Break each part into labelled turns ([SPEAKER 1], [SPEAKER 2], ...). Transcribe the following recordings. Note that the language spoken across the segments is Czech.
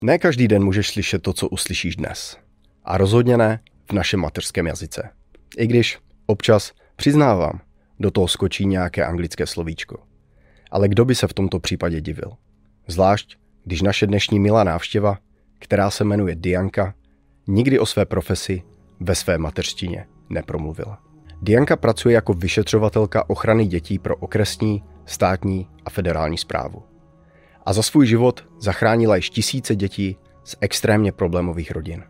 [SPEAKER 1] Ne každý den můžeš slyšet to, co uslyšíš dnes. A rozhodně ne v našem mateřském jazyce. I když občas, přiznávám, do toho skočí nějaké anglické slovíčko. Ale kdo by se v tomto případě divil? Zvlášť, když naše dnešní milá návštěva, která se jmenuje Dianka, nikdy o své profesi ve své mateřštině nepromluvila. Dianka pracuje jako vyšetřovatelka ochrany dětí pro okresní, státní a federální správu. A za svůj život zachránila již tisíce dětí z extrémně problémových rodin.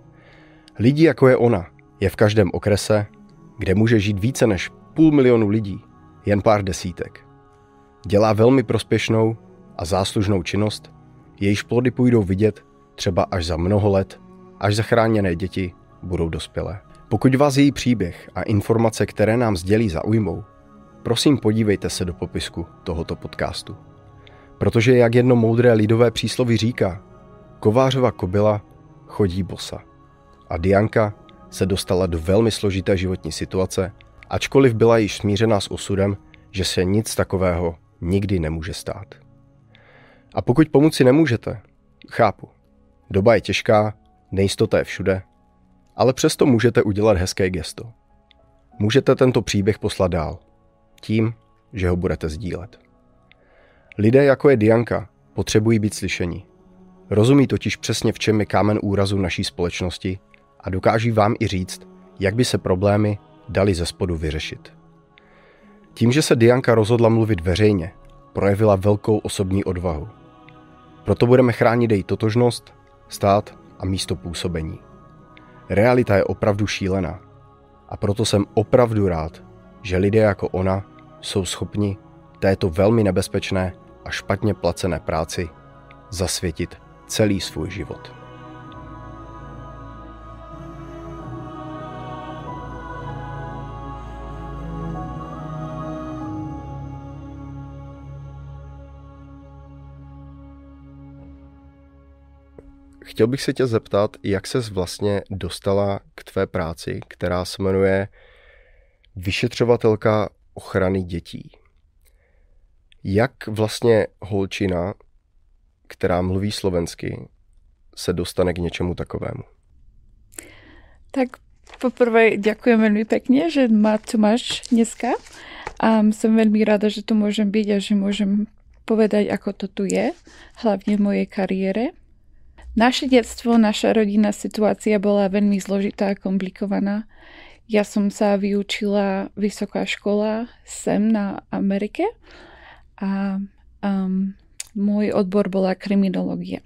[SPEAKER 1] Lidí jako je ona je v každém okrese, kde může žít více než 500 000 lidí, jen pár desítek. Dělá velmi prospěšnou a záslužnou činnost, jejíž plody půjdou vidět třeba až za mnoho let, až zachráněné děti budou dospělé. Pokud vás její příběh a informace, které nám sdělí, zaujmou, prosím podívejte se do popisku tohoto podcastu. Protože jak jedno moudré lidové přísloví říká, kovářova kobyla chodí bosa. A Dianka se dostala do velmi složité životní situace, ačkoliv byla již smířená s osudem, že se nic takového nikdy nemůže stát. A pokud pomoci nemůžete, chápu. Doba je těžká, nejistota je všude, ale přesto můžete udělat hezké gesto. Můžete tento příběh poslat dál, tím, že ho budete sdílet. Lidé jako je Dianka potřebují být slyšeni. Rozumí totiž přesně, v čem je kámen úrazu naší společnosti a dokáží vám i říct, jak by se problémy daly zespodu vyřešit. Tím, že se Dianka rozhodla mluvit veřejně, projevila velkou osobní odvahu. Proto budeme chránit její totožnost, stát a místo působení. Realita je opravdu šílená a proto jsem opravdu rád, že lidé jako ona jsou schopni této velmi nebezpečné a špatně placené práci zasvětit celý svůj život. Chtěl bych se tě zeptat, jak ses vlastně dostala k tvé práci, která se jmenuje vyšetřovatelka ochrany dětí. Jak vlastně holčina, která mluví slovensky, se dostane k něčemu takovému?
[SPEAKER 2] Tak poprvé ďakujem veľmi pekne, že ma tu máš dneska. Som veľmi rada, že tu môžem byť a že môžem povedať, ako to tu je, hlavne v mojej kariére. Naše detstvo, naša rodinná situácia bola veľmi zložitá a komplikovaná. Ja som sa vyučila vysoká škola sem na Amerike a môj odbor bola kriminológia.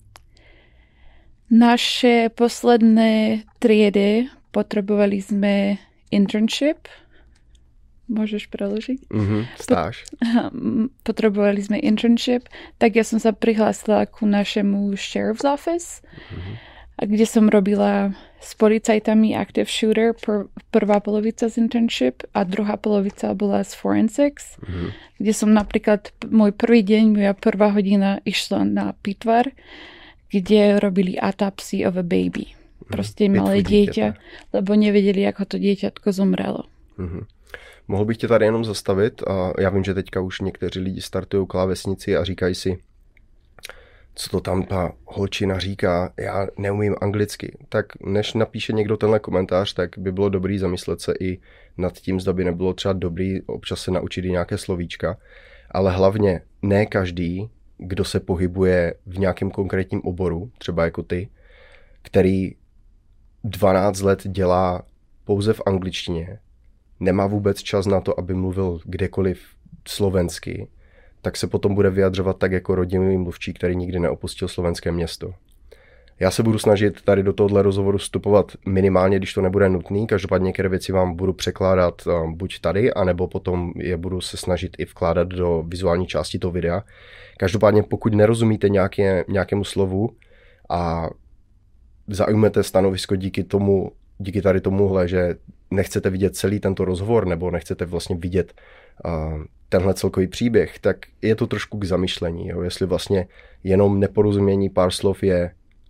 [SPEAKER 2] Naše posledné triedy potrebovali sme internship. Môžeš preložiť?
[SPEAKER 1] Stáž.
[SPEAKER 2] Potrebovali sme internship, tak ja som sa prihlásila ku našemu sheriff's office, kde som robila s policajtami active shooter, prvá polovica z internship a druhá polovica bola z forensics, kde som napríklad môj prvý deň, moja prvá hodina išla na pitvar, kde robili autopsy of a baby. Proste malé dieťa, lebo nevedeli, ako to dieťatko zomrelo.
[SPEAKER 1] Mohl bych tě tady jenom zastavit a já vím, že teďka už někteří lidi startují klávesnici a říkají si, co to tam ta holčina říká, já neumím anglicky. Tak než napíše někdo tenhle komentář, tak by bylo dobrý zamyslet se i nad tím, zda by nebylo třeba dobrý občas se naučit i nějaké slovíčka, ale hlavně ne každý, kdo se pohybuje v nějakém konkrétním oboru, třeba jako ty, který 12 let dělá pouze v angličtině, nemá vůbec čas na to, aby mluvil kdekoliv slovensky, tak se potom bude vyjadřovat tak jako rodinný mluvčí, který nikdy neopustil slovenské město. Já se budu snažit tady do tohohle rozhovoru vstupovat minimálně, když to nebude nutný, každopádně některé věci vám budu překládat buď tady, anebo potom je budu se snažit i vkládat do vizuální části toho videa. Každopádně pokud nerozumíte nějakému slovu a zaujmete stanovisko díky tady tomuhle, že nechcete vidět celý tento rozhovor nebo nechcete vlastně vidět tenhle celkový příběh, tak je to trošku k zamyšlení, jo? Jestli vlastně jenom neporozumění pár slov je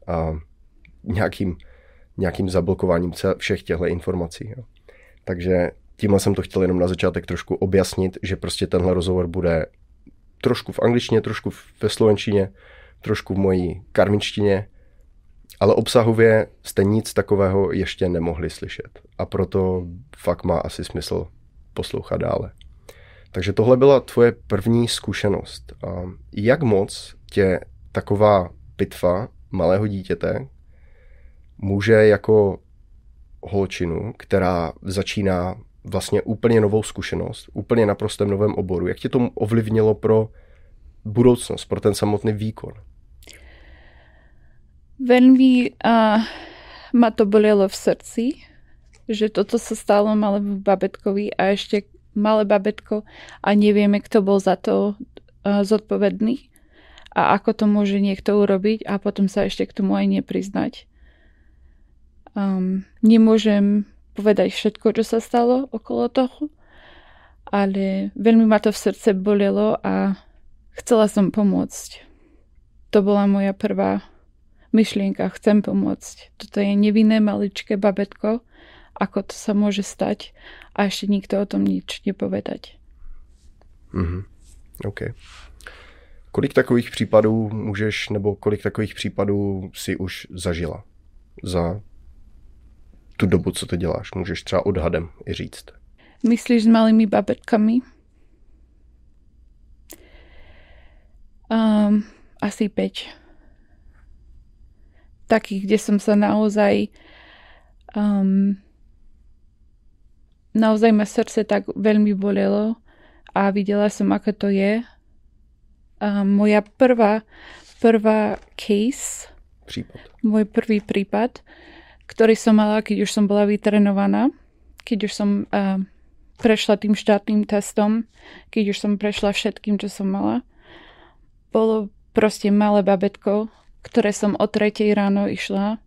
[SPEAKER 1] nějakým zablokováním všech těchto informací. Jo? Takže tímhle jsem to chtěl jenom na začátek trošku objasnit, že prostě tenhle rozhovor bude trošku v angličtině, trošku ve slovenštině, trošku v mojí karmičtině, ale obsahově jste nic takového ještě nemohli slyšet. A proto fakt má asi smysl poslouchat dále. Takže tohle byla tvoje první zkušenost. A jak moc tě taková pitva malého dítěte může jako holčinu, která začíná vlastně úplně novou zkušenost, úplně naprosto novém oboru, jak tě to ovlivnilo pro budoucnost, pro ten samotný výkon?
[SPEAKER 2] Veľmi ma to bolelo v srdci, že toto sa stalo malému babetkovi a ešte malé babetko a nevieme, kto bol za to zodpovedný a ako to môže niekto urobiť a potom sa ešte k tomu aj nepriznať. Nemôžem povedať všetko, čo sa stalo okolo toho, ale veľmi ma to v srdce bolelo a chcela som pomôcť. To bola moja prvá myšlienka, chcem pomôcť. Toto je nevinné maličké babetko, ako to sa môže stať a ešte nikto o tom nič nepovedať.
[SPEAKER 1] OK. Kolik takových případů můžeš, nebo kolik takových případů si už zažila za tu dobu, co to děláš? Můžeš třeba odhadem i říct.
[SPEAKER 2] Myslíš s malými babetkami? Asi 5. Takých, kde som sa naozaj ma srdce tak veľmi bolelo a videla som, ako to je. Moja prvá case, môj prvý prípad, ktorý som mala, keď už som bola vytrenovaná, keď už som prešla tým štátnym testom, keď už som prešla všetkým, čo som mala, bolo proste malé babetko, ktoré som o 3:00 ráno išla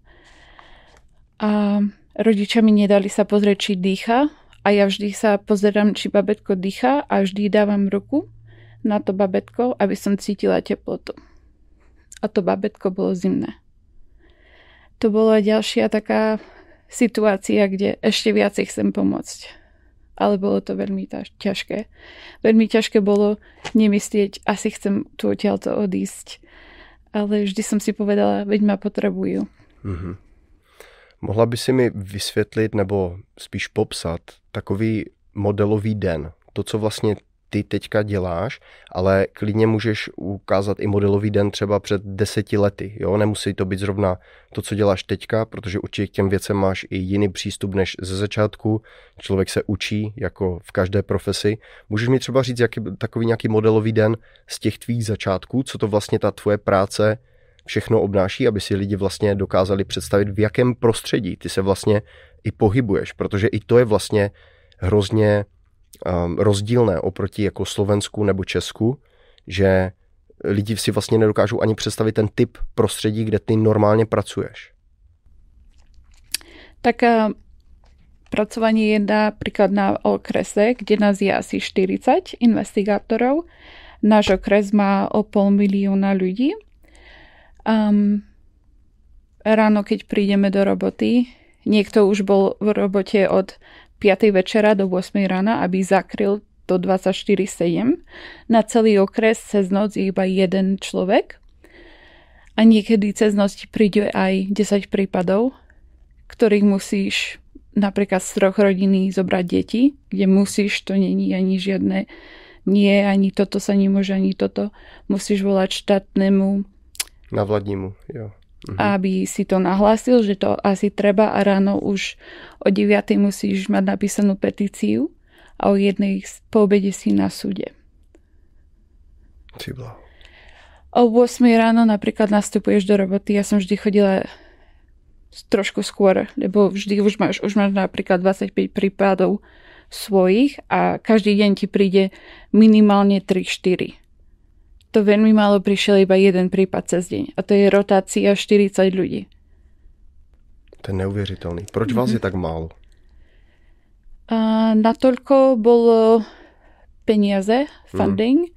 [SPEAKER 2] a rodičia mi nedali sa pozrieť, či dýcha a ja vždy sa pozerám, či babetko dýcha a vždy dávam ruku na to babetko, aby som cítila teplotu. A to babetko bolo zimné. To bola ďalšia taká situácia, kde ešte viacej chcem pomôcť. Ale bolo to veľmi ťažké. Veľmi ťažké bolo nemyslieť, asi chcem tu odtiaľto odísť. Ale vždy som si povedala, veď ma potrebujú.
[SPEAKER 1] Mohla by si mi vysvětlit nebo spíš popsat takový modelový den? To, co vlastně ty teďka děláš, ale klidně můžeš ukázat i modelový den třeba před 10 lety. Jo? Nemusí to být zrovna to, co děláš teďka, protože určitě k těm věcem máš i jiný přístup než ze začátku. Člověk se učí, jako v každé profesi. Můžeš mi třeba říct, jaký takový nějaký modelový den z těch tvých začátků, co to vlastně ta tvoje práce všechno obnáší, aby si lidi vlastně dokázali představit, v jakém prostředí ty se vlastně i pohybuješ, protože i to je vlastně hrozně rozdílné oproti jako Slovensku nebo Česku, že lidi si vlastně nedokážou ani představit ten typ prostředí, kde ty normálně pracuješ.
[SPEAKER 2] Tak pracovanie je napríklad na okrese, kde nás je asi 40 investigátorov. Náš okres má o 500 000 ľudí. Ráno, keď prídeme do roboty, niekto už bol v robote od 5. večera do 8. rána, aby zakryl to 24/7. Na celý okres cez noc je iba jeden človek. A niekedy cez noc ti príde aj 10 prípadov, ktorých musíš napríklad z 3 rodiny zobrať deti, kde musíš, to není ani žiadne nie, ani toto sa nemôže, ani toto. Musíš volať štátnemu
[SPEAKER 1] návladnímu, jo.
[SPEAKER 2] Aby si to nahlásil, že to asi treba a ráno už o 9:00 musíš mať napísanú petíciu a o 1:00 po obede si na súde. O 8:00 ráno napríklad nastupuješ do roboty. Ja som vždy chodila trošku skôr, lebo vždy už máš napríklad 25 prípadov svojich a každý deň ti príde minimálne 3-4. To veľmi málo prišiel iba jeden prípad cez deň. A to je rotácia 40 ľudí.
[SPEAKER 1] To je neuvěřitelný. Proč vás je tak málo?
[SPEAKER 2] Natoľko bolo peniaze, funding.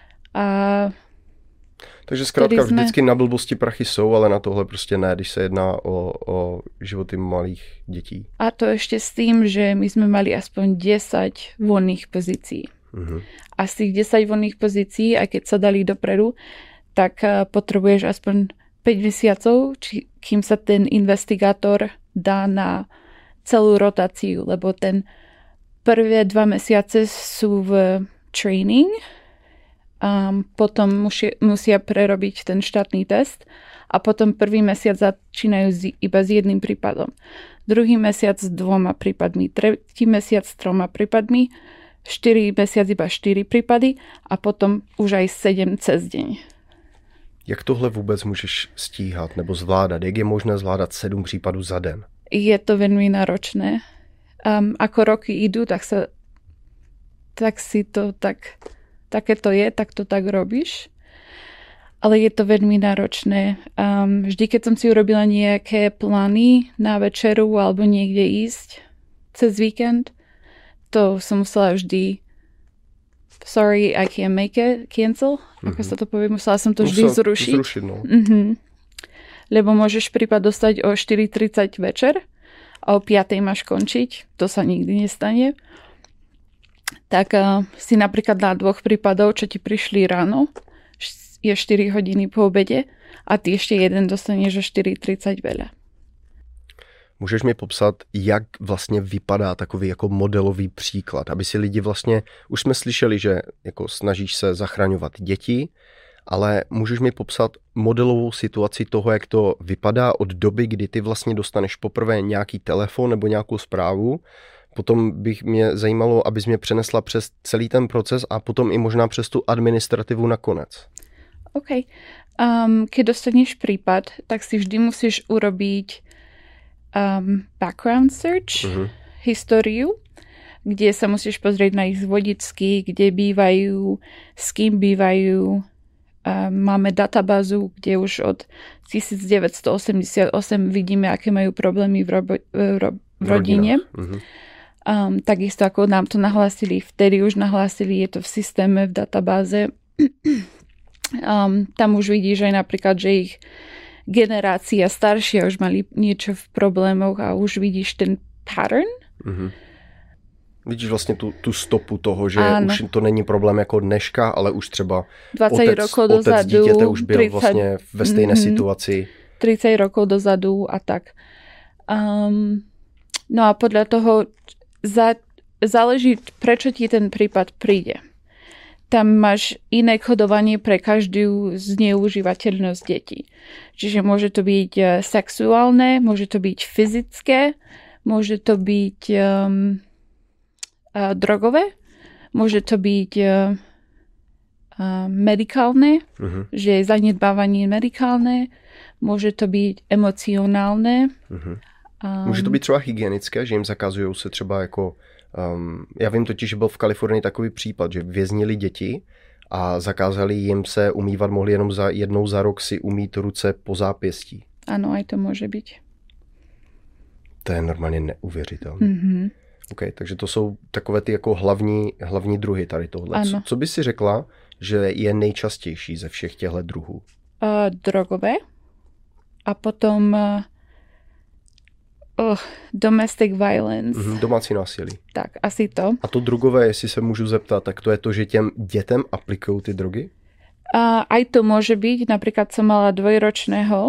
[SPEAKER 1] Takže zkrátka vždycky na blbosti prachy jsou, ale na tohle prostě ne, když se jedná o životy malých dětí.
[SPEAKER 2] A to ešte s tým, že my sme mali aspoň 10 voľných pozícií. A z tých 10 voľných pozícií, aj keď sa dali dopredu, tak potrebuješ aspoň 5 mesiacov, kým sa ten investigátor dá na celú rotáciu, lebo ten prvé 2 mesiace sú v training, potom musia prerobiť ten štátny test a potom prvý mesiac začínajú iba s 1 prípadom. Druhý mesiac s 2 prípadmi, tretí mesiac s 3 prípadmi, 4 mesiac iba 4 prípady a potom už aj 7 cez deň.
[SPEAKER 1] Jak tohle vůbec můžeš stíhat nebo zvládat? Jak je možné zvládat 7 případů za den?
[SPEAKER 2] Je to veľmi náročné. Ako roky idú, tak to je, tak to tak robíš. Ale je to veľmi náročné. Vždy, keď som si urobila nejaké plány na večeru alebo niekde ísť cez víkend, to som musela vždy sorry, I can't make it, cancel. Ako sa to povie, musela som to vždy zrušiť.
[SPEAKER 1] No.
[SPEAKER 2] Lebo môžeš prípad dostať o 4:30 večer a o 5:00 máš končiť. To sa nikdy nestane. Tak si napríklad na 2 prípadov, čo ti prišli ráno, je 4 hodiny po obede a ty ešte jeden dostaneš o 4:30 veľa.
[SPEAKER 1] Můžeš mi popsat, jak vlastně vypadá takový jako modelový příklad, aby si lidi vlastně, už jsme slyšeli, že jako snažíš se zachraňovat děti, ale můžeš mi popsat modelovou situaci toho, jak to vypadá od doby, kdy ty vlastně dostaneš poprvé nějaký telefon nebo nějakou zprávu, potom bych mě zajímalo, abys mě přenesla přes celý ten proces a potom i možná přes tu administrativu nakonec.
[SPEAKER 2] OK. Keď dostaneš prípad, tak si vždy musíš urobiť background search, históriu, kde sa musíš pozrieť na ich vodičky, kde bývajú, s kým bývajú. Máme databázu, kde už od 1988 vidíme, aké majú problémy v rodine. Takisto ako nám to nahlásili, vtedy už nahlásili, je to v systéme, v databáze. Tam už vidíš aj napríklad, že ich generácia staršia už mali niečo v problémoch a už vidíš ten pattern.
[SPEAKER 1] Vidíš vlastně tu stopu toho, že už to není problém jako dneška, ale už třeba
[SPEAKER 2] 20 rokov dozadu,
[SPEAKER 1] otec dítěte už byl 30, vlastně ve stejné situaci.
[SPEAKER 2] 30 rokov dozadu a tak. No a podľa toho záleží, prečo ti ten prípad príde. Tam máš iné kodovanie pre každú zneužívateľnosť detí. Čiže môže to byť sexuálne, môže to byť fyzické, môže to byť drogové, môže to byť medikálne, že je zanedbávanie medikálne, môže to byť emocionálne.
[SPEAKER 1] Může to být třeba hygienické, že jim zakazují se třeba jako já vím totiž, že byl v Kalifornii takový případ, že věznili děti a zakázali jim se umývat, mohli jenom jednou za rok si umýt ruce po zápěstí.
[SPEAKER 2] Ano, aj to může být.
[SPEAKER 1] To je normálně neuvěřitelné. Okay, takže to jsou takové ty jako hlavní druhy tady tohle. Co by si řekla, že je nejčastější ze všech těchto druhů?
[SPEAKER 2] Drogové a potom domestic violence.
[SPEAKER 1] Domácí násilí.
[SPEAKER 2] Tak, asi to.
[SPEAKER 1] A to drogové, jestli se můžu zeptat, tak to je to, že těm dětem aplikují ty drogy?
[SPEAKER 2] Aj to môže byť. Napríklad som mala 2-ročného,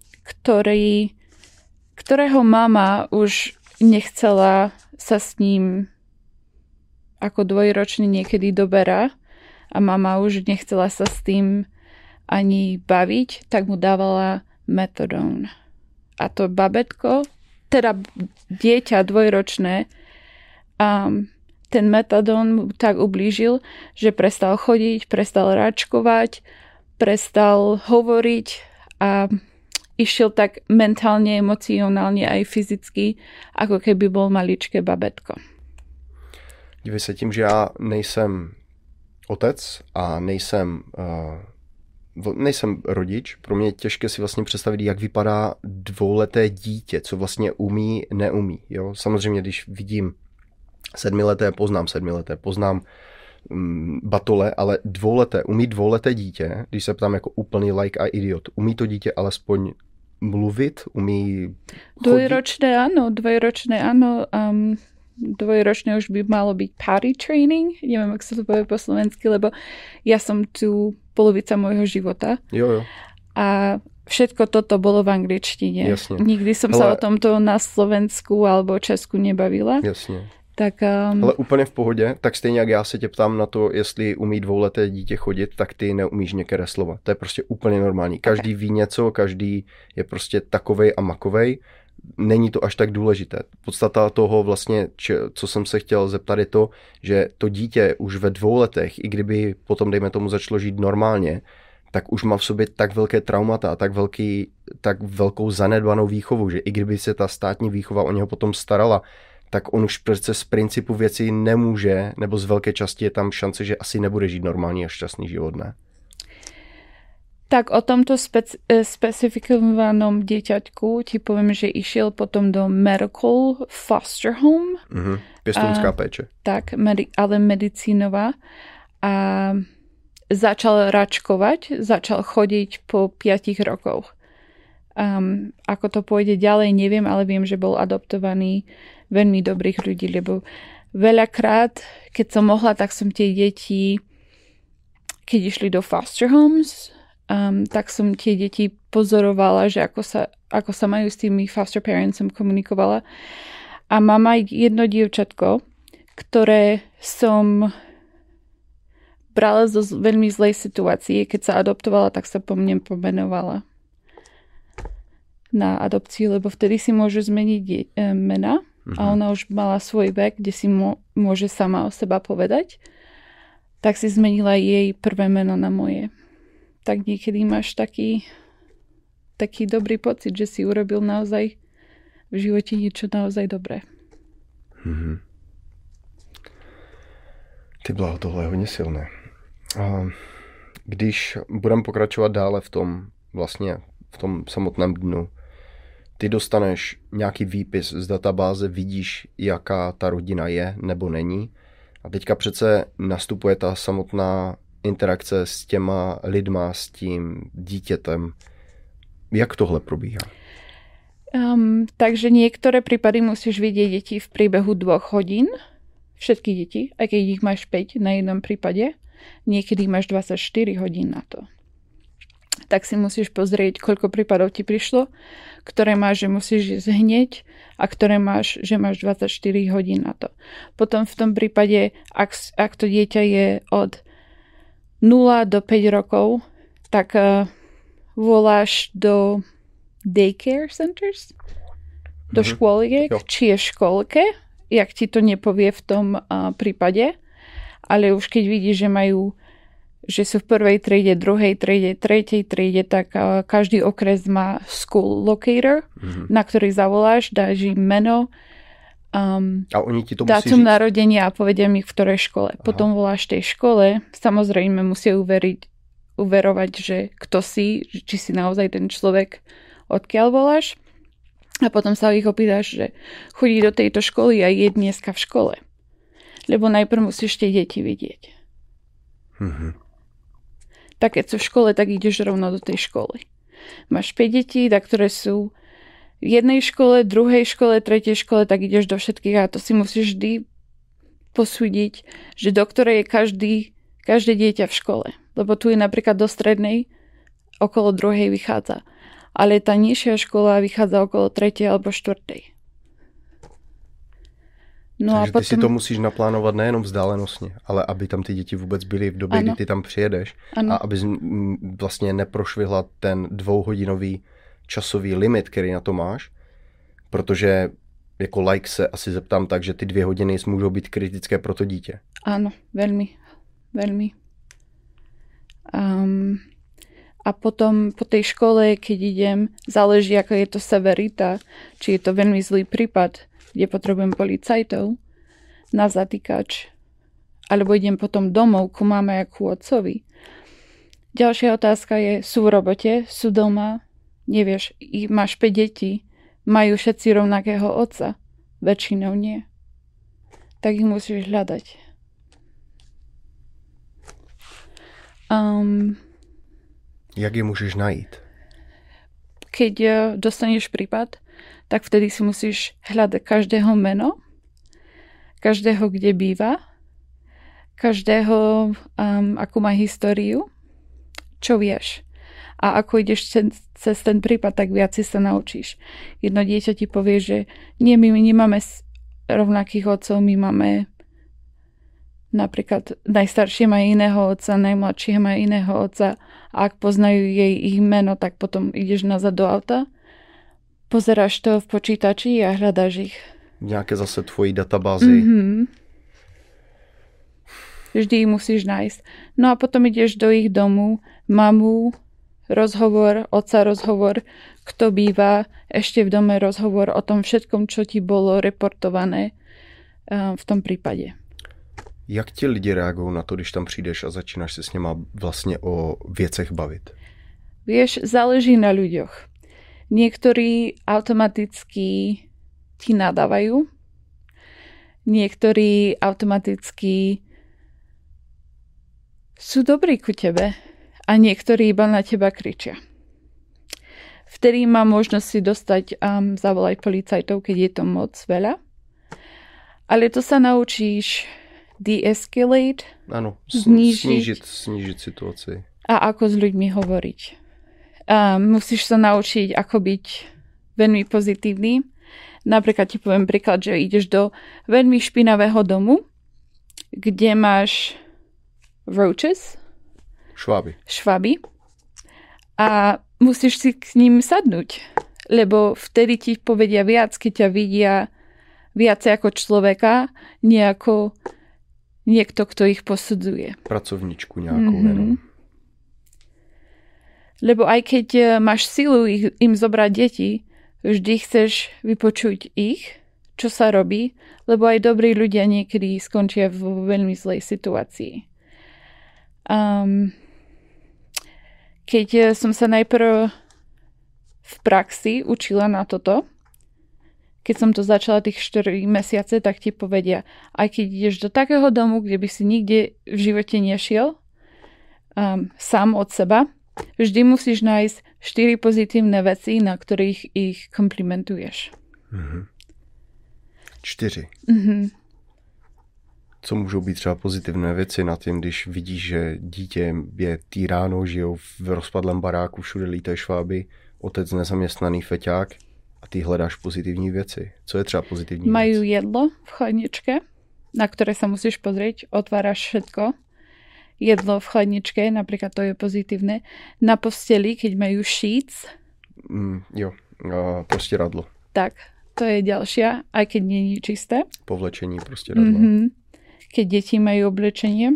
[SPEAKER 2] ktorého mama už nechcela sa s ním ako 2-ročný niekedy doberá a mama už nechcela sa s tým ani baviť, tak mu dávala metadón. A to babetko, teda dieťa 2-ročné, ten metadón mu tak ublížil, že prestal chodiť, prestal ráčkovať, prestal hovoriť a išiel tak mentálne, emocionálne aj fyzicky, ako keby bol maličké babetko.
[SPEAKER 1] Dívej se, tím, že já nejsem otec a nejsem rodič, pro mě je těžké si vlastně představit, jak vypadá 2leté dítě, co vlastně umí, neumí. Jo? Samozřejmě, když vidím 7leté, poznám batole, ale 2leté, umí 2leté dítě, když se ptám jako úplný like a idiot, umí to dítě alespoň mluvit, umí chodit?
[SPEAKER 2] 2ročné áno. 2ročné už by malo byť party training, neviem, ak sa to povie po slovensky, lebo ja som tu polovica môjho života.
[SPEAKER 1] Jo.
[SPEAKER 2] A všetko toto bolo v angličtine.
[SPEAKER 1] Jasně.
[SPEAKER 2] Nikdy som sa o tomto na Slovensku alebo Česku nebavila.
[SPEAKER 1] Jasně.
[SPEAKER 2] Tak,
[SPEAKER 1] ale úplně v pohodě, tak stejně jak já se tě ptám na to, jestli umí dvouleté dítě chodit, tak ty neumíš některé slova. To je prostě úplně normální. Každý ví něco, každý je prostě takovej a makovej. Není to až tak důležité. Podstata toho vlastně, co jsem se chtěl zeptat, je to, že to dítě už ve 2 letech, i kdyby potom, dejme tomu, začalo žít normálně, tak už má v sobě tak velké traumata, tak velkou zanedbanou výchovu, že i kdyby se ta státní výchova o něho potom starala, tak on už přece z principu věci nemůže, nebo z velké části je tam šance, že asi nebude žít normální a šťastný život, ne?
[SPEAKER 2] Tak o tomto specifikovanom dieťaťku ti poviem, že išiel potom do medical foster home.
[SPEAKER 1] Pěstounská péče.
[SPEAKER 2] Tak, ale medicínová. A začal račkovať, začal chodiť po 5 rokoch. Ako to pôjde ďalej, neviem, ale viem, že bol adoptovaný veľmi dobrých ľudí, lebo veľakrát, keď som mohla, tak som tie deti, keď išli do foster homes, tak som tie deti pozorovala, že ako sa majú s tými foster parentsom komunikovala. A mám aj jedno dievčatko, ktoré som brala zo veľmi zlej situácie. Keď sa adoptovala, tak sa po mne pomenovala na adopciu, lebo vtedy si môžu zmeniť mena a ona už mala svoj vek, kde si môže sama o seba povedať. Tak si zmenila jej prvé meno na moje. Tak niekedy máš taký dobrý pocit, že si urobil naozaj v živote niečo naozaj dobré.
[SPEAKER 1] Ty blaho, tohle je hodně silné. Když budeme pokračovat dále v tom samotném dnu, ty dostaneš nějaký výpis z databáze, vidíš, jaká ta rodina je nebo není. A teďka přece nastupuje ta samotná interakce s těma lidma, s tím dítětem. Jak tohle probíhá?
[SPEAKER 2] Takže niektoré prípady musíš vidieť deti v priebehu 2 hodín. Všetky deti, aj keď ich máš 5 na jednom prípade. Niekedy máš 24 hodín na to. Tak si musíš pozrieť, koľko prípadov ti prišlo, ktoré máš, že musíš ísť hneď a ktoré máš, že máš 24 hodín na to. Potom v tom prípade, ak to dieťa je od 0 do 5 rokov, tak voláš do daycare centers, do škôliek, či je školke, jak ti to nepovie v tom prípade, ale už keď vidíš, že sú v prvej triede, druhej triede, tretej triede, tak každý okres má school locator, na ktorý zavoláš, dáš im meno,
[SPEAKER 1] a oni ti to
[SPEAKER 2] dátum narodenia a povedia mi, v ktorej škole. Potom voláš tej škole, samozrejme musia uverovať, že kto si, či si naozaj ten človek, odkiaľ voláš. A potom sa ich opýtaš, že chodí do tejto školy a je dneska v škole. Lebo najprv musíš tie deti vidieť. Tak keď sú v škole, tak ideš rovno do tej školy. Máš 5 detí, ktoré sú v jednej škole, druhej škole, tretej škole, tak ideš do všetkých a to si musíš vždy posúdiť, že do ktorej je každé dieťa v škole. Lebo tu je napríklad do strednej, okolo 2. vychádza. Ale tá nižšia škola vychádza okolo 3. alebo 4. No
[SPEAKER 1] takže a potom... ty si to musíš naplánovat nejenom vzdálenostně, ale aby tam ty děti vůbec byly v době, kdy ty tam přijedeš. A aby vlastně neprošvihla ten 2hodinový časový limit, který na to máš, protože jako like se asi zeptám tak, že ty 2 hodiny můžou být kritické pro to dítě.
[SPEAKER 2] Áno, veľmi, veľmi. A potom po tej škole, keď idem, záleží, ako je to severita, či je to veľmi zlý prípad, kde potrebujem policajtov na zatýkač, alebo idem potom domov ku mame a ku otcovi. Ďalšia otázka je, sú v robote, sú doma, nevieš, máš 5 detí, majú všetci rovnakého otca, väčšinou nie. Tak ich musíš hľadať.
[SPEAKER 1] Jak je můžeš najít?
[SPEAKER 2] Keď dostaneš prípad, tak vtedy si musíš hľadať každého meno, každého, kde býva, každého, akú má históriu čo vieš. A ako ideš cez ten prípad, tak viac si sa naučíš. Jedno dieťa ti povie, že nie, my nemáme rovnakých otcov, my máme napríklad najstaršie má iného otca, najmladšie má iného otca a ak poznajú ich meno, tak potom ideš nazad do auta, pozeráš to v počítači a hľadáš ich.
[SPEAKER 1] Nejaké zase tvojí databázy.
[SPEAKER 2] Vždy ich musíš nájsť. No a potom ideš do ich domu, mamu, rozhovor, otca rozhovor, kto býva, ešte v dome rozhovor o tom všetkom, čo ti bolo reportované v tom prípade.
[SPEAKER 1] Jak ti lidi reagují na to, když tam přijdeš a začínáš se s nima vlastně o věcech bavit?
[SPEAKER 2] Vieš, záleží na ľuďoch. Niektorí automaticky ti nadávajú, niektorí automaticky sú dobrí ku tebe a niektorí iba na teba kričia. Vtedy má možnosť si dostať zavolať policajtov, keď je to moc veľa. Ale to sa naučíš de-escalate,
[SPEAKER 1] ano, snížit situaci.
[SPEAKER 2] A ako s ľuďmi hovoriť. Musíš sa naučiť, ako byť veľmi pozitívny. Napríklad ti poviem príklad, že ideš do veľmi špinavého domu, kde máš roaches, šváby a musíš si k ním sadnúť, lebo vtedy ti povedia viac, keď ťa vidia viacej ako človeka, nie ako niekto, kto ich posudzuje.
[SPEAKER 1] Pracovničku nejakú. Mm-hmm.
[SPEAKER 2] Lebo aj keď máš silu im zobrať deti, vždy chceš vypočuť ich, čo sa robí, lebo aj dobrí ľudia niekedy skončia v veľmi zlej situácii. Keď som sa najprv v praxi učila na toto, keď som to začala tých 4 mesiace, tak ti povedia, aj keď ideš do takého domu, kde by si nikde v živote nešiel, sám od seba, vždy musíš nájsť 4 pozitívne veci, na ktorých ich komplimentuješ.
[SPEAKER 1] 4. Co můžou být třeba pozitivné věci na tím, když vidíš, že dítě je týráno, žijou v rozpadlém baráku, všude lítají šváby, otec nezaměstnaný feťák a ty hledáš pozitivní věci. Co je třeba pozitivní věc?
[SPEAKER 2] Majú jedlo v chladničke, na ktoré sa musíš pozrieť, otváraš všetko. Jedlo v chladničke, napríklad to je pozitívne. Na posteli, keď majú sheets.
[SPEAKER 1] Prostěradlo.
[SPEAKER 2] Tak, to je ďalšia, aj keď nie je čisté.
[SPEAKER 1] Povlečení prostěradla.
[SPEAKER 2] Keď deti majú oblečenie.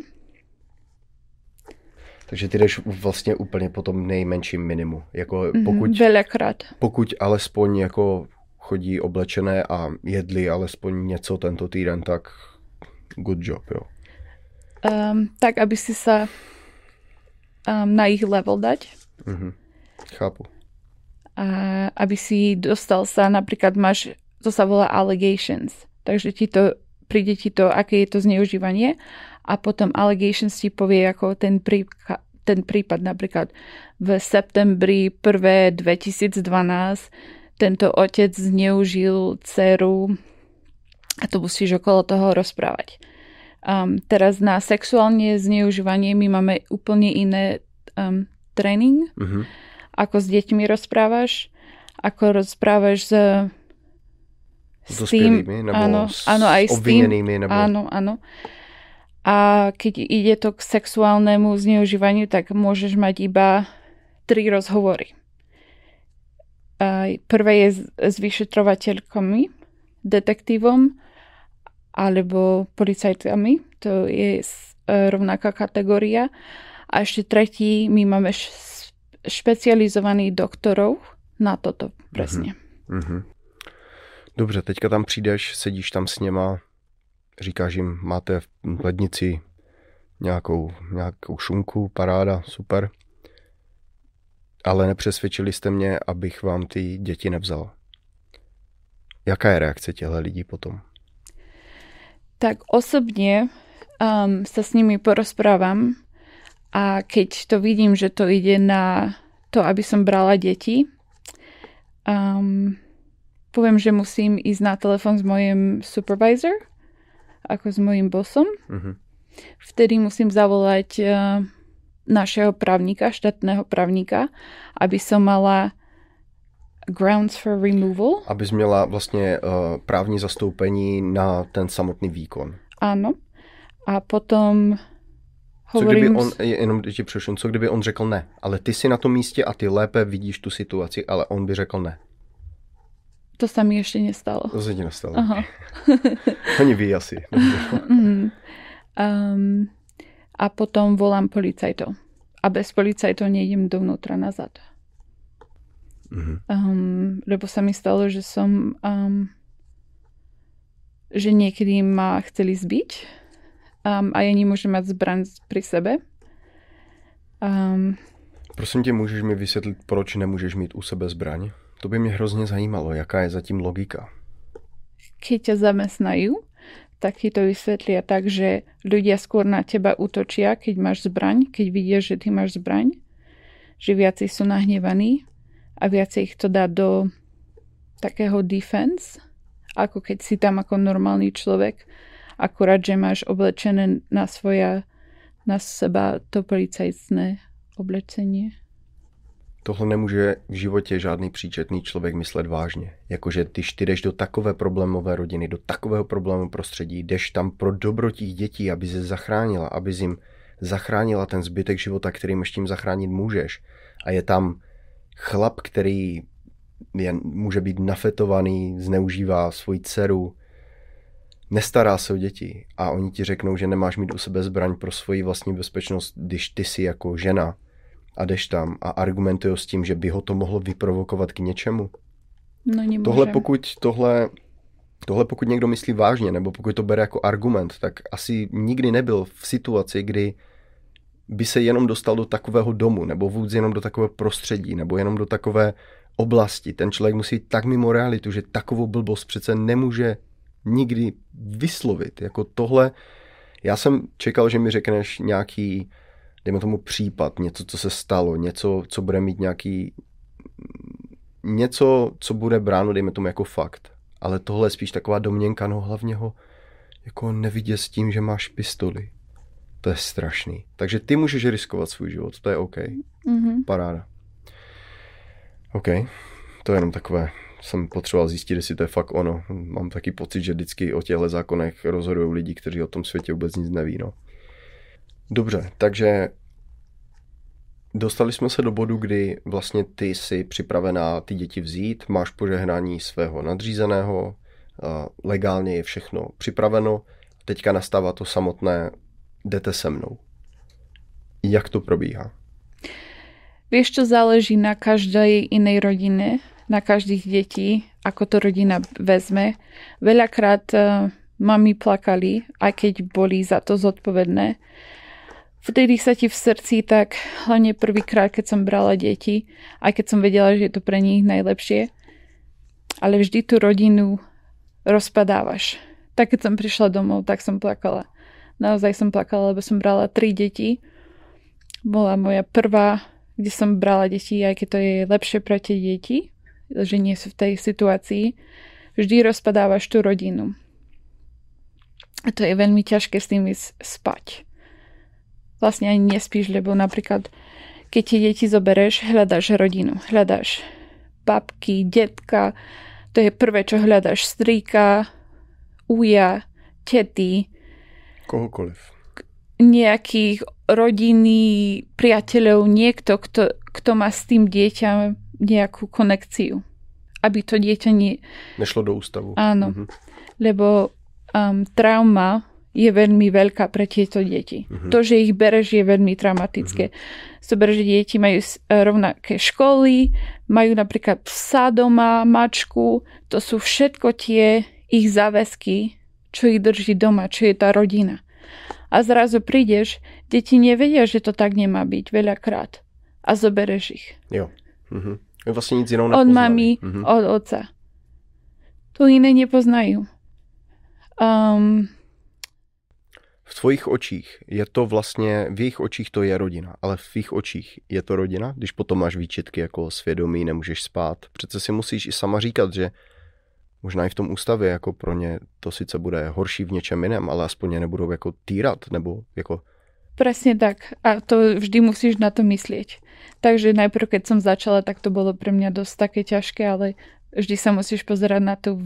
[SPEAKER 1] Takže ty jdeš vlastně úplně po tom nejmenším minimu. Jako
[SPEAKER 2] Velekrát.
[SPEAKER 1] Pokud alespoň jako chodí oblečené a jedli alespoň něco tento týden, tak good job, jo.
[SPEAKER 2] Tak, aby si sa na ich level dať.
[SPEAKER 1] Chápu.
[SPEAKER 2] A aby si dostal sa, napríklad máš, to sa volá allegations. Takže príde ti to, aké je to zneužívanie a potom allegations ti povie ako ten prípad napríklad v septembri 1. 2012 tento otec zneužil dceru a to musíš okolo toho rozprávať. Teraz na sexuálne zneužívanie my máme úplne iné tréning, ako s deťmi rozprávaš, ako rozprávaš s
[SPEAKER 1] dospělými, nebo
[SPEAKER 2] aj
[SPEAKER 1] s obviněnými, nebo...
[SPEAKER 2] Áno. A keď ide to k sexuálnemu zneužívaniu, tak môžeš mať iba 3 rozhovory. Prvé je s vyšetrovateľkami, detektívom alebo policajtami. To je rovnaká kategória. A ešte tretí, my máme špecializovaných doktorov na toto presne.
[SPEAKER 1] Dobře, teďka tam přijdeš, sedíš tam s něma, říkáš jim, máte v lednici nějakou šunku, paráda, super. Ale nepřesvědčili jste mě, abych vám ty děti nevzal. Jaká je reakce těchto lidí potom?
[SPEAKER 2] Tak osobně sa s nimi porozprávam a keď to vidím, že to ide na to, aby som brala deti, poviem, že musím ísť na telefon s mojím supervisor, ako s mojím bossom. Vtedy musím zavolať našeho právníka, štátného právníka, aby som mala grounds for removal.
[SPEAKER 1] Abys měla vlastně právní zastoupení na ten samotný výkon.
[SPEAKER 2] Áno. A potom
[SPEAKER 1] Co kdyby on, jenom ti přešel, co kdyby on řekl ne, ale ty si na tom místě a ty lépe vidíš tu situaci, ale on by řekl ne.
[SPEAKER 2] To sa mi ešte nestalo.
[SPEAKER 1] To se ti nestalo.
[SPEAKER 2] Aha.
[SPEAKER 1] Oni ví asi.
[SPEAKER 2] A potom volám policajtov. A bez policajtov nejdem dovnútra nazad. Lebo sa mi stalo, že že niekedy ma chceli zbiť a ja nemôžem mať zbraň pri sebe.
[SPEAKER 1] Prosím tě, můžeš mi vysvětlit, proč nemůžeš mít u sebe zbraň? To by mě hrozně zajímalo, jaká je zatím logika.
[SPEAKER 2] Keď ťa zamestnajú, tak ti to vysvetlia tak, že ľudia skôr na teba útočia, keď máš zbraň, keď vidia, že ty máš zbraň, že viacej sú nahnevaní a viacej ich to dá do takého defense, ako keď si tam ako normálny človek, akurát, že máš oblečené na seba to policajtné oblečenie.
[SPEAKER 1] Tohle nemůže v životě žádný příčetný člověk myslet vážně. Jakože když ty jdeš do takové problémové rodiny, do takového problémového prostředí, jdeš tam pro dobro těch dětí, aby se zachránila, aby jim zachránila ten zbytek života, kterým ještě jim zachránit můžeš. A je tam chlap, který může být nafetovaný, zneužívá svoji dceru, nestará se o děti a oni ti řeknou, že nemáš mít u sebe zbraň pro svoji vlastní bezpečnost, když ty jsi jako žena a jdeš tam a argumentujou s tím, že by ho to mohlo vyprovokovat k něčemu.
[SPEAKER 2] No nemůžem.
[SPEAKER 1] Tohle pokud někdo myslí vážně, nebo pokud to bere jako argument, tak asi nikdy nebyl v situaci, kdy by se jenom dostal do takového domu, nebo vůbec jenom do takového prostředí, nebo jenom do takové oblasti. Ten člověk musí být tak mimo realitu, že takovou blbost přece nemůže nikdy vyslovit. Jako tohle, já jsem čekal, že mi řekneš nějaký, dejme tomu případ, něco, co se stalo, něco, co bude mít něco, co bude bráno, dejme tomu jako fakt. Ale tohle je spíš taková domněnka, no hlavně ho jako nevidět s tím, že máš pistoli. To je strašný. Takže ty můžeš riskovat svůj život, to je OK. Paráda. OK, to je jenom takové, jsem potřeboval zjistit, jestli to je fakt ono. Mám taky pocit, že vždycky o těchto zákonech rozhodují lidi, kteří o tom světě vůbec nic neví, no. Dobře, takže dostali jsme se do bodu, kdy vlastně ty jsi připravená ty děti vzít, máš požehnání svého nadřízeného, legálně je všechno připraveno, teďka nastává to samotné, jdete se mnou. Jak to probíhá?
[SPEAKER 2] Vieš, čo záleží na každej inej rodine, na každých detí, ako to rodina vezme. Veľakrát mami plakali, aj keď boli za to zodpovedné. Vtedy sa ti v srdci, tak hlavne prvýkrát, keď som brala deti, aj keď som vedela, že je to pre nich najlepšie, ale vždy tú rodinu rozpadávaš. Tak keď som prišla domov, tak som plakala. Naozaj som plakala, lebo som brala 3 deti. Bola moja prvá, kde som brala deti, aj keď to je lepšie pre tie deti, že nie sú v tej situácii. Vždy rozpadávaš tú rodinu. A to je veľmi ťažké s tým ísť spať. Vlastne ani nespíš, lebo napríklad, keď tie deti zobereš, hľadáš rodinu. Hľadáš babky, detka, to je prvé, čo hľadáš. Strýka, uja, tety.
[SPEAKER 1] Kohokoliv.
[SPEAKER 2] Nejakých rodiny, priateľov, niekto, kto má s tým dieťam nejakú konekciu. Aby to dieťa
[SPEAKER 1] nešlo do ústavu.
[SPEAKER 2] Áno. Lebo trauma je veľmi veľká pre tieto deti. To, že ich bereš, je veľmi traumatické. Zober, že deti majú rovnaké školy, majú napríklad psa doma, mačku. To sú všetko tie ich záväzky, čo ich drží doma, čo je tá rodina. A zrazu prídeš, deti nevedia, že to tak nemá byť veľakrát. A zobereš ich.
[SPEAKER 1] Jo. Vlastne nic inou nepoznali.
[SPEAKER 2] Od mami, od otca. To iné nepoznajú.
[SPEAKER 1] V tvojich očích je to vlastně, v jejich očích to je rodina, ale v tvých očích je to rodina? Když potom máš výčitky jako svědomí, nemůžeš spát. Přece si musíš i sama říkat, že možná i v tom ústavě jako pro ně to sice bude horší v něčem jiném, ale aspoň je nebudou jako týrat nebo jako
[SPEAKER 2] Presne tak. A to vždy musíš na to myslieť. Takže najprv, keď som začala, tak to bolo pre mňa dosť také ťažké, ale vždy sa musíš pozerať na tú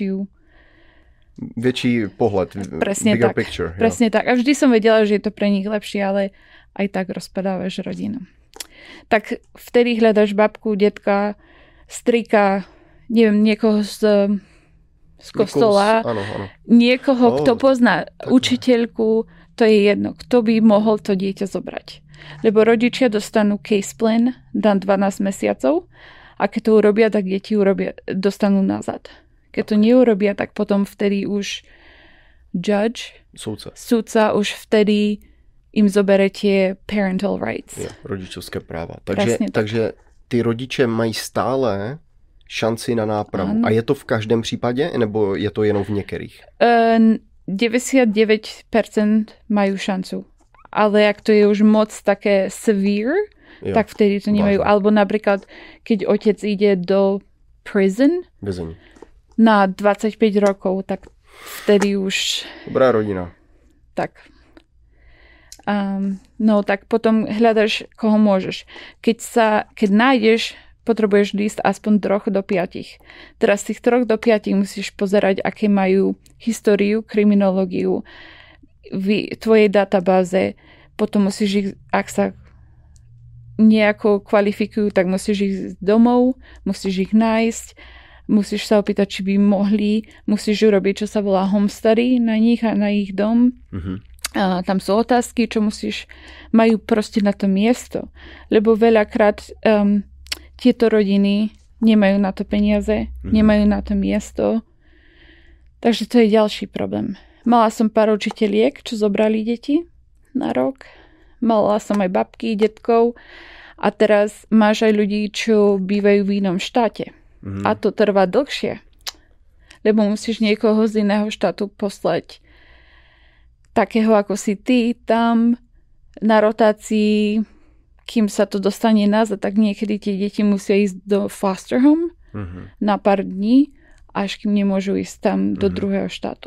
[SPEAKER 1] väčší pohľad,
[SPEAKER 2] presne
[SPEAKER 1] bigger
[SPEAKER 2] tak,
[SPEAKER 1] picture.
[SPEAKER 2] Presne tak. A vždy som vedela, že je to pre nich lepšie, ale aj tak rozpadávaš rodinu. Tak vtedy hľadaš babku, detka, strika, neviem, niekoho z kostola,
[SPEAKER 1] áno.
[SPEAKER 2] Niekoho, kto pozná učiteľku, to je jedno, kto by mohol to dieťa zobrať. Lebo rodičia dostanú case plan na 12 mesiacov a keď to urobia, tak deti dostanú nazad. Keď to neurobia, tak potom vtedy už sudca už vtedy im zobere tie parental rights.
[SPEAKER 1] Jo, rodičovské práva. Takže ty rodiče mají stále šanci na nápravu. A je to v každém případě, nebo je to jenom v některých?
[SPEAKER 2] 99% majú šancu. Ale ak to je už moc také severe, tak vtedy to nemajú. Alebo napríklad, keď otec ide do prison,
[SPEAKER 1] väzení,
[SPEAKER 2] na 25 rokov, tak vtedy už...
[SPEAKER 1] Dobrá rodina.
[SPEAKER 2] Tak. No, tak potom hľadaš, koho môžeš. Keď nájdeš, potrebuješ list aspoň 3 do 5. Teraz z tých 3 do 5 musíš pozerať, aké majú históriu, kriminológiu v tvojej databáze. Potom musíš ich, ak sa nejako kvalifikujú, tak musíš ich domov, musíš ich nájsť, musíš sa opýtať, či by mohli, musíš urobiť, čo sa volá home study na nich a na ich dom. Tam sú otázky, čo majú proste na to miesto. Lebo veľakrát tieto rodiny nemajú na to peniaze, nemajú na to miesto. Takže to je ďalší problém. Mala som pár učiteľiek, čo zobrali deti na rok. Mala som aj babky, detkov. A teraz máš aj ľudí, čo bývajú v inom štáte. A to trvá dlhšie. Lebo musíš niekoho z iného štátu poslať takého ako si ty tam na rotácii, kým sa to dostane nazad, tak niekedy tie deti musia ísť do foster home na pár dní, až kým nemôžu ísť tam do druhého štátu.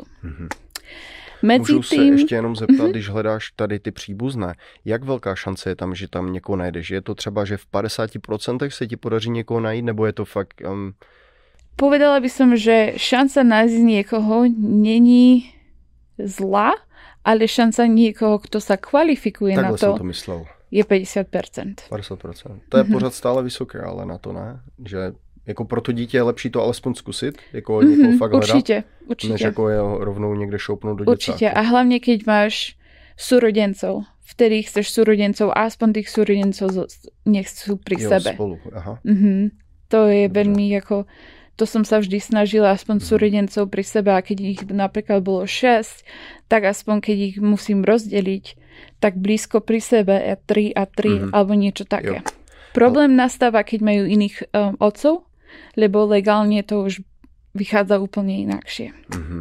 [SPEAKER 1] Můžu se ještě jenom zeptat, když hledáš tady ty příbuzné, jak velká šance je tam, že tam někoho najdeš? Je to třeba, že v 50% se ti podaří někoho najít, nebo je to fakt...
[SPEAKER 2] Povedala by som, že šanca nájsť niekoho není zlá, ale šanca niekoho, kto sa kvalifikuje
[SPEAKER 1] takhle
[SPEAKER 2] na to,
[SPEAKER 1] jsem to myslel.
[SPEAKER 2] Je 50%.
[SPEAKER 1] 50%. To je pořád stále vysoké, ale na to ne, že jako pro to dítě je lepší to alespoň zkusit, jako někoho fakt hledat,
[SPEAKER 2] určite.
[SPEAKER 1] než jako je rovnou někde šoupnout do děcáku.
[SPEAKER 2] Určite. A hlavne, keď máš súrodencov, vtedy chceš súrodencov, aspoň tých súrodencov nech sú pri sebe.
[SPEAKER 1] Spolu. Aha.
[SPEAKER 2] To je veľmi ako... To som sa vždy snažila aspoň súrodencov pri sebe a keď ich napríklad bolo 6, tak aspoň keď ich musím rozdeliť, tak blízko pri sebe je 3 a 3 alebo niečo také. Problém nastáva, keď majú iných otcov, lebo legálne to už vychádza úplne inakšie.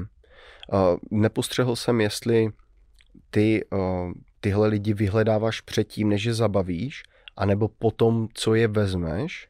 [SPEAKER 1] Nepostřehl jsem, jestli ty tyhle lidi vyhledáváš předtím, než je zabavíš, anebo potom, co je vezmeš?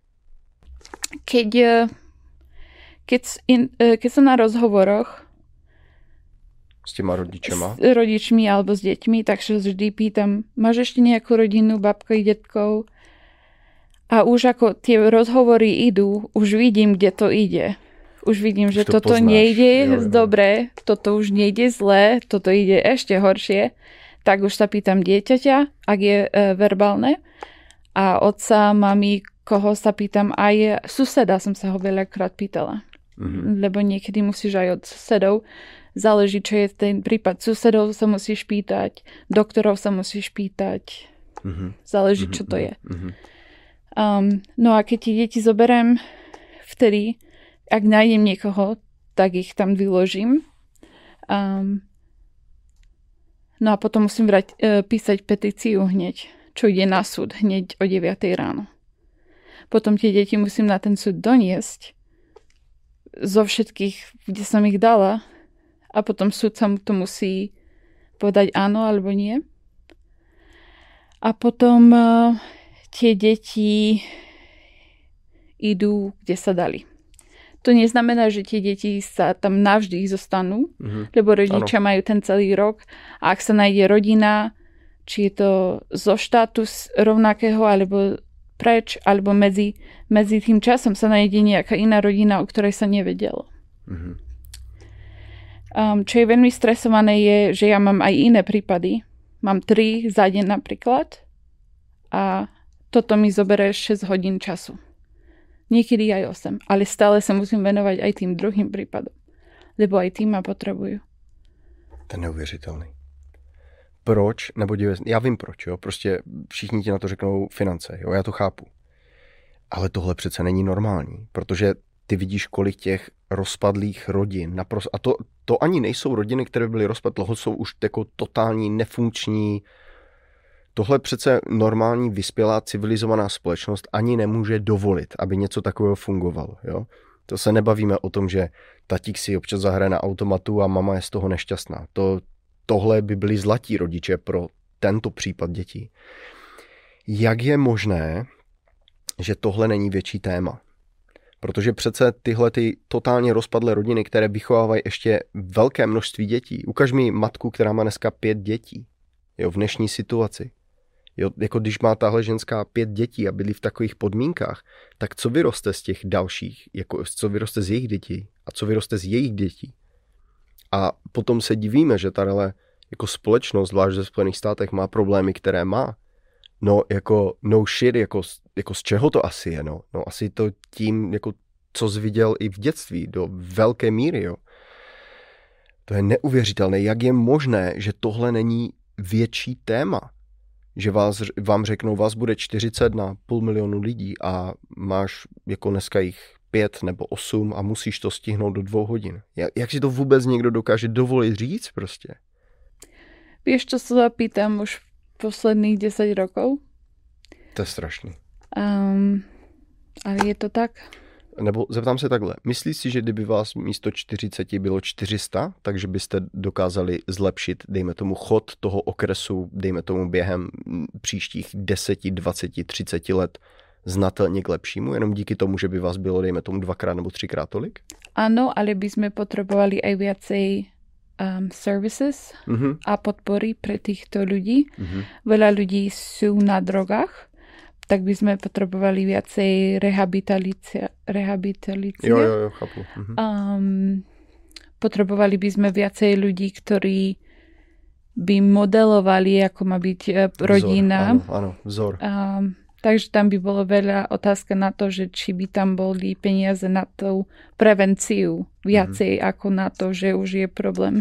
[SPEAKER 2] Keď som na rozhovoroch
[SPEAKER 1] s těma rodičema?
[SPEAKER 2] S rodičmi alebo s deťmi, tak sa vždy pýtam, máš ešte nejakú rodinu, babka i detkov? A už ako tie rozhovory idú, už vidím, kde to ide. Už vidím, že toto poznáš. Nejde dobre, toto už nejde zle, toto ide ešte horšie. Tak už sa pýtam dieťaťa, ak je verbálne. A otca, mami, koho sa pýtam, aj suseda som sa ho veľakrát pýtala. Lebo niekedy musíš aj od susedov. Záleží, čo je ten prípad. Susedov sa musíš pýtať, doktorov sa musíš pýtať. Záleží, čo to je. No a keď tie deti zoberiem, vtedy, ak nájdem niekoho, tak ich tam vyložím. No a potom musím písať petíciu hneď, čo ide na súd hneď o 9 ráno. Potom tie deti musím na ten súd doniesť zo všetkých, kde som ich dala, a potom súd sa mu to musí povedať áno alebo nie. A potom tie deti idú, kde sa dali. To neznamená, že tie deti sa tam navždy zostanú, lebo rodičia majú ten celý rok a ak sa nájde rodina, či je to zo štátu rovnakého, alebo preč, alebo medzi tým časom sa nájde nejaká iná rodina, o ktorej sa nevedelo. Mm-hmm. Čo je veľmi stresované je, že ja mám aj iné prípady. Mám 3 za deň napríklad a toto mi zoberie 6 hodín času. Niekedy aj 8, ale stále sa musím venovať aj tým druhým prípadom, lebo aj tým ma potrebujú.
[SPEAKER 1] To je neuvěřitelný. Proč? Nebo já vím proč, jo. Prostě všichni ti na to řeknou finance, jo, já to chápu. Ale tohle přece není normální, protože ty vidíš, kolik těch rozpadlých rodin, naprosto, a to ani nejsou rodiny, které byly rozpadlé, tohle jsou už jako totální nefunkční. Tohle přece normální, vyspělá, civilizovaná společnost ani nemůže dovolit, aby něco takového fungovalo, jo. To se nebavíme o tom, že tatík si občas zahraje na automatu a mama je z toho nešťastná. Tohle by byli zlatí rodiče pro tento případ dětí. Jak je možné, že tohle není větší téma? Protože přece tyhle ty totálně rozpadlé rodiny, které vychovávají ještě velké množství dětí. Ukaž mi matku, která má dneska 5 dětí. Jo, v dnešní situaci. Jo, jako když má tahle ženská 5 dětí a bydlí v takových podmínkách, tak co vyroste z těch dalších? Jako, co vyroste z jejich dětí? A co vyroste z jejich dětí? A potom se divíme, že tahle jako společnost, zvlášť ve Spojených státech, má problémy, které má. No jako no shit, jako z čeho to asi je, no? No asi to tím, jako co jsi viděl i v dětství, do velké míry, jo. To je neuvěřitelné, jak je možné, že tohle není větší téma. Že vám řeknou, vás bude 40 na 500 000 lidí a máš jako dneska jich 5 nebo 8 a musíš to stihnout do 2 hodin. Jak si to vůbec někdo dokáže dovolit říct prostě?
[SPEAKER 2] Vieš, čo sa zapýtam už posledných 10 rokov?
[SPEAKER 1] To je strašný.
[SPEAKER 2] Ale je to tak?
[SPEAKER 1] Nebo zeptám se takhle. Myslíš si, že kdyby vás místo 40 bylo 400, takže byste dokázali zlepšit, dejme tomu, chod toho okresu, dejme tomu během příštích 10, 20, 30 let znatelně k lepšímu, jenom díky tomu, že by vás bylo, dejme tomu, 2x nebo 3x tolik?
[SPEAKER 2] Áno, ale by sme potrebovali aj viacej services a podpory pre týchto ľudí. Veľa ľudí sú na drogách, tak by sme potrebovali viacej rehabilitácie.
[SPEAKER 1] Jo, chápu.
[SPEAKER 2] Potrebovali by sme viacej ľudí, ktorí by modelovali, ako má byť rodina.
[SPEAKER 1] Áno, vzor.
[SPEAKER 2] Takže tam by bolo veľa otázka na to, že či by tam boli peniaze na tú prevenciu viacej ako na to, že už je problém.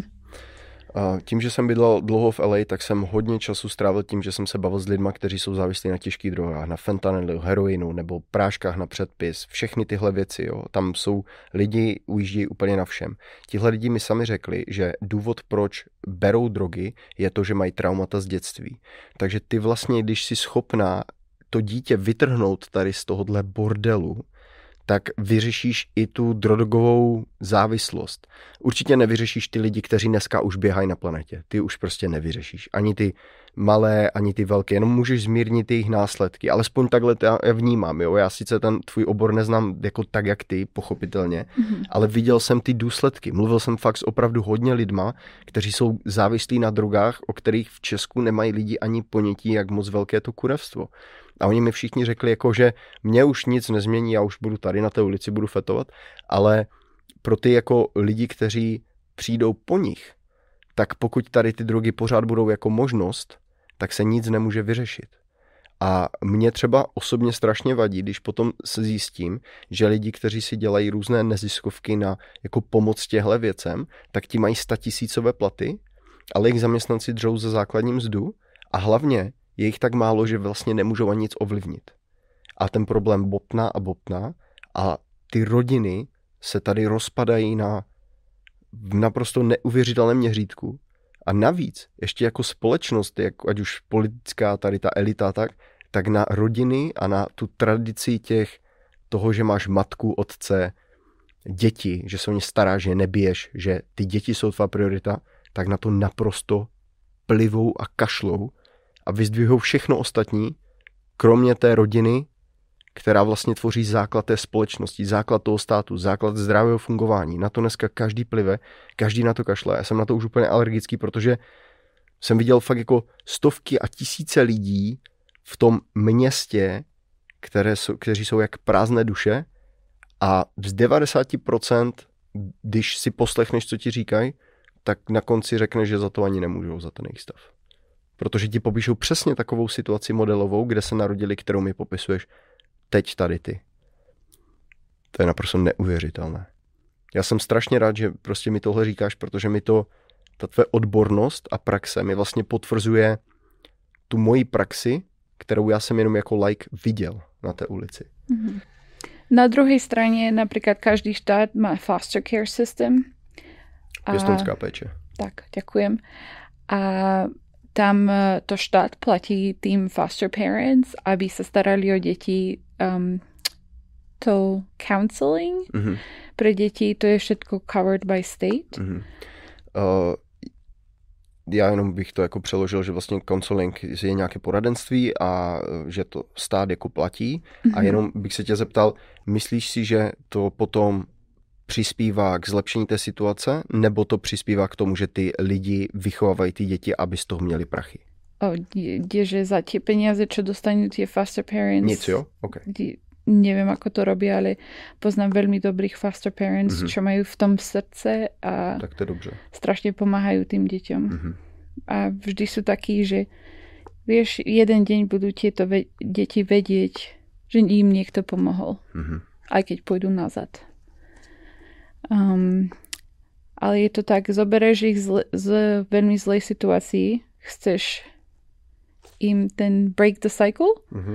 [SPEAKER 1] Tím, že jsem bydlel dlouho v LA, tak jsem hodně času strávil tím, že jsem se bavil s lidma, kteří jsou závislí na těžkých drogách, na fentanylu, heroinu nebo práškách na předpis, všechny tyhle věci. Jo. Tam jsou lidi, ujíždějí úplně na všem. Tihle lidi mi sami řekli, že důvod, proč berou drogy, je to, že mají traumata z dětství. Takže ty vlastně, když jsi schopná to dítě vytrhnout tady z tohohle bordelu, tak vyřešíš i tu drogovou závislost. Určitě nevyřešíš ty lidi, kteří dneska už běhají na planetě. Ty už prostě nevyřešíš. Ani ty malé, ani ty velké. Jenom můžeš zmírnit jejich následky. Alespoň takhle to já vnímám. Jo? Já sice ten tvůj obor neznám jako tak, jak ty, pochopitelně, ale viděl jsem ty důsledky. Mluvil jsem fakt s opravdu hodně lidma, kteří jsou závislí na drogách, o kterých v Česku nemají lidi ani ponětí, jak moc velké to kurevstvo. A oni mi všichni řekli, jako, že mě už nic nezmění, já už budu tady na té ulici, budu fetovat, ale pro ty jako lidi, kteří přijdou po nich, tak pokud tady ty drogy pořád budou jako možnost, tak se nic nemůže vyřešit. A mě třeba osobně strašně vadí, když potom se zjistím, že lidi, kteří si dělají různé neziskovky na jako pomoc těhle věcem, tak ti mají 100 000 platy, ale jejich zaměstnanci dřou za základní mzdu a hlavně je jich tak málo, že vlastně nemůžou ani nic ovlivnit. A ten problém bobtná a ty rodiny se tady rozpadají na naprosto neuvěřitelném měřítku. A navíc, ještě jako společnost, ať už politická, tady ta elita, tak na rodiny a na tu tradici toho, že máš matku, otce, děti, že se o ně staráš, že nebiješ, že ty děti jsou tvá priorita, tak na to naprosto plivou a kašlou a vyzdvihují všechno ostatní, kromě té rodiny, která vlastně tvoří základ té společnosti, základ toho státu, základ zdravého fungování. Na to dneska každý plive, každý na to kašle. Já jsem na to už úplně alergický, protože Jsem viděl fakt jako stovky a tisíce lidí v tom městě, kteří jsou jak prázdné duše a z 90%, když si poslechneš, co ti říkají, tak na konci řekneš, že za to ani nemůžou, za ten jejich stav. Protože ti popíšou přesně takovou situaci modelovou, kde se narodili, kterou mi popisuješ teď tady ty. To je naprosto neuvěřitelné. Já jsem strašně rád, že prostě mi tohle říkáš, protože mi to, ta tvoje odbornost a praxe mi vlastně potvrzuje tu moji praxi, kterou já jsem jenom jako laik viděl na té ulici.
[SPEAKER 2] Mm-hmm. Na druhé straně například každý štát má foster care system.
[SPEAKER 1] Pěstounská péče.
[SPEAKER 2] Tak, děkujem. A tam to štát platí tým foster parents, aby se starali o děti. To counseling pre děti, to je všetko covered by state.
[SPEAKER 1] Já jenom bych to jako přeložil, že vlastně counseling je nějaké poradenství a že to stát jako platí. A jenom bych se tě zeptal, myslíš si, že to potom přispívá k zlepšení té situace, nebo to přispívá k tomu, že ty lidi vychovávají ty děti, aby z toho měli prachy?
[SPEAKER 2] Že za tie peniaze, čo dostanú tie foster parents...
[SPEAKER 1] Nic, jo? Okay.
[SPEAKER 2] Neviem, ako to robí, ale poznám veľmi dobrých foster parents, čo majú v tom srdce a
[SPEAKER 1] tak to je dobře.
[SPEAKER 2] Strašne pomáhajú tým deťom. A vždy sú takí, že vieš, jeden deň budú tieto deti vedieť, že im niekto pomohol. Aj keď pôjdu nazad. Ale je to tak, zobereš ich z veľmi zlej situácii, chceš im ten break the cycle.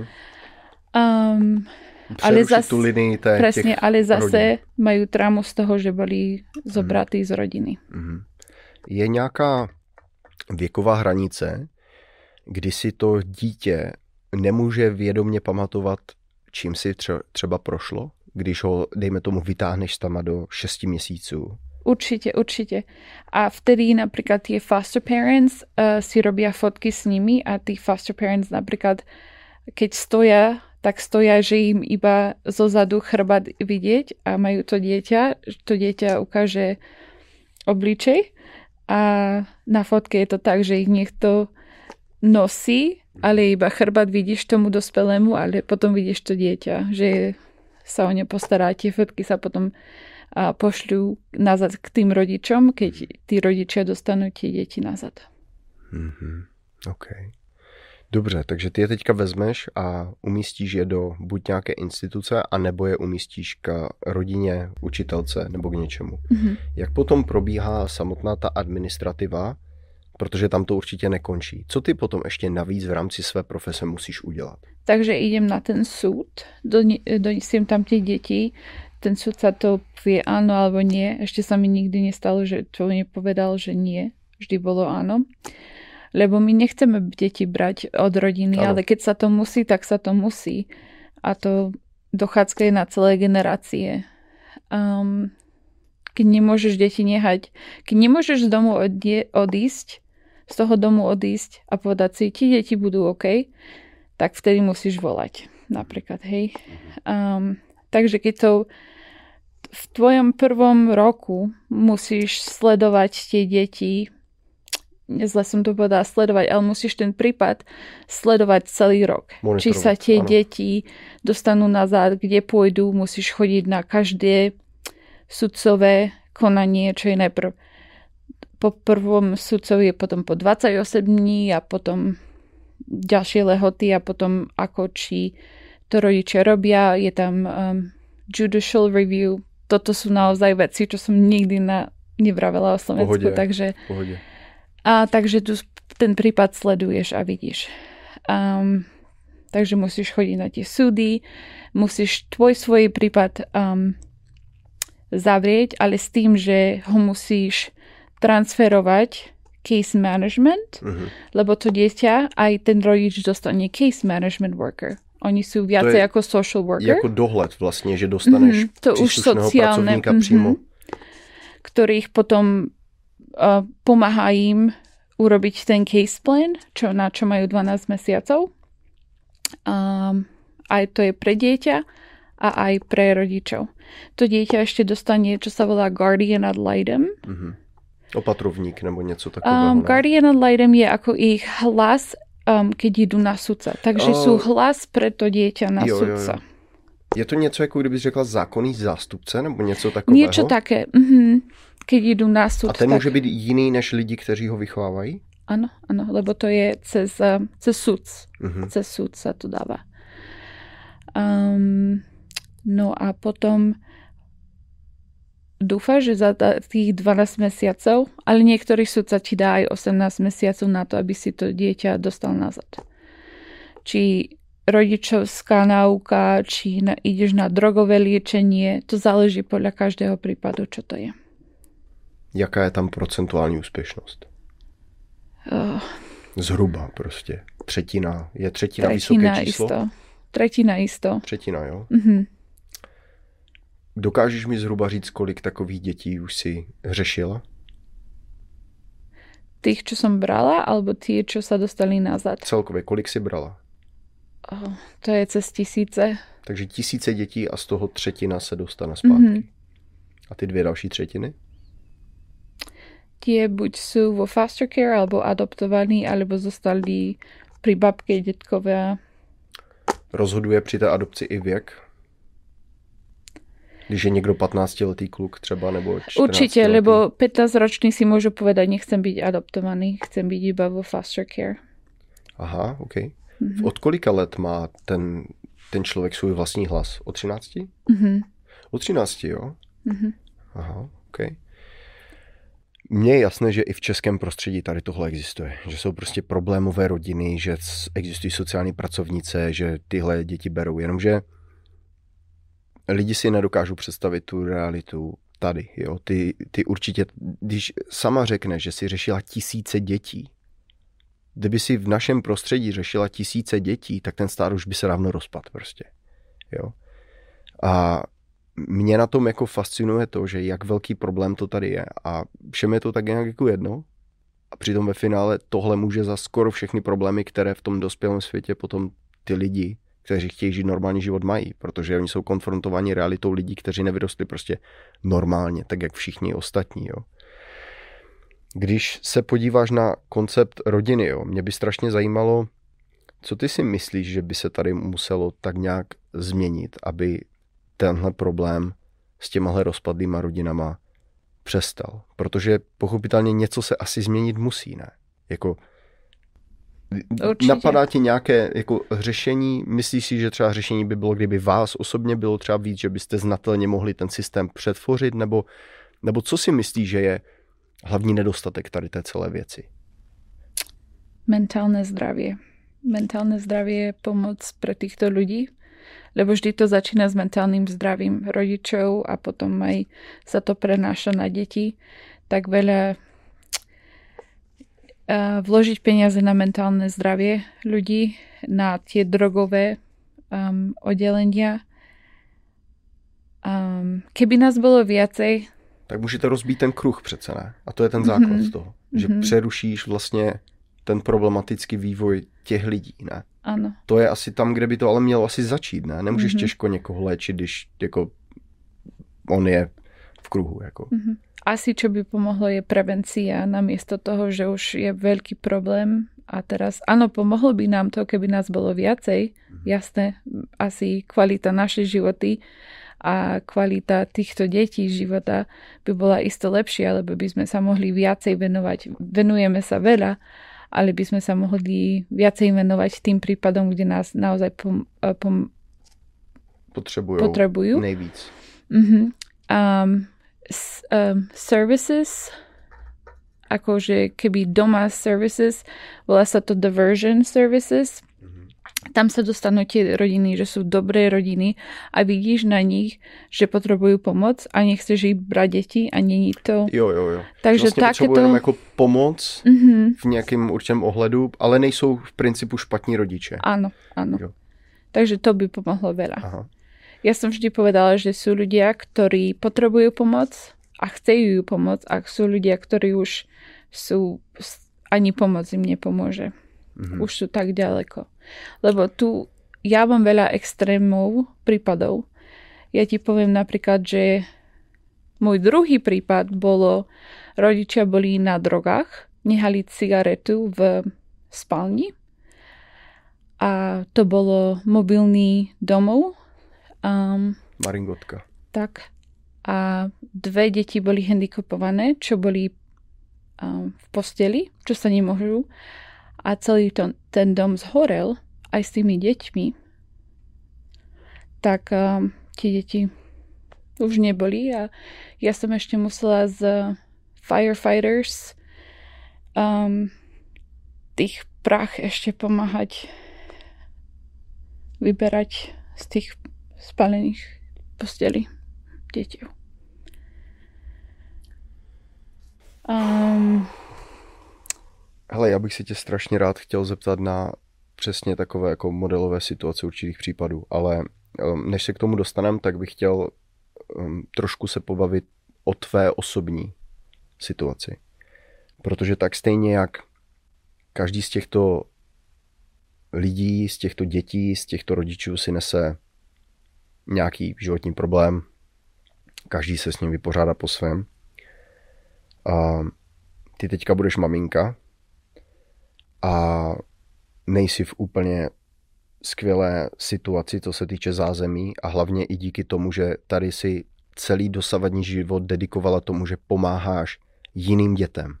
[SPEAKER 2] Ale zase, presne, ale zase majú traumu z toho, že boli zobratí z rodiny.
[SPEAKER 1] Je nějaká věková hranice, kdy si to dítě nemůže vědomě pamatovat, čím si třeba prošlo, když ho, dejme tomu, vytáhneš tam do 6 měsíců?
[SPEAKER 2] Určite. A vtedy napríklad tie foster parents si robia fotky s nimi a tí foster parents napríklad, keď stoja, tak stoja, že im iba zozadu chrbát vidieť a majú to dieťa ukáže obličej a na fotke je to tak, že ich niekto nosí, ale iba chrbát vidíš tomu dospelému, ale potom vidíš to dieťa, že sa o ne postará. Tie fotky sa potom pošľú nazad k tým rodičom, keď tí rodičia dostanú tie deti nazad.
[SPEAKER 1] OK. Dobře, takže ty je teďka vezmeš a umístíš je do buď nějaké instituce, anebo je umístíš k rodině, učitelce nebo k něčemu. Jak potom probíhá samotná ta administrativa, protože tam to určitě nekončí. Co ty potom ještě navíc v rámci své profese musíš udělat?
[SPEAKER 2] Takže idem na ten súd, donesiem tam tie deti, ten súd sa to povie áno alebo nie. Ešte sa mi nikdy nestalo, že to nepovedal, že nie. Vždy bolo áno. Lebo my nechceme deti brať od rodiny, ale keď sa to musí, tak sa to musí. A to dochádzka je na celé generácie. Keď nemôžeš deti nehať, keď nemôžeš z domu odísť, z toho domu odísť a povedať si, ti deti budú OK, tak vtedy musíš volať. Napríklad, hej. Takže keď to v tvojom prvom roku musíš sledovať tie deti, zle som to povedala sledovať, ale musíš ten prípad sledovať celý rok. Či sa tie deti dostanú nazad, kde pôjdu, musíš chodiť na každé sudcové konanie, čo je najprv po prvom sudcovi, je potom po 28 dní a potom ďalšie lehoty a potom ako či to rodičia robia, je tam judicial review. Toto sú naozaj veci, čo som nikdy nevravela o Slovensku, takže tu ten prípad sleduješ a vidíš. Takže musíš chodiť na tie súdy, musíš svoj prípad zavrieť, ale s tým, že ho musíš transferovať case management, lebo to dieťa, aj ten rodič dostane case management worker. Oni sú viacej ako social worker.
[SPEAKER 1] Jako dohled vlastne, že dostaneš príslušného pracovníka přímo.
[SPEAKER 2] Ktorých potom pomáha im urobiť ten case plan, na čo majú 12 mesiacov. Aj to je pre dieťa a aj pre rodičov. To dieťa ešte dostane, čo sa volá guardian ad litem.
[SPEAKER 1] Opatrovník nebo něco takového.
[SPEAKER 2] Guardian ad litem je ako ich hlas, keď idú na sudca. Takže sú hlas pre to dieťa na sudca.
[SPEAKER 1] Jo. Je to něco, jako kdybys řekla zákonný zástupce nebo něco takového?
[SPEAKER 2] Niečo také. Keď idú na súd.
[SPEAKER 1] A ten může být jiný než lidi, kteří ho vychovávají?
[SPEAKER 2] Áno, lebo to je cez súd. Cez súd sa to dáva. No a potom dúfa, že za tých 12 mesiacov, ale niektorý súdca ti dá aj 18 mesiacov na to, aby si to dieťa dostal nazad. Či rodičovská náuka, či ideš na drogové liečenie, to záleží podľa každého prípadu, čo to je.
[SPEAKER 1] Jaká je tam procentuální úspěšnost? Zhruba prostě. Třetina. Je třetina vysoké číslo?
[SPEAKER 2] Tretina,
[SPEAKER 1] jo? Dokážeš mi zhruba říct, kolik takových dětí už si řešila?
[SPEAKER 2] Tých, čo som brala, alebo tí, čo sa dostali nazad?
[SPEAKER 1] Celkově, kolik si brala?
[SPEAKER 2] To je cez 1000.
[SPEAKER 1] Takže 1000 dětí a z toho třetina se dostane zpátky. A ty 2 další třetiny?
[SPEAKER 2] Tie buď sú vo foster care, alebo adoptovaní, alebo zostali pri babke, detkové.
[SPEAKER 1] Rozhoduje při té adopci i věk? Když je někdo 15letý kluk třeba, nebo 14letý?
[SPEAKER 2] Určite, lebo 15-ročný si môžu povedať, nechcem byť adoptovaný, chcem byť iba vo foster care.
[SPEAKER 1] Aha, ok. Od kolika let má ten člověk svůj vlastní hlas? Od 13? Od 13, jo? Aha, ok. Mně je jasné, že i v českém prostředí tady tohle existuje. Že jsou prostě problémové rodiny, že existují sociální pracovnice, že tyhle děti berou. Jenomže lidi si nedokážou představit tu realitu tady. Jo? Ty určitě, když sama řekne, že si řešila 1000 dětí, kdyby si v našem prostředí řešila 1000 dětí, tak ten stát už by se dávno rozpadl prostě. Jo? A mě na tom jako fascinuje to, že jak velký problém to tady je a všem je to tak nějak jako jedno a přitom ve finále tohle může za skoro všechny problémy, které v tom dospělém světě potom ty lidi, kteří chtějí žít normální život, mají, protože oni jsou konfrontováni realitou lidí, kteří nevyrostli prostě normálně, tak jak všichni ostatní. Jo. Když se podíváš na koncept rodiny, jo, mě by strašně zajímalo, co ty si myslíš, že by se tady muselo tak nějak změnit, aby tenhle problém s těmahle rozpadlýma rodinama přestal. Protože pochopitelně něco se asi změnit musí, ne? Jako určitě. Napadá ti nějaké jako řešení? Myslíš si, že třeba řešení by bylo, kdyby vás osobně bylo třeba víc, že byste znatelně mohli ten systém přetvořit? Nebo co si myslíš, že je hlavní nedostatek tady té celé věci?
[SPEAKER 2] Mentálne zdravie. Mentálne zdravie je pomoc pre týchto ľudí, lebo vždy to začína s mentálnym zdravím rodičov a potom aj sa to prenáša na deti. Tak veľa vložiť peniaze na mentálne zdravie ľudí, na tie drogové oddelenia. Keby nás bolo viacej...
[SPEAKER 1] Tak můžete rozbít ten kruh přece, ne? A to je ten základ z toho. Že přerušíš vlastně ten problematický vývoj těch lidí, ne?
[SPEAKER 2] Ano.
[SPEAKER 1] To je asi tam, kde by to ale mělo asi začít, ne? Nemůžeš těžko někoho léčit, když jako on je v kruhu, jako.
[SPEAKER 2] Asi, čo by pomohlo, je prevencia, namiesto toho, že už je veľký problém a teraz, áno, pomohlo by nám to, keby nás bolo viacej, jasné, asi kvalita našej životy a kvalita týchto detí života by bola isto lepšia, lebo by sme sa mohli viacej venovať. Venujeme sa veľa, ale by sme sa mohli viacej venovať tým prípadom, kde nás naozaj potrebujú.
[SPEAKER 1] Nejvíc.
[SPEAKER 2] Services, akože keby doma services, volá sa to diversion services. Tam sa dostanú tie rodiny, že sú dobré rodiny a vidíš na nich, že potrebujú pomoc a nechceš ich brať deti a není to...
[SPEAKER 1] Jo.
[SPEAKER 2] Takže
[SPEAKER 1] vlastně potřebujeme jako pomoc v nějakém určitém ohledu, ale nejsou v principu špatní rodiče.
[SPEAKER 2] Áno. Jo. Takže to by pomohlo veľa.
[SPEAKER 1] Aha.
[SPEAKER 2] Ja som vždy povedala, že sú ľudia, ktorí potrebujú pomoc a chcejú ju pomoc a sú ľudia, ktorí už sú, ani pomoc im nepomôže. Už sú tak ďaleko. Lebo tu ja mám veľa extrémov prípadov. Ja ti poviem napríklad, že Môj druhý prípad bolo, rodičia boli na drogách, nehali cigaretu v spálni a to bolo mobilný domov.
[SPEAKER 1] Maringotka.
[SPEAKER 2] Tak. A 2 deti boli handicapované, čo boli v posteli, čo sa nemôžu. A celý ten dom zhorel aj s tými deťmi. Tak tie deti už neboli a ja som ešte musela z firefighters tých prach ešte pomáhať vyberať z tých spálených postelí detí.
[SPEAKER 1] Hele, já bych si tě strašně rád chtěl zeptat na přesně takové jako modelové situace určitých případů, ale než se k tomu dostaneme, tak bych chtěl trošku se pobavit o tvé osobní situaci. Protože tak stejně jak každý z těchto lidí, z těchto dětí, z těchto rodičů si nese nějaký životní problém, každý se s ním vypořádá po svém. A ty teďka budeš maminka a nejsi v úplně skvělé situaci, co se týče zázemí a hlavně i díky tomu, že tady si celý dosavadní život dedikovala tomu, že pomáháš jiným dětem.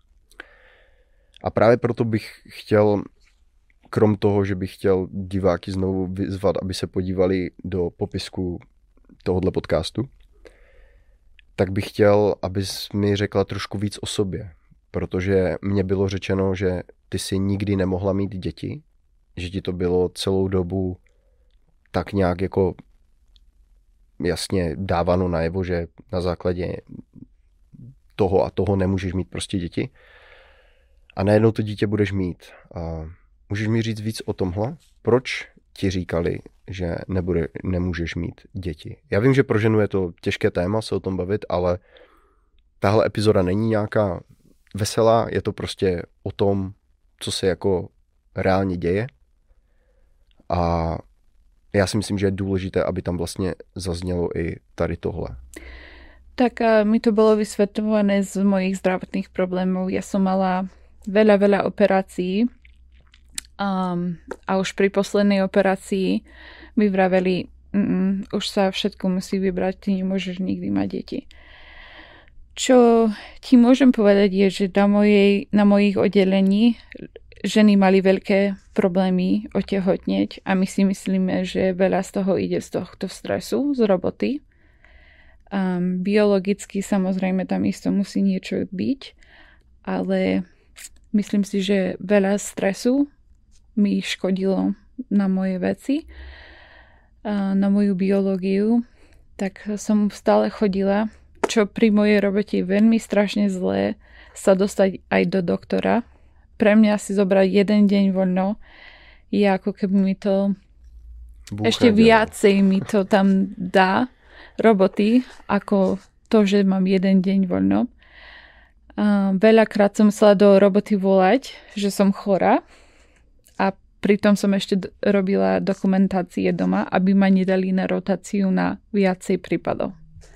[SPEAKER 1] A právě proto bych chtěl, krom toho, že bych chtěl diváky znovu vyzvat, aby se podívali do popisku tohohle podcastu, tak bych chtěl, abys mi řekla trošku víc o sobě, protože mně bylo řečeno, že ty si nikdy nemohla mít děti, že ti to bylo celou dobu tak nějak jako jasně dáváno najevo, že na základě toho a toho nemůžeš mít prostě děti. A najednou to dítě budeš mít. A můžeš mi říct víc o tomhle? Proč ti říkali, že nemůžeš mít děti? Já vím, že pro ženu je to těžké téma se o tom bavit, ale tahle epizoda není nějaká veselá, je to prostě o tom, co se jako reálně děje. A já si myslím, že je důležité, aby tam vlastně zaznělo i tady tohle.
[SPEAKER 2] Tak mi to bolo vysvetľované z mojich zdravotných problémov. Ja som mala veľa operácií a už pri poslednej operácii mi vraveli, už sa všetko musí vybrať, ty nemôžeš nikdy mať deti. Čo ti môžem povedať je, že na mojich oddelení ženy mali veľké problémy otehotnieť a my si myslíme, že veľa z toho ide z tohto stresu, z roboty. Biologicky samozrejme tam isto musí niečo byť, ale myslím si, že veľa stresu mi škodilo na moje veci, na moju biológiu, tak som stále chodila, čo pri mojej robote je veľmi strašne zlé sa dostať aj do doktora. Pre mňa si zobrať jeden deň voľno je ako keby mi to ešte viacej mi to tam dá roboty, ako to, že mám jeden deň voľno. Veľakrát som musela do roboty volať, že som chorá a pritom som ešte robila dokumentácie doma, aby ma nedali na rotáciu na viacej prípadov.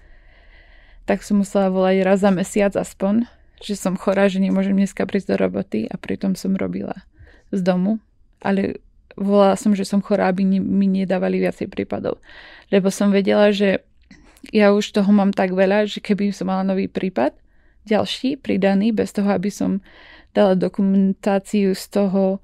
[SPEAKER 2] Tak som musela volať raz za mesiac aspoň, že som chorá, že nemôžem dneska prísť do roboty a pritom som robila z domu, ale volala som, že som chorá, aby mi nedávali viacej prípadov. Lebo som vedela, že ja už toho mám tak veľa, že keby som mala nový prípad, ďalší, pridaný, bez toho, aby som dala dokumentáciu z toho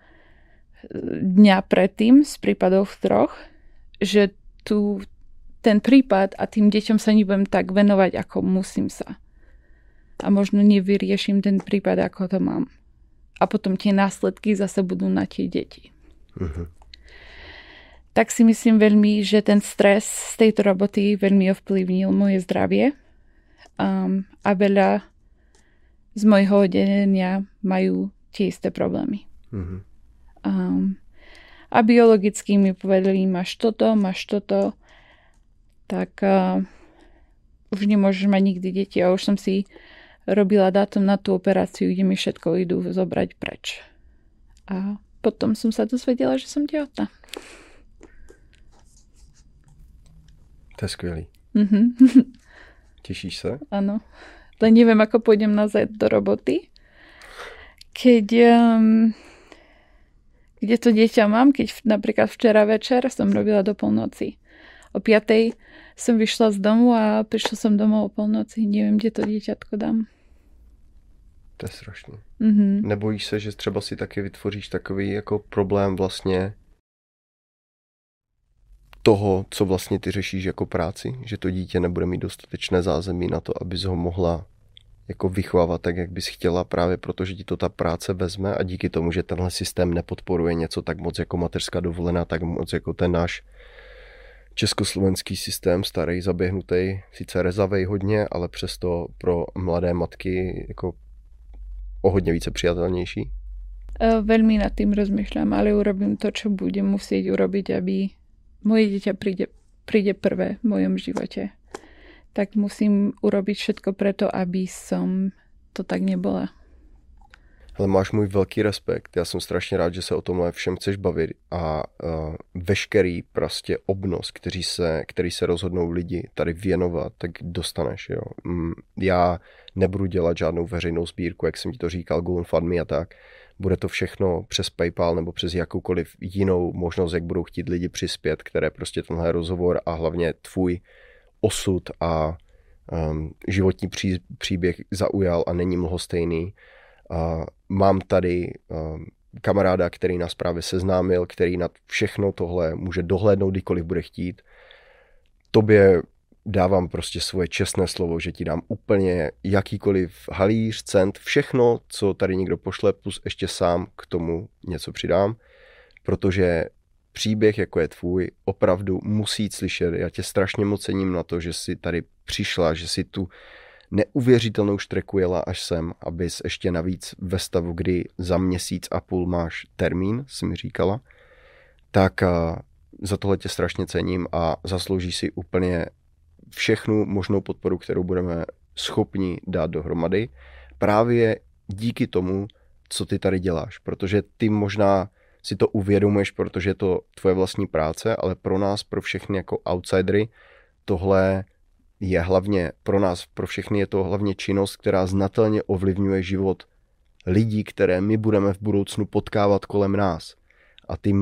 [SPEAKER 2] dňa predtým, z prípadov 3, že tu ten prípad a tým deťom sa nebudem tak venovať, ako musím sa. A možno nevyrieším ten prípad, ako to mám. A potom tie následky zase budú na tie deti. Uh-huh. Tak si myslím veľmi, že ten stres z tejto roboty veľmi ovplyvnil moje zdravie a veľa z mojho oddelenia majú tie isté problémy. Uh-huh. A biologicky mi povedali, máš toto, tak už nemôžeš mať nikdy deti. A už som si robila dátum na tú operáciu, kde mi všetko idú zobrať preč. A potom som sa dozvedela, že som tehotná.
[SPEAKER 1] To je skvělý. Těšíš se?
[SPEAKER 2] Áno. Len neviem, ako pôjdem nazad do roboty. Kde to dieťa mám, keď napríklad včera večer som robila do polnoci. O 5:00 som vyšla z domu a prišla som domov o polnoci. Neviem, kde to dieťatko dám.
[SPEAKER 1] To je strašný.
[SPEAKER 2] Mm-hmm.
[SPEAKER 1] Nebojíš se, že třeba si taky vytvoříš takový jako problém vlastně toho, co vlastně ty řešíš jako práci? Že to dítě nebude mít dostatečné zázemí na to, abys ho mohla jako vychovávat tak, jak bys chtěla, právě protože ti to ta práce vezme a díky tomu, že tenhle systém nepodporuje něco tak moc jako mateřská dovolená, tak moc jako ten náš československý systém, starý, zaběhnutý, sice rezavej hodně, ale přesto pro mladé matky jako o hodně více přijatelnější?
[SPEAKER 2] Veľmi nad tým rozmýšľam, ale urobím to, čo budem musieť urobiť, aby moje dieťa príde prvé v mojom živote. Tak musím urobiť všetko preto, aby som to tak nebola.
[SPEAKER 1] Ale máš můj velký respekt. Já jsem strašně rád, že se o tomhle všem chceš bavit a veškerý prostě obnos, který se rozhodnou lidi tady věnovat, tak dostaneš. Jo. Já nebudu dělat žádnou veřejnou sbírku, jak jsem ti to říkal, GoFundMe a tak. Bude to všechno přes PayPal nebo přes jakoukoliv jinou možnost, jak budou chtít lidi přispět, které prostě tenhle rozhovor a hlavně tvůj osud a životní příběh zaujal a není lhostejný. Mám tady kamaráda, který nás právě seznámil, který nad všechno tohle může dohlédnout, kdykoliv bude chtít. Tobě dávám prostě svoje čestné slovo, že ti dám úplně jakýkoliv halíř, cent, všechno, co tady někdo pošle, plus ještě sám k tomu něco přidám, protože příběh, jako je tvůj, opravdu musí jít slyšet. Já tě strašně moc cením na to, že jsi tady přišla, že jsi tu neuvěřitelnou štreku jela až sem, abys ještě navíc ve stavu, kdy za 1,5 měsíce máš termín, jsi mi říkala, tak za tohle tě strašně cením a zasloužíš si úplně všechnu možnou podporu, kterou budeme schopni dát dohromady, právě díky tomu, co ty tady děláš, protože ty možná si to uvědomuješ, protože je to tvoje vlastní práce, ale pro nás, pro všechny jako outsidery, tohle je hlavně pro nás, pro všechny je to hlavně činnost, která znatelně ovlivňuje život lidí, které my budeme v budoucnu potkávat kolem nás. A ty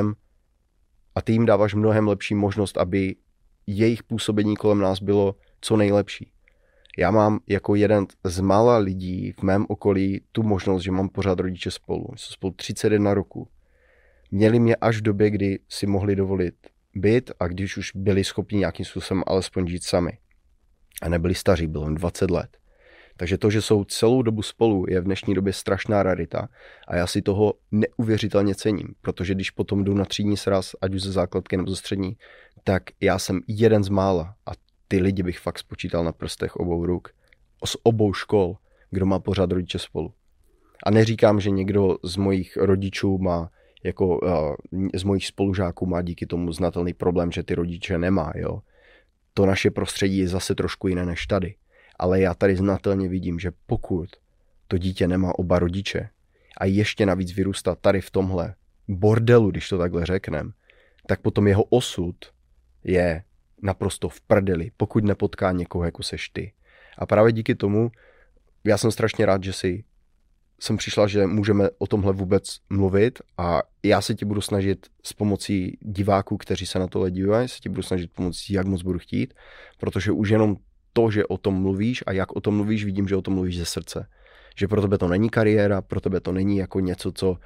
[SPEAKER 1] jim dáváš mnohem lepší možnost, aby jejich působení kolem nás bylo co nejlepší. Já mám jako jeden z mála lidí v mém okolí tu možnost, že mám pořád rodiče spolu. Jsou spolu 31 roku. Měli mě až v době, kdy si mohli dovolit byt a když už byli schopni nějakým způsobem alespoň žít sami. A nebyli staří, bylo jim 20 let. Takže to, že jsou celou dobu spolu, je v dnešní době strašná rarita a já si toho neuvěřitelně cením, protože když potom jdu na třídní sraz, ať už ze základky nebo ze střední, tak já jsem jeden z mála a ty lidi bych fakt spočítal na prstech obou ruk, z obou škol, kdo má pořád rodiče spolu. A neříkám, že někdo z mojich rodičů má, jako z mojich spolužáků má díky tomu znatelný problém, že ty rodiče nemá, jo. To naše prostředí je zase trošku jiné než tady. Ale já tady znatelně vidím, že pokud to dítě nemá oba rodiče a ještě navíc vyrůstá tady v tomhle bordelu, když to takhle řeknem, tak potom jeho osud je naprosto v prdeli, pokud nepotká někoho, jako seš ty. A právě díky tomu já jsem strašně rád, že jsem přišla, že můžeme o tomhle vůbec mluvit a já se ti budu snažit s pomocí diváků, kteří se na tohle dívají, se ti budu snažit pomoct, jak moc budu chtít, protože už jenom to, že o tom mluvíš a jak o tom mluvíš, vidím, že o tom mluvíš ze srdce. Že pro tebe to není kariéra, pro tebe to není jako něco, co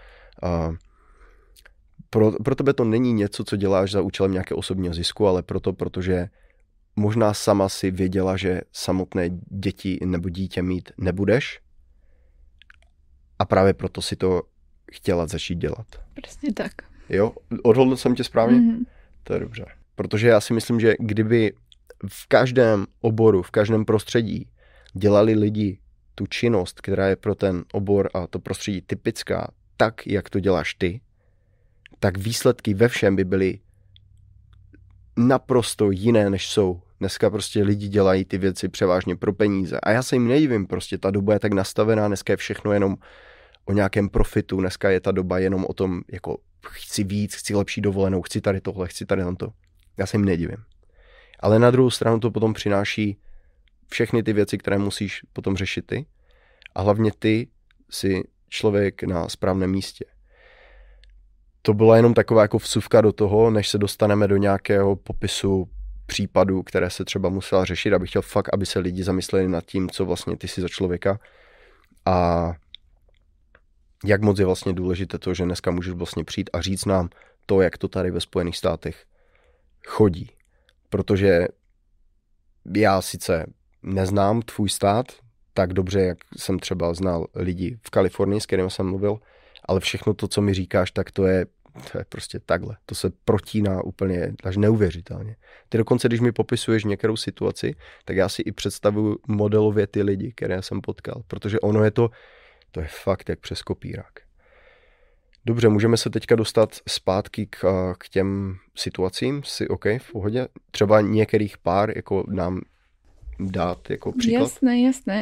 [SPEAKER 1] pro tebe to není něco, co děláš za účelem nějakého osobního zisku, ale protože možná sama si věděla, že samotné děti nebo dítě mít nebudeš a právě proto si to chtěla začít dělat.
[SPEAKER 2] Přesně tak.
[SPEAKER 1] Jo? Odhodl jsem tě správně? Mm-hmm. To je dobře. Protože já si myslím, že kdyby v každém oboru, v každém prostředí dělali lidi tu činnost, která je pro ten obor a to prostředí typická, tak, jak to děláš ty, tak výsledky ve všem by byly naprosto jiné, než jsou. Dneska prostě lidi dělají ty věci převážně pro peníze. A já se jim nedivím, prostě ta doba je tak nastavená, dneska je všechno jenom o nějakém profitu, dneska je ta doba jenom o tom, jako chci víc, chci lepší dovolenou, chci tady tohle, chci tady tamto. Já se jim nedivím. Ale na druhou stranu to potom přináší všechny ty věci, které musíš potom řešit ty. A hlavně ty si člověk na správném místě. To byla jenom taková jako vsuvka do toho, než se dostaneme do nějakého popisu případů, které se třeba musela řešit, abych chtěl fakt, aby se lidi zamysleli nad tím, co vlastně ty jsi za člověka a jak moc je vlastně důležité to, že dneska můžeš vlastně přijít a říct nám to, jak to tady ve Spojených státech chodí. Protože já sice neznám tvůj stát tak dobře, jak jsem třeba znal lidi v Kalifornii, s kterými jsem mluvil, ale všechno to, co mi říkáš, tak to je prostě takhle. To se protíná úplně až neuvěřitelně. Ty dokonce, když mi popisuješ některou situaci, tak já si i představuju modelově ty lidi, které jsem potkal, protože ono je to je fakt jak přes kopírák. Dobře, můžeme se teďka dostat zpátky k těm situacím. Jsi OK, v pohodě? Třeba některých pár jako nám dát jako příklad?
[SPEAKER 2] Jasné.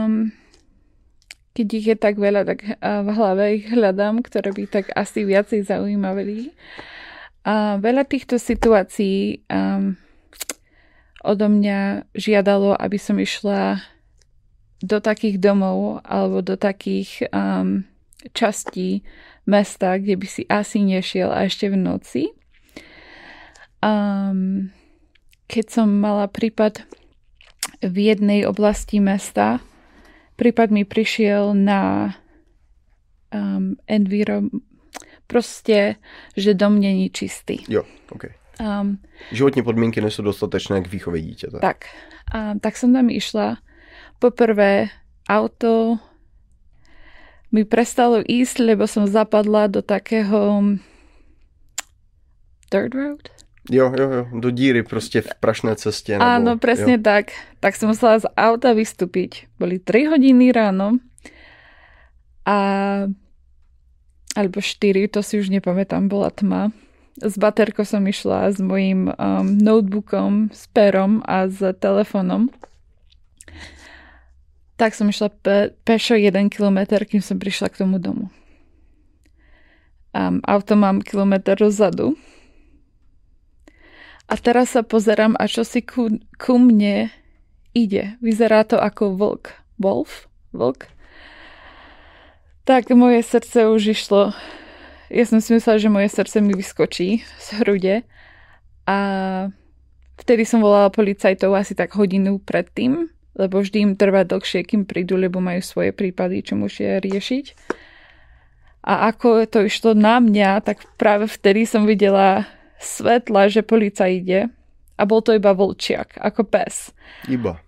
[SPEAKER 2] Keď ich je tak veľa, tak v hlave ich hľadám, ktoré by tak asi viacej zaujímavili. A veľa týchto situácií odo mňa žiadalo, aby som išla do takých domov alebo do takých častí mesta, kde by si asi nešiel a ešte v noci. Keď som mala prípad v jednej oblasti mesta, prípad mi prišiel na proste, že dom není čistý.
[SPEAKER 1] Jo, OK. Životní podmínky nejsou dostatečné k výchově dítěte.
[SPEAKER 2] Tak som tam išla. Poprvé auto mi prestalo ísť, lebo som zapadla do takého dirt road.
[SPEAKER 1] Jo, do díry prostě v prašné cestě. Nebo,
[SPEAKER 2] áno, presne tak. Tak som musela z auta vystúpiť. Boli 3 hodiny ráno alebo 4, to si už nepamätám, bola tma. S baterkou som išla, s mojím notebookom, s perom a s telefónom. Tak som išla pešo 1 kilometr, kým som prišla k tomu domu. Auto mám kilometr dozadu. A teraz sa pozerám, a čo si ku mne ide. Vyzerá to ako vlk. Vlk. Tak moje srdce už išlo. Ja som si myslela, že moje srdce mi vyskočí z hrude. A vtedy som volala policajtov asi tak hodinu predtým, lebo vždy im trvá dlhšie, kým prídu, lebo majú svoje prípady, čo musia riešiť. A ako to išlo na mňa, tak práve vtedy som videla svetla, že policajt ide a bol to iba vlčiak, ako pes.
[SPEAKER 1] Iba.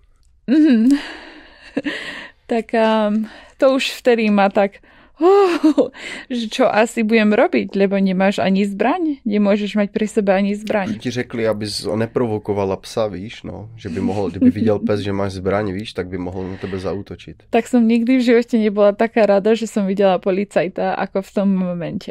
[SPEAKER 2] Tak to už vtedy ma tak že čo asi budem robiť, lebo nemáš ani zbraň, nemôžeš mať pri sebe ani zbraň.
[SPEAKER 1] Ti řekli, abys neprovokovala psa, víš, no, že by mohl, kdyby viděl pes, že máš zbraň, víš, tak by mohl na tebe zaútočiť.
[SPEAKER 2] Tak som nikdy v živote nebola taká rada, že som videla policajta ako v tom momente.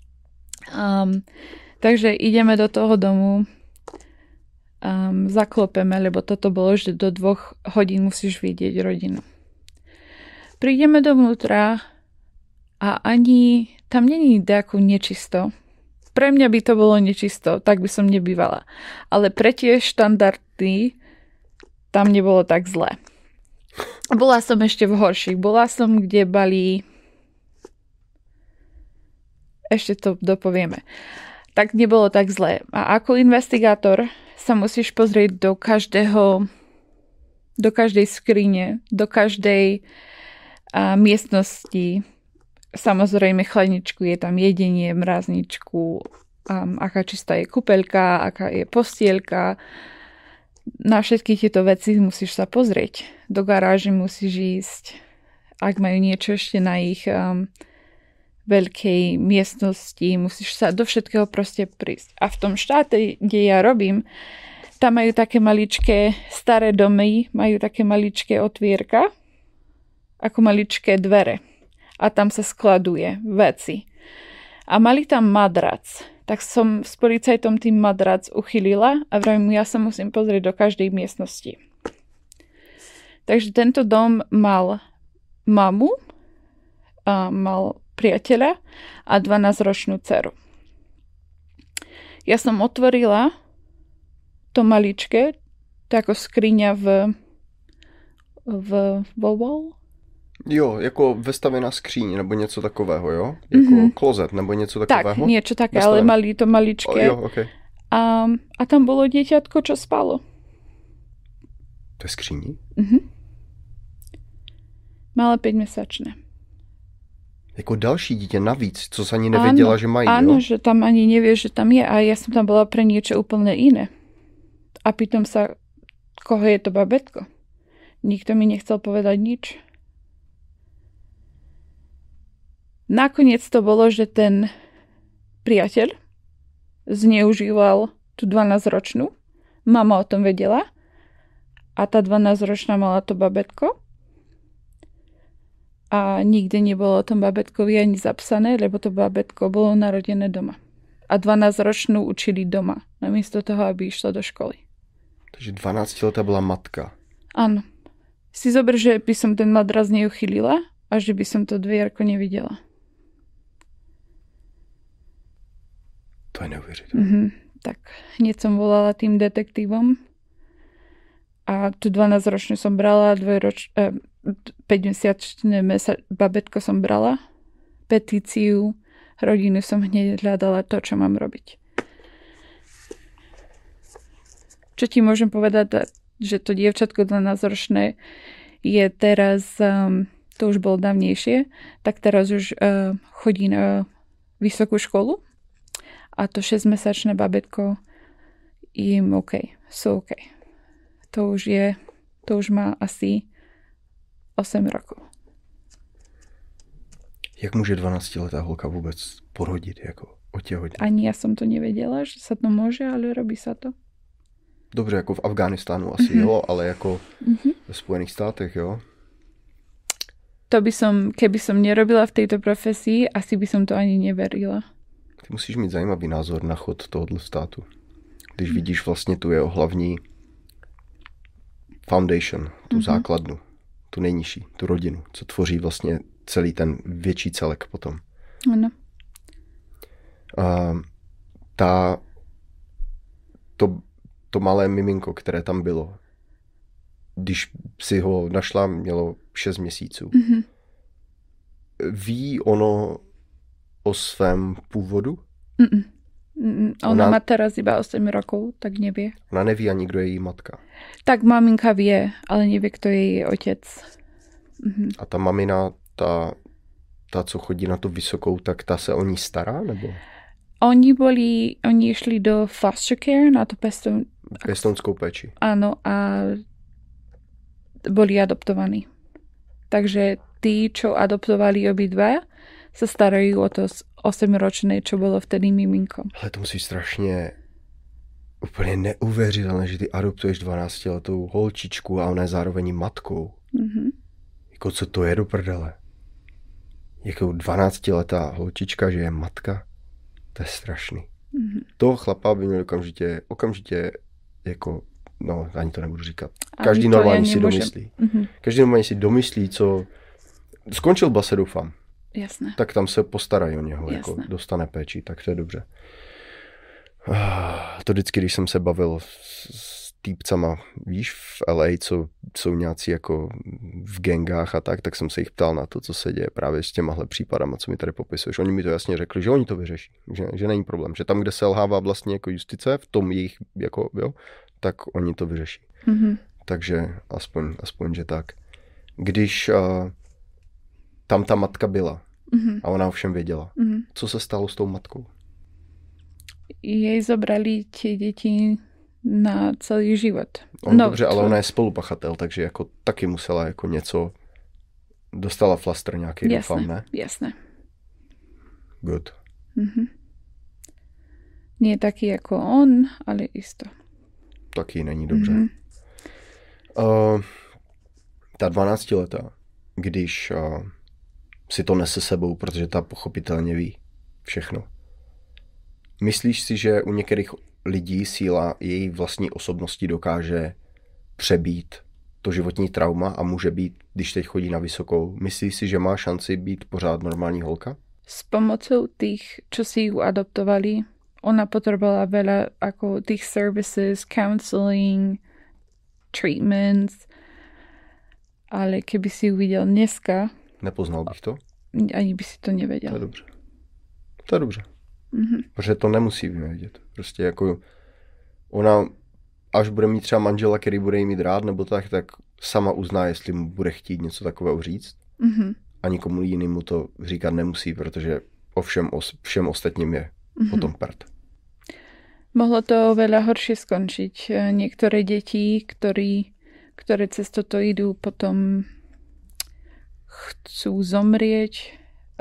[SPEAKER 2] Takže ideme do toho domu, zaklopeme, lebo toto bolo, že do 2 hodín musíš vidieť rodinu. Prídeme dovnútra a ani tam není nejakú nečisto. Pre mňa by to bolo nečisto, tak by som nebývala. Ale pre tie štandardy tam nebolo tak zlé. Bola som ešte v horších. Bola som, kde bali... Ešte to dopovieme. Tak nebolo tak zlé. A ako investigátor sa musíš pozrieť do každej skrine, do každej miestnosti. Samozrejme chladničku, je tam jedenie, mrazničku, aká čistá je kúpeľka, aká je postielka. Na všetky tieto veci musíš sa pozrieť. Do garáže musíš ísť, ak majú niečo ešte na ich veľkej miestnosti, musíš sa do všetkého proste prísť. A v tom štáte, kde ja robím, tam majú také maličké staré domy, majú také maličké otvierka, ako maličké dvere. A tam sa skladuje veci. A mali tam madrac. Tak som s policajtom tým madrac uchylila a vravím, ja sa musím pozrieť do každej miestnosti. Takže tento dom mal mamu, mal priateľa a 12-ročnú dceru. Ja som otvorila to maličké, to ako skriňa v v Volvo.
[SPEAKER 1] Jo, jako vestavená skříň nebo něco takového, jo? Jako klozet nebo něco takového?
[SPEAKER 2] Tak, niečo také, ale mali to maličké.
[SPEAKER 1] Jo, okay.
[SPEAKER 2] A tam bolo dieťatko, čo spalo.
[SPEAKER 1] To je skříní?
[SPEAKER 2] Malé 5-mesačné.
[SPEAKER 1] Jako další dítě navíc, co sa ani nevedela, že mají,
[SPEAKER 2] áno,
[SPEAKER 1] jo?
[SPEAKER 2] že tam ani nevie, že tam je. A ja som tam bola pre niečo úplne iné. A pýtam sa, koho je to babetko? Nikto mi nechcel povedať nič. Nakoniec to bolo, že ten priateľ zneužíval tú 12-ročnú. Mama o tom vedela. A tá 12-ročná mala to babetko. A nikde nebolo o tom babetkovi ani zapsané, lebo to babetko bolo narodené doma. A 12-ročnú učili doma, namiesto toho, aby išla do školy.
[SPEAKER 1] Takže 12-letá bola matka.
[SPEAKER 2] Áno. Si zober, že by som ten madraz neuchylila a že by som to dvierko nevidela.
[SPEAKER 1] To je neuvěřitelné.
[SPEAKER 2] Tak hneď som volala tým detektívom a tu 12-ročnú som brala, 5-mesiačné babetko som brala, petíciu, rodinu som hneď hľadala to, čo mám robiť. Čo ti môžem povedať, že to dievčatko 12-ročné je teraz, to už bolo dávnejšie, tak teraz už chodí na vysokú školu a to 6-mesačné babetko im sú OK. To už má asi 8 rokov.
[SPEAKER 1] Jak může 12-letá holka vůbec porodit, jako otěhotnit?
[SPEAKER 2] Ani ja som to nevedela, že sa to môže, ale robí sa to.
[SPEAKER 1] Dobře, jako v Afghánistánu asi jo, ale jako ve Spojených státech, jo?
[SPEAKER 2] To by som, keby som nerobila v tejto profesii, asi by som to ani neverila.
[SPEAKER 1] Ty musíš mít zajímavý názor na chod tohoto státu. Když vidíš vlastně tu jeho hlavní foundation, tu základnu, tu nejnižší, tu rodinu, co tvoří vlastně celý ten větší celek potom.
[SPEAKER 2] Ano.
[SPEAKER 1] To malé miminko, které tam bylo, když si ho našla, mělo 6 měsíců. Ví ono o svém původu?
[SPEAKER 2] Ona má teraz iba 8 rokov, tak nevie.
[SPEAKER 1] Ona neví ani, kdo je její matka.
[SPEAKER 2] Tak maminka vie, ale nevie, kto je jej otec.
[SPEAKER 1] A ta mamina, ta, co chodí na tu vysokou, tak ta se o ní stará, nebo?
[SPEAKER 2] Oni išli do foster care, na to
[SPEAKER 1] pestounskou péči.
[SPEAKER 2] Áno, a boli adoptovaní. Takže tí, čo adoptovali obidva, sa starajú o to 8-ročné, čo bolo vtedy miminko.
[SPEAKER 1] Ale to musí strašně úplně neuvěřitelné, že ty adoptuješ 12letou holčičku a ona je zároveň matkou. Jako co to je do prdele? Jako 12letá holčička, že je matka? To je strašný. Toho chlapa by měl okamžitě jako, no ani to nebudu říkat. Každý normálně si domyslí. Každý normálně si domyslí, co... Skončil base, doufám.
[SPEAKER 2] Jasné.
[SPEAKER 1] Tak tam se postarají o něho, jako dostane péči, tak to je dobře. To vždycky, když jsem se bavil s týpcama, víš, v LA, co jsou nějací jako v gangách a tak jsem se jich ptal na to, co se děje právě s těmahle případama, co mi tady popisuješ. Oni mi to jasně řekli, že oni to vyřeší, že není problém, že tam, kde selhává vlastně jako justice, v tom jejich, jako, jo, tak oni to vyřeší. Takže aspoň, že tak. Když tam ta matka byla a ona o všem věděla, co se stalo s tou matkou?
[SPEAKER 2] Jej zobrali tie deti na celý život.
[SPEAKER 1] Dobře, ale ona je spolupachatel, takže jako taky musela jako něco, dostala flaster nějaký, doufám, ne?
[SPEAKER 2] Jasné.
[SPEAKER 1] Good.
[SPEAKER 2] Nie taký jako on, ale isto.
[SPEAKER 1] Taky není dobře. Ta 12letá, když si to nese sebou, protože ta pochopitelně ví všechno. Myslíš si, že u některých lidí síla její vlastní osobnosti dokáže přebít to životní trauma a může být, když teď chodí na vysokou, myslíš si, že má šanci být pořád normální holka?
[SPEAKER 2] S pomocou tých, čo si ju adoptovali, ona potrebovala veľa ako tých services, counseling, treatments ale keby si ju viděl dneska...
[SPEAKER 1] Nepoznal bych to?
[SPEAKER 2] Ani by si to nevěděl.
[SPEAKER 1] To je dobře. To je dobře.
[SPEAKER 2] Mm-hmm.
[SPEAKER 1] Protože to nemusí vědět. Prostě jako ona, až bude mít třeba manžela, který bude jí mít rád, nebo tak sama uzná, jestli mu bude chtít něco takového říct.
[SPEAKER 2] Mm-hmm.
[SPEAKER 1] A nikomu jinému to říkat nemusí, protože všem ostatním je potom prd.
[SPEAKER 2] Mohlo to veľa horšie skončiť. Niektoré deti, ktoré cez toto idú, potom chcú zomrieť,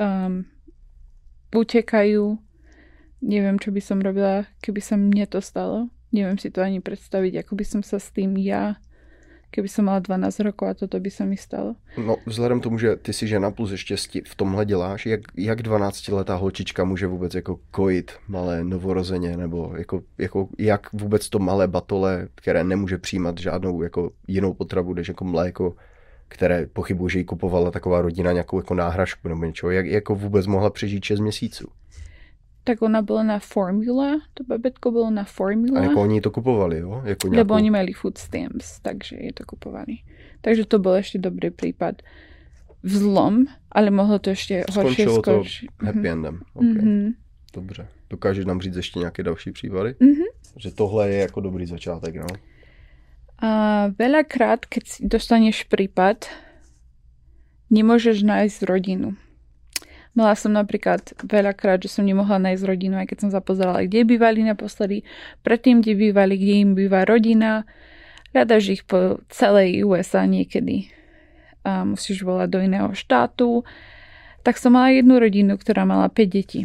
[SPEAKER 2] utekajú. Neviem, čo by som robila, keby sa mne to stalo. Neviem si to ani predstaviť, ako by som sa s tým keby som mala 12 rokov a toto by sa mi stalo.
[SPEAKER 1] No, vzhledem tomu, že ty si žena plus ještě v tomhle děláš, jak 12letá holčička může vůbec jako kojit malé novorozeně, nebo jako jak vůbec to malé batole, které nemůže přijímat žádnou jako jinou potravu, než jako mléko, které pochybuji, že jí kupovala taková rodina nějakou jako náhražku nebo něčeho, jak jako vůbec mohla přežít 6 měsíců?
[SPEAKER 2] Tak ona bola na formula, to babetko bolo na formula.
[SPEAKER 1] A jako oni to kupovali, jo? Jako nějakou...
[SPEAKER 2] Lebo oni mali food stamps, takže je to kupovali. Takže to bol ešte dobrý prípad. Vzlom, ale mohlo to ešte horšie
[SPEAKER 1] skončilo. To
[SPEAKER 2] Mm-hmm.
[SPEAKER 1] happy endem. Okay.
[SPEAKER 2] Mm-hmm.
[SPEAKER 1] Dobře. Dokážeš nám říct ještě nějaké další případy?
[SPEAKER 2] Mm-hmm.
[SPEAKER 1] Že tohle je jako dobrý začátek, no?
[SPEAKER 2] A veľakrát, keď dostaneš prípad, nemôžeš nájsť rodinu. Mala som napríklad veľakrát, že som nemohla nájsť rodinu, aj keď som zapozerala, kde bývali naposledy, predtým, kde bývali, kde im býva rodina. Hľadaš ich po celej USA niekedy. A musíš volať do iného štátu. Tak som mala jednu rodinu, ktorá mala 5 detí.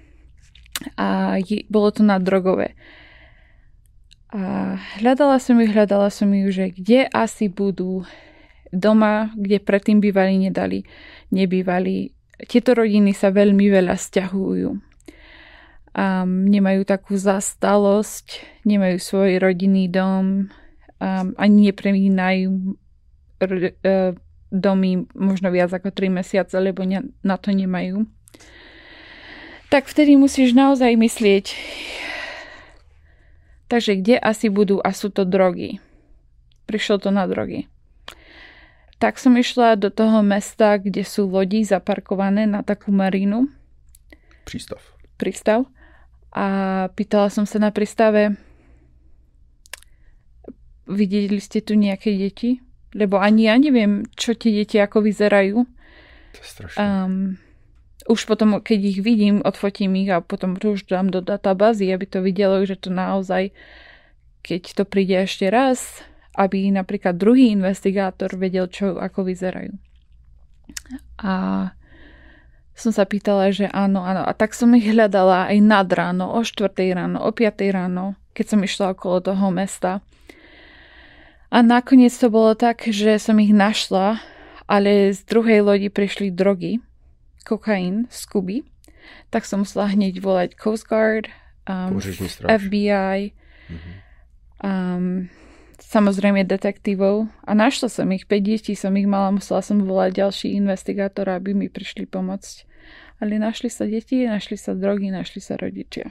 [SPEAKER 2] A bolo to na drogové. A hľadala som ju, že kde asi budú doma, kde predtým bývali, nebývali. Tieto rodiny sa veľmi veľa sťahujú. Nemajú takú zastalosť, nemajú svoj rodinný dom, ani nepremínajú domy možno viac ako 3 mesiace, lebo na to nemajú. Tak vtedy musíš naozaj myslieť, takže kde asi budú a sú to drogy. Prišlo to na drogy. Tak som išla do toho mesta, kde sú lodi zaparkované na takú marínu. Prístav. A pýtala som sa na prístave, videli ste tu nejaké deti? Lebo ani ja neviem, čo tie deti ako vyzerajú.
[SPEAKER 1] To je strašné.
[SPEAKER 2] Už potom, keď ich vidím, odfotím ich a potom to už dám do databázy, aby to videlo, že to naozaj, keď to príde ešte raz, aby napríklad druhý investigátor vedel, čo ako vyzerajú. A som sa pýtala, že áno. A tak som ich hľadala aj nad ráno, o 4 ráno, o 5 ráno, keď som išla okolo toho mesta. A nakoniec to bolo tak, že som ich našla, ale z druhej lodi prišli drogy, kokain z Kuby. Tak som musela hneď volať Coast Guard, FBI, samozrejme detektívov a našla som ich, 5 detí som ich mala, musela som volať ďalší investigátor, aby mi prišli pomôcť. Ale našli sa deti, našli sa drogy, našli sa rodičia.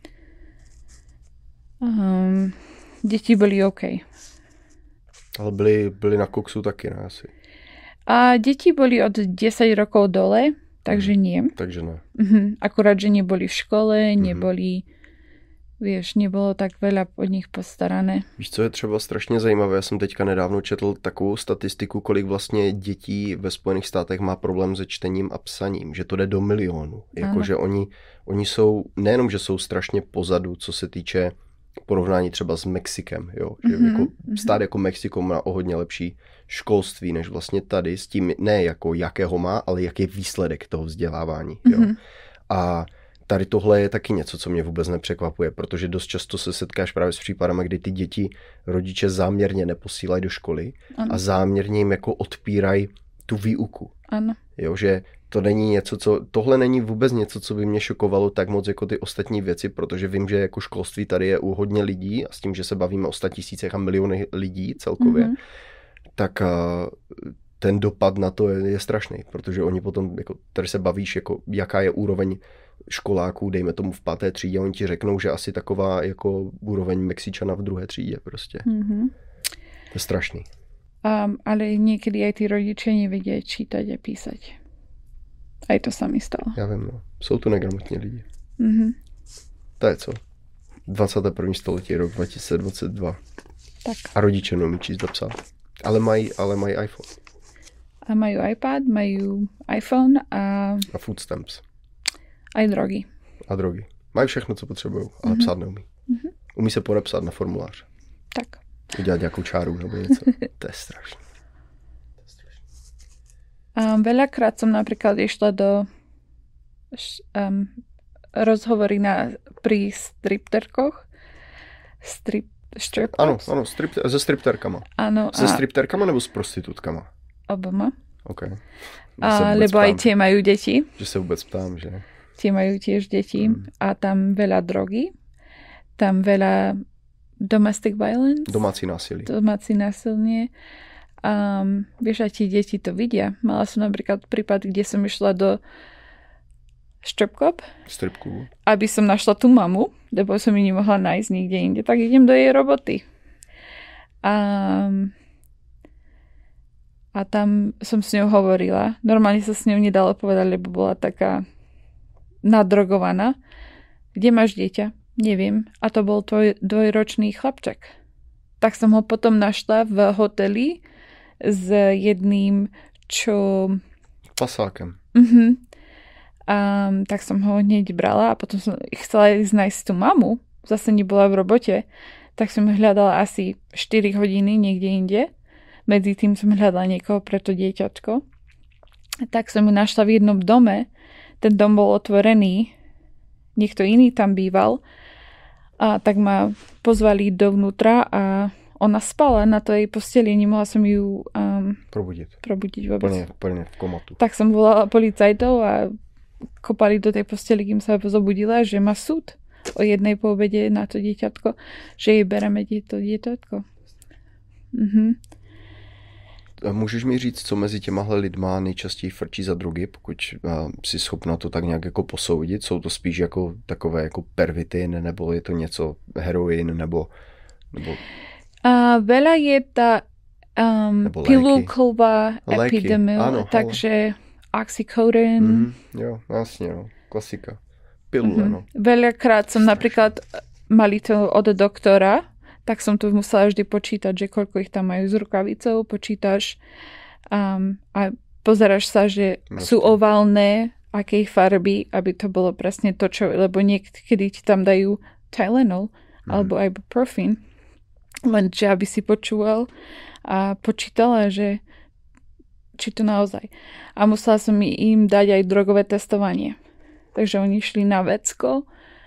[SPEAKER 2] Deti boli OK.
[SPEAKER 1] Ale byli na koksu taky, ne asi?
[SPEAKER 2] A deti boli od 10 rokov dole, takže nie.
[SPEAKER 1] Takže ne.
[SPEAKER 2] Akurát, že neboli v škole, neboli... Víš, nebylo tak veľa od nich postarané.
[SPEAKER 1] Víš, co je třeba strašně zajímavé? Já jsem teďka nedávno četl takovou statistiku, kolik vlastně dětí ve Spojených státech má problém se čtením a psaním, že to jde do milionu. Jakože oni jsou, nejenom, že jsou strašně pozadu, co se týče porovnání třeba s Mexikem, jo? Že jako stát jako Mexiko má o hodně lepší školství, než vlastně tady, s tím ne jako jakého má, ale jaký je výsledek toho vzdělávání. Jo? A tady tohle je taky něco, co mě vůbec nepřekvapuje, protože dost často se setkáš právě s případami, kdy ty děti rodiče záměrně neposílají do školy a záměrně jim jako odpírají tu výuku.
[SPEAKER 2] Ano.
[SPEAKER 1] Jo, že to není něco, tohle není vůbec něco, co by mě šokovalo tak moc jako ty ostatní věci, protože vím, že jako školství tady je u hodně lidí a s tím, že se bavíme o 100 000 a miliony lidí celkově, tak ten dopad na to je strašný, protože oni potom, jako, tady se bavíš, jako, jaká je úroveň školáků, dejme tomu v 5. třídě, oni ti řeknou, že asi taková jako úroveň Mexičana v 2. třídě prostě. To je strašný.
[SPEAKER 2] Ale niekedy aj tí rodiče nevedia čítať a písať. Aj to sa mi stalo.
[SPEAKER 1] Já vím, no. Jsou tu negramotní lidi.
[SPEAKER 2] Mhm.
[SPEAKER 1] To je co? 21. století, rok 2022.
[SPEAKER 2] Tak.
[SPEAKER 1] A rodiče neumí číst a psát. Ale mají iPhone.
[SPEAKER 2] A majú iPad, majú iPhone a
[SPEAKER 1] food stamps.
[SPEAKER 2] aj drogy.
[SPEAKER 1] A drogy. Mají všechno, co potřebují, ale psát neumí. Umí se podepsat na formulář.
[SPEAKER 2] Tak.
[SPEAKER 1] Udělat nějakou čáru nebo něco. To je strašné.
[SPEAKER 2] Veľakrát som napríklad išla do rozhovory pri stripterkoch. Strip
[SPEAKER 1] Ano, se stripterkama.
[SPEAKER 2] Áno.
[SPEAKER 1] Se stripterkama nebo s prostitutkama?
[SPEAKER 2] Oboma.
[SPEAKER 1] OK.
[SPEAKER 2] Lebo aj tie majú deti.
[SPEAKER 1] Že se vůbec ptám, že?
[SPEAKER 2] Tie majú tiež deti. A tam veľa drogy. Tam veľa domestic violence.
[SPEAKER 1] Domácí násilí.
[SPEAKER 2] Domácí násilnie. Vieš, a tie deti to vidia. Mala som napríklad prípad, kde som išla do strip club, aby som našla tú mamu, lebo som ju nemohla nájsť nikde inde, tak idem do jej roboty. A tam som s ňou hovorila. Normálne sa s ňou nedalo povedať, lebo bola taká nadrogovaná. Kde máš dieťa? Neviem. A to bol tvoj dvojročný chlapček. Tak som ho potom našla v hoteli s jedným, čo...
[SPEAKER 1] Pasákem.
[SPEAKER 2] Tak som ho hneď brala a potom som chcela ísť nájsť tú mamu. Zase nebola v robote. Tak som hľadala asi 4 hodiny niekde inde. Medzi tým som hľadala niekoho pre to dieťačko. Tak som ju našla v jednom dome. Ten dom bol otvorený. Niekto iný tam býval. A tak ma pozvali dovnútra a ona spala na tej posteli. Nemohla som ju probudiť vôbec.
[SPEAKER 1] Úplne v komatu.
[SPEAKER 2] Tak som volala policajtov a kopali do tej posteli, kým sa zobudila, že má súd o 1:00 po obede na to dieťatko, že jej bereme to dieťatko.
[SPEAKER 1] Můžeš mi říct, co mezi těmahle lidma nejčastěji frčí za drogy, pokud jsi schopna to tak nějak jako posoudit? Jsou to spíš jako takové jako pervitin, nebo je to něco heroin, nebo...
[SPEAKER 2] Veľa je tá pilulková epidémia, takže oxycodone.
[SPEAKER 1] Jo, jasně, no. Klasika. Pilule, no.
[SPEAKER 2] Veľakrát som napríklad mali to od doktora, tak som to musela vždy počítať, že koľko ich tam majú z rukavicou, počítaš a pozeráš sa, že sú oválne, akej farby, aby to bolo presne to, čo, lebo niekedy ti tam dajú Tylenol alebo ibuprofen, lenže aby si počúval a počítala, že či to naozaj. A musela som im dať aj drogové testovanie. Takže oni šli na vecko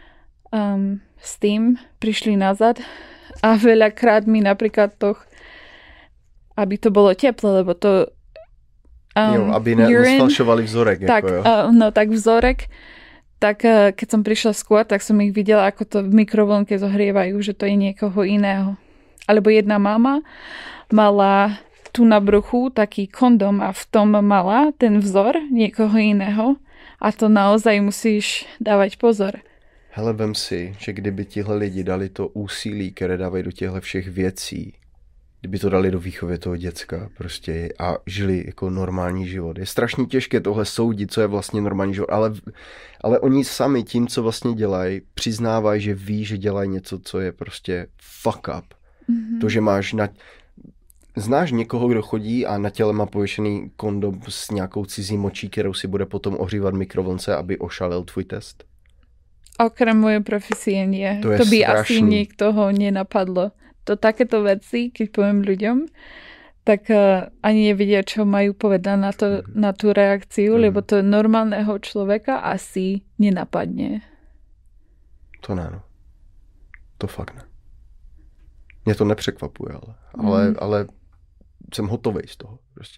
[SPEAKER 2] s tým, prišli nazad a veľakrát mi napríklad to, aby to bolo teplé, lebo to
[SPEAKER 1] aby nesfalšovali vzorek.
[SPEAKER 2] Tak,
[SPEAKER 1] jako,
[SPEAKER 2] tak vzorek. Tak keď som prišla skôr, tak som ich videla, ako to v mikrovlnke zohrievajú, že to je niekoho iného. Alebo jedna mama mala tu na bruchu taký kondom a v tom mala ten vzor niekoho iného a to naozaj musíš dávať pozor.
[SPEAKER 1] Hele, vem si, že kdyby tihle lidi dali to úsilí, které dávají do těchto všech věcí, kdyby to dali do výchovy toho děcka prostě a žili jako normální život. Je strašně těžké tohle soudit, co je vlastně normální život, ale oni sami tím, co vlastně dělají, přiznávají, že ví, že dělají něco, co je prostě fuck up. To, že znáš někoho, kdo chodí a na těle má pověšený kondom s nějakou cizí močí, kterou si bude potom ohřívat mikrovlnce, aby ošalil tvůj test?
[SPEAKER 2] Okrem mojej profesie nie. To by strašný. Asi niktoho nenapadlo. To takéto veci, keď poviem ľuďom, tak ani nevedia, čo majú povedať na tú reakciu, lebo to normálneho človeka asi nenapadne.
[SPEAKER 1] To ne, no. To fakt ne. Mě to nepřekvapuje, ale jsem hotovej z toho. Prostě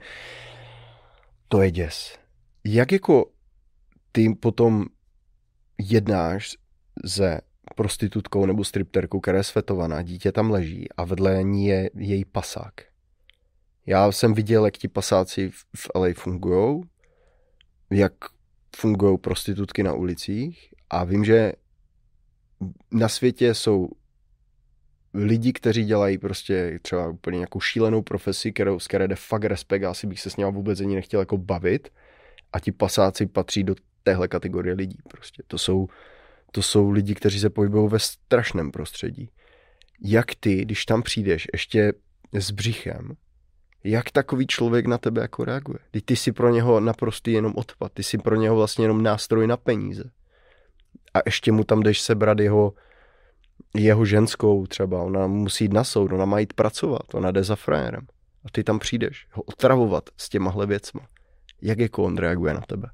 [SPEAKER 1] to je děs. Jak jako ty potom jednáš se prostitutkou nebo stripterkou, která je svetovaná, dítě tam leží a vedle ní je její pasák. Já jsem viděl, jak ti pasáci v LA fungujou, jak fungují prostitutky na ulicích a vím, že na světě jsou lidi, kteří dělají prostě třeba úplně nějakou šílenou profesi, z které jde fakt respekt, asi bych se s ním vůbec ani nechtěl jako bavit, a ti pasáci patří do téhle kategorie lidí prostě. To jsou lidi, kteří se pohybují ve strašném prostředí. Jak ty, když tam přijdeš ještě s břichem, jak takový člověk na tebe jako reaguje? Ty jsi pro něho naprostý jenom odpad, ty jsi pro něho vlastně jenom nástroj na peníze. A ještě mu tam jdeš sebrat jeho ženskou třeba, ona musí jít na soud, ona má jít pracovat, ona jde za frérem. A ty tam přijdeš ho otravovat s těmahle věcma. Jak jako on reaguje na tebe?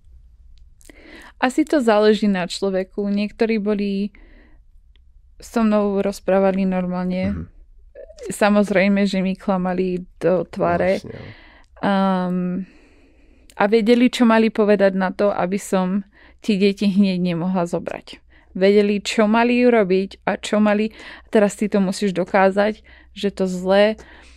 [SPEAKER 2] Asi to záleží na človeku. Niektorí boli so mnou rozprávali normálne. Mm-hmm. Samozrejme, že mi klamali do tváre. A vedeli, čo mali povedať na to, aby som tie deti hneď nemohla zobrať. Vedeli, čo mali urobiť a čo mali... Teraz ty to musíš dokázať, že to zlé...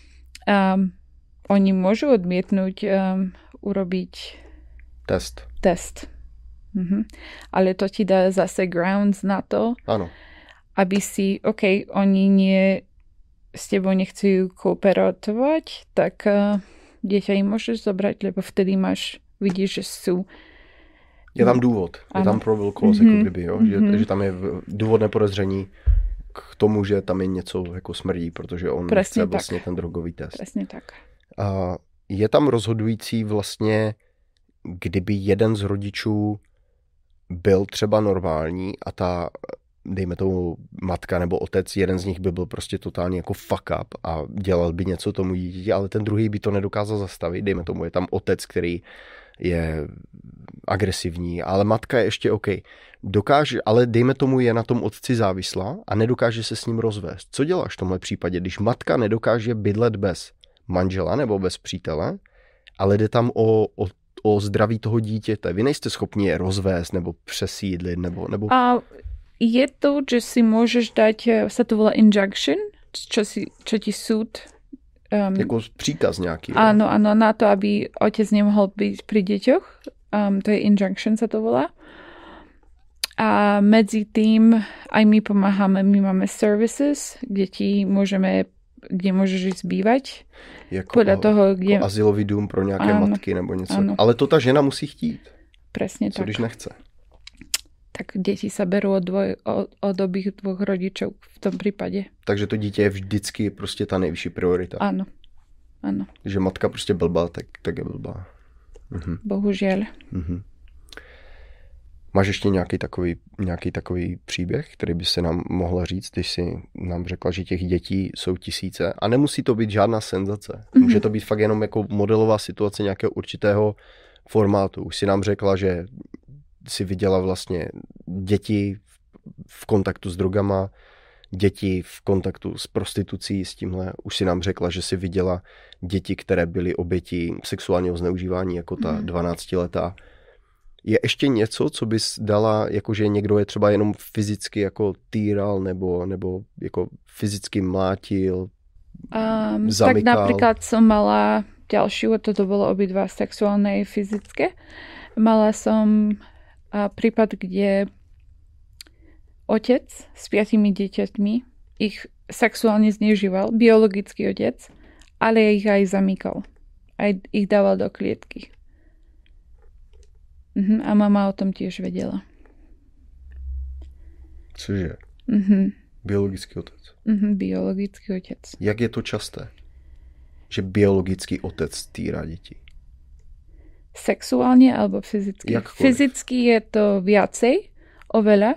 [SPEAKER 2] Oni môžu odmietnúť urobiť... Test. Mhm. Ale to ti dá zase grounds na to,
[SPEAKER 1] ano,
[SPEAKER 2] aby si, oni s tebou nechcú kooperovať, tak dieťa im môžeš zobrať, lebo vtedy vidíš, že sú...
[SPEAKER 1] Je tam důvod, je tam probable cause, jako kdyby, jo? Že tam je důvodné podezření k tomu, že tam je něco jako smrdí, protože on chce vlastně ten drogový test.
[SPEAKER 2] Presne tak.
[SPEAKER 1] A je tam rozhodující vlastně, kdyby jeden z rodičů byl třeba normální a ta, dejme tomu matka nebo otec, jeden z nich by byl prostě totálně jako fuck up a dělal by něco tomu dítěti, ale ten druhý by to nedokázal zastavit, dejme tomu, je tam otec, který je agresivní, ale matka je ještě OK. Dokáže, ale dejme tomu, je na tom otci závislá a nedokáže se s ním rozvést. Co děláš v tomhle případě, když matka nedokáže bydlet bez manžela nebo bez přítele, ale jde tam o zdraví toho dítěte. Vy nejste schopni je rozvést nebo přesídlit nebo...
[SPEAKER 2] A je to, že si môžeš dať, sa to volá injunction, čo ti súd...
[SPEAKER 1] jako příkaz nějaký.
[SPEAKER 2] Áno, na to, aby otec nemohol byť pri deťoch. To je injunction, sa to volá. A medzi tým aj my pomáhame, my máme services, kde môžeš ísť bývať.
[SPEAKER 1] Podľa toho, kde... Jako azylový dům pro nějaké matky nebo něco. Áno. Ale to ta žena musí chtít.
[SPEAKER 2] Presne tak.
[SPEAKER 1] Co když nechce?
[SPEAKER 2] Tak deti sa berú od obých dvoch rodičov v tom prípade.
[SPEAKER 1] Takže to dítě je vždycky prostě ta nejvyšší priorita.
[SPEAKER 2] Áno.
[SPEAKER 1] Že matka prostě blbá, tak je blbá.
[SPEAKER 2] Bohužiaľ.
[SPEAKER 1] Máš ještě nějaký takový příběh, který by se nám mohla říct, když si nám řekla, že těch dětí jsou tisíce a nemusí to být žádná senzace. Může to být fakt jenom jako modelová situace nějakého určitého formátu. Už si nám řekla, že si viděla vlastně děti v kontaktu s drogama, děti v kontaktu s prostitucí, s tímhle. Už si nám řekla, že si viděla děti, které byly oběti sexuálního zneužívání, jako ta 12letá. Je ještě něco, co bys dala, jakože někdo je třeba jenom fyzicky jako týral nebo jako fyzicky mlátil, zamykal?
[SPEAKER 2] Tak napríklad som mala ďalšiu, toto bolo obidva sexuálne a fyzické. Mala som prípad, kde otec s 5 deťaťmi ich sexuálne zneužíval, biologický otec, ale ich aj zamykal. Aj ich dával do klietky. A mama o tom tiež vedela.
[SPEAKER 1] Cože? Biologický otec?
[SPEAKER 2] Biologický otec.
[SPEAKER 1] Jak je to časté, že biologický otec týrá děti?
[SPEAKER 2] Sexuálne alebo fyzicky?
[SPEAKER 1] Jakkoliv.
[SPEAKER 2] Fyzicky je to viacej, oveľa.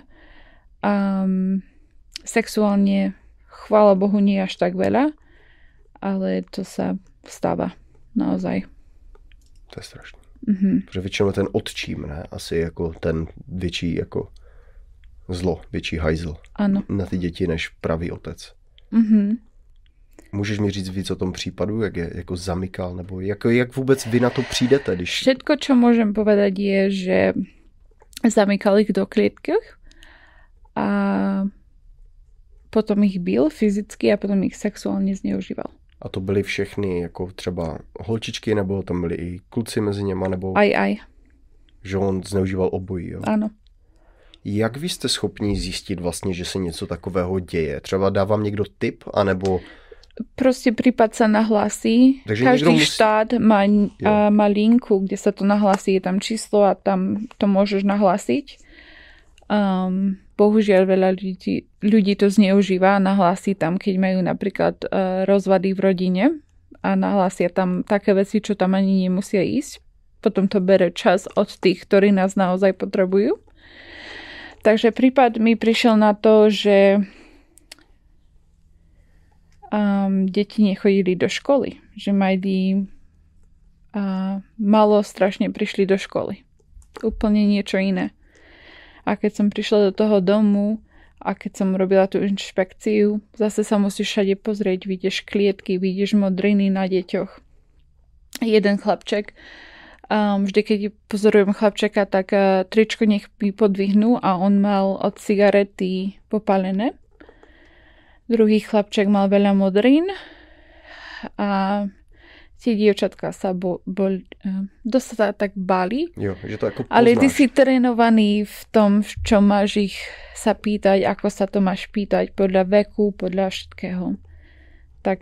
[SPEAKER 2] Sexuálne, chvála Bohu, nie až tak veľa, ale to sa stáva naozaj.
[SPEAKER 1] To je strašné. Protože většinou ten otčím, ne? Asi jako ten větší jako zlo, větší hajzl na ty děti než pravý otec. Můžeš mi říct víc o tom případu, jak je jako zamykal, nebo jak vůbec vy na to přijdete? Když...
[SPEAKER 2] Všetko, čo môžem povedať je, že zamykal ich do klietkách a potom ich bil fyzicky a potom ich sexuálně zneužíval.
[SPEAKER 1] A to byly všechny jako třeba holčičky, nebo tam byli i kluci mezi něma, nebo...
[SPEAKER 2] Aj.
[SPEAKER 1] Že on zneužíval obojí, jo?
[SPEAKER 2] Áno.
[SPEAKER 1] Jak vy jste schopni zjistit vlastně, že se něco takového děje? Třeba dá vám někdo tip, anebo...
[SPEAKER 2] Proste prípad sa nahlási. Každý štát má linku, kde sa to nahlási. Je tam číslo a tam to môžeš nahlásiť. Bohužiaľ veľa ľudí to zneužíva. Nahlási tam, keď majú napríklad rozvady v rodine a nahlásia tam také veci, čo tam ani nemusia ísť. Potom to bere čas od tých, ktorí nás naozaj potrebujú. Takže prípad mi prišiel na to, že deti nechodili do školy, že malo strašne prišli do školy. Úplne niečo iné. A keď som prišla do toho domu a keď som robila tú inšpekciu, zase sa musíš všade pozrieť, vidíš klietky, vidíš modriny na deťoch. Jeden chlapček, vždy keď pozorujem chlapčeka, tak tričko nech mi podvihnú a on mal od cigarety popálené. Druhý chlapček mal veľa modrín a tie dievčatka sa dosť sa tak báli.
[SPEAKER 1] Jo, že to ako poznáš.
[SPEAKER 2] Ale ty si trénovaný v tom, v čom máš ich sa pýtať, ako sa to máš pýtať, podľa veku, podľa všetkého. Tak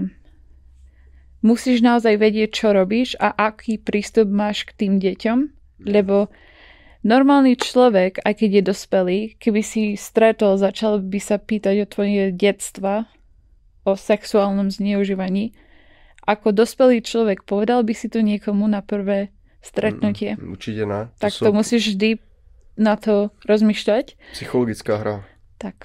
[SPEAKER 2] musíš naozaj vedieť, čo robíš a aký prístup máš k tým deťom, lebo normálny človek, aj keď je dospelý, keby si stretol, začal by sa pýtať o tvoje detstva, o sexuálnom zneužívaní. Ako dospelý človek, povedal by si to niekomu na prvé stretnutie?
[SPEAKER 1] Určite ne.
[SPEAKER 2] Tak to musíš vždy na to rozmýšľať.
[SPEAKER 1] Psychologická hra.
[SPEAKER 2] Tak.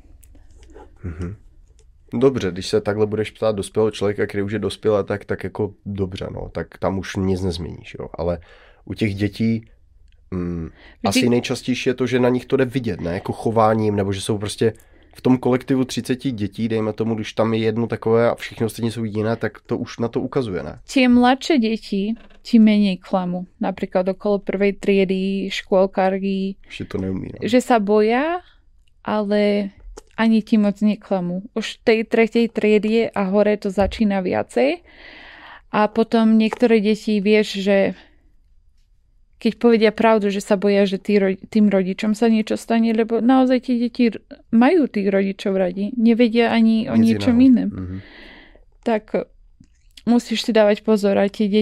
[SPEAKER 1] Dobře, když se takhle budeš ptát dospělého člověka, který už je dospělý, tak jako dobře, no, tak tam už nic nezměníš, jo. Ale u těch dětí asi nejčastější je to, že na nich to jde vidět, ne? Jako chováním, nebo že jsou prostě v tom kolektivu 30 dětí, dejme tomu, když tam je jedno takové a všichni ostatní jsou jiné, tak to už na to ukazuje, ne?
[SPEAKER 2] Tie mladšie deti ti menej klamú. Napríklad okolo prvej triedy, škôlkarky.
[SPEAKER 1] Že to neumí, no.
[SPEAKER 2] Že sa boja, ale ani ti moc neklamú. Už v tej tretej triede a hore to začína viacej. A potom niektoré deti vieš, že keď povedia pravdu, že sa boja, že tým rodičom sa niečo stane, lebo naozaj tie deti majú tých rodičov radi. Nevedia ani o niečom iném. Mm-hmm. Tak musíš si dávať pozor, aj tie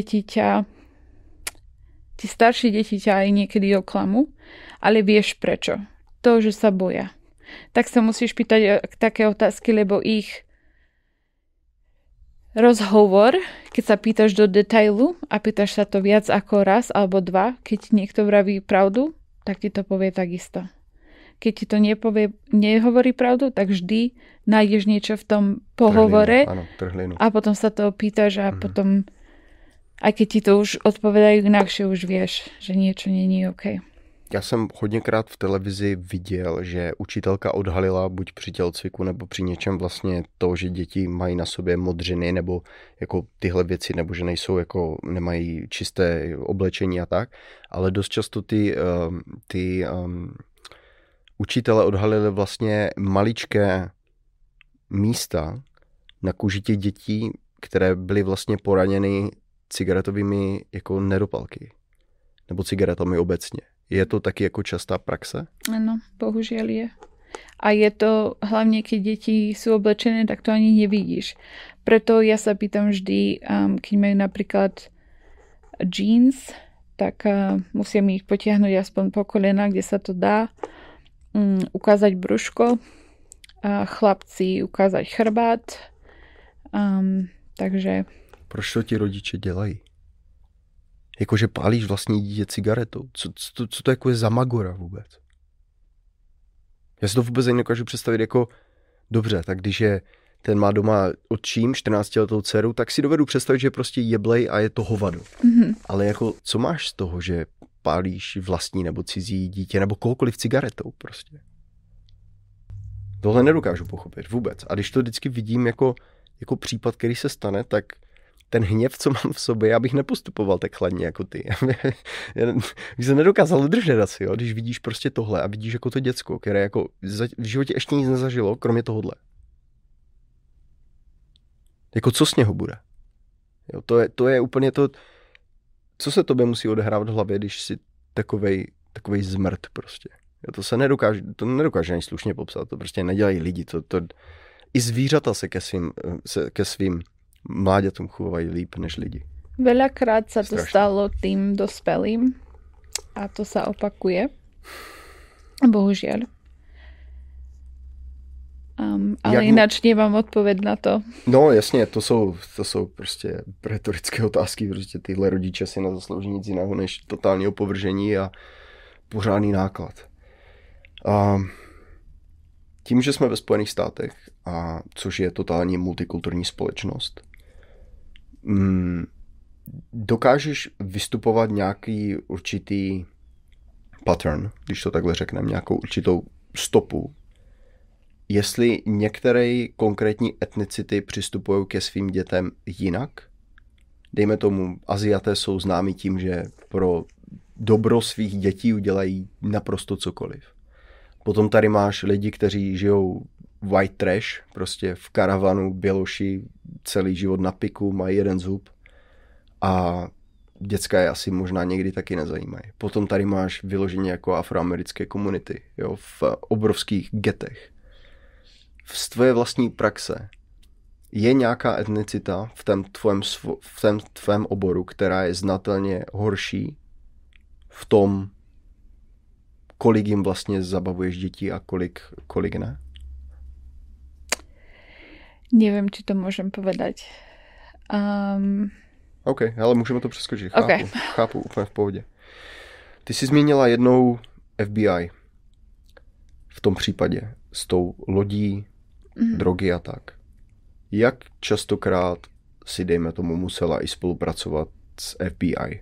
[SPEAKER 2] staršie deti ťa aj niekedy oklamú, ale vieš prečo. To, že sa boja. Tak sa musíš pýtať také otázky, lebo ich rozhovor, keď sa pýtaš do detailu a pýtaš sa to viac ako raz alebo dva, keď niekto vraví pravdu, tak ti to povie takisto. Keď ti to nehovorí pravdu, tak vždy nájdeš niečo v tom pohovore
[SPEAKER 1] trhlinu.
[SPEAKER 2] A potom sa to pýtaš a potom, aj keď ti to už odpovedajú inakšie, už vieš, že niečo není OK.
[SPEAKER 1] Já jsem hodněkrát v televizi viděl, že učitelka odhalila buď při tělocviku nebo při něčem vlastně to, že děti mají na sobě modřiny nebo jako tyhle věci, nebo že nejsou jako, nemají čisté oblečení a tak, ale dost často ty učitele odhalili vlastně maličké místa na kůži těch dětí, které byly vlastně poraněny cigaretovými jako nedopalky nebo cigaretami obecně. Je to taky jako častá praxe?
[SPEAKER 2] Áno, bohužiaľ je. A je to hlavne, keď deti sú oblečené, tak to ani nevidíš. Preto ja sa pýtam vždy, keď majú napríklad jeans, tak musia mi ich potiahnuť aspoň po kolena, kde sa to dá. Ukázať brúško, chlapci ukázať chrbát. Takže...
[SPEAKER 1] Proč to ti rodiče dělají? Jakože pálíš vlastní dítě cigaretou. Co to jako je za magora vůbec? Já si to vůbec nedokážu představit jako dobře, tak když je ten má doma otčím 14letou dceru, tak si dovedu představit, že prostě jeblej a je to hovado. Mm-hmm. Ale jako co máš z toho, že pálíš vlastní nebo cizí dítě nebo kohokoliv cigaretou prostě? Tohle nedokážu pochopit vůbec. A když to vždycky vidím jako případ, který se stane, tak ten hněv, co mám v sobě, já bych nepostupoval tak chladně jako ty. Já bych se nedokázal udržet asi, jo? Když vidíš prostě tohle a vidíš jako to děcko, které jako v životě ještě nic nezažilo, kromě tohohle. Jako co z něho bude? Jo, to je úplně to, co se tobě musí odehrávat v hlavě, když si takovej zmrt prostě. To nedokáže ani slušně popsat, to prostě nedělají lidi. I zvířata se ke svým mláďatům chovají líp než lidi.
[SPEAKER 2] Veľakrát sa to stalo tým dospelým a to sa opakuje. Bohužiaľ. Ale ináč nemám odpověď na to.
[SPEAKER 1] No jasně, to jsou prostě retorické otázky, prostě tyhle rodiče si nezaslouží nic jiného než totální opovržení a pořádný náklad. Tím, že jsme ve Spojených státech, což je totální multikulturní společnost, dokážeš vystupovat nějaký určitý pattern, když to takhle řekneme, nějakou určitou stopu, jestli některé konkrétní etnicity přistupují ke svým dětem jinak. Dejme tomu, Aziaté jsou známí tím, že pro dobro svých dětí udělají naprosto cokoliv. Potom tady máš lidi, kteří žijou white trash, prostě v karavanu, běloši, celý život na piku, mají jeden zub a děcka je asi možná někdy taky nezajímají. Potom tady máš vyloženě jako afroamerické komunity, jo, v obrovských getech. Z tvoje vlastní praxe je nějaká etnicita v tom tvém oboru, která je znatelně horší v tom, kolik jim vlastně zabavuješ děti a kolik ne?
[SPEAKER 2] Nevím, či to můžem povedať.
[SPEAKER 1] OK, ale můžeme to přeskočit. Chápu, úplně v pohodě. Ty jsi zmínila jednou FBI. V tom případě s tou lodí, drogy a tak. Jak častokrát si, dejme tomu, musela i spolupracovat s FBI?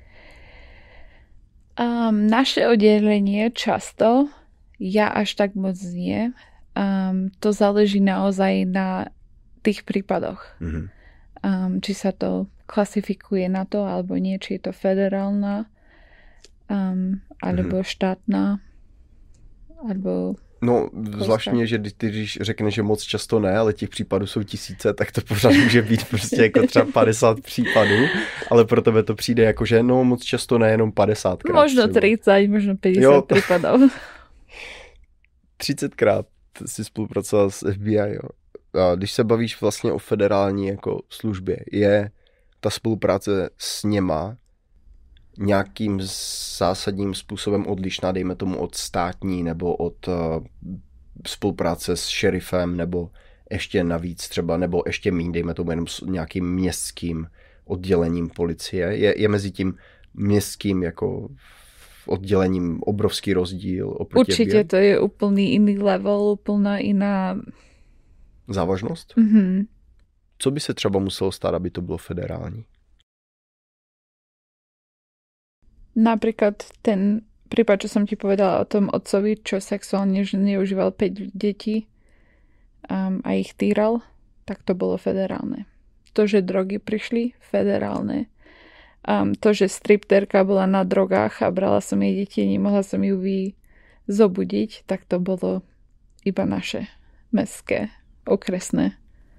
[SPEAKER 2] Naše oddelenie často, ja až tak moc nie. To záleží naozaj na tých prípadoch. Či sa to klasifikuje na to, alebo nie, či je to federálna, alebo štátna, alebo...
[SPEAKER 1] No, zvláštně, že když řekneš, že moc často ne, ale těch případů jsou tisíce, tak to pořád může být prostě jako třeba 50 případů, ale pro tebe to přijde jako, že no moc často ne, jenom 50krát.
[SPEAKER 2] Možno 30, možno 50 případů.
[SPEAKER 1] 30krát si spolupracoval s FBI, jo. A když se bavíš vlastně o federální jako službě, je ta spolupráce s něma nějakým zásadním způsobem odlišná, dejme tomu od státní nebo od spolupráce s šerifem nebo ještě navíc třeba, nebo ještě míň, dejme tomu jenom s nějakým městským oddělením policie. Je mezi tím městským jako oddělením obrovský rozdíl oproti
[SPEAKER 2] Určitě to je úplný jiný level, úplná jiná
[SPEAKER 1] závažnost? Co by se třeba muselo stát, aby to bylo federální?
[SPEAKER 2] Napríklad ten prípad, čo som ti povedala o tom otcovi, čo sexuálne zneužíval 5 detí a ich týral, tak to bolo federálne. To, že drogy prišli, federálne. To, že stripterka bola na drogách a brala som jej deti, nemohla som ju zobudiť, tak to bolo iba naše mestské, okresné.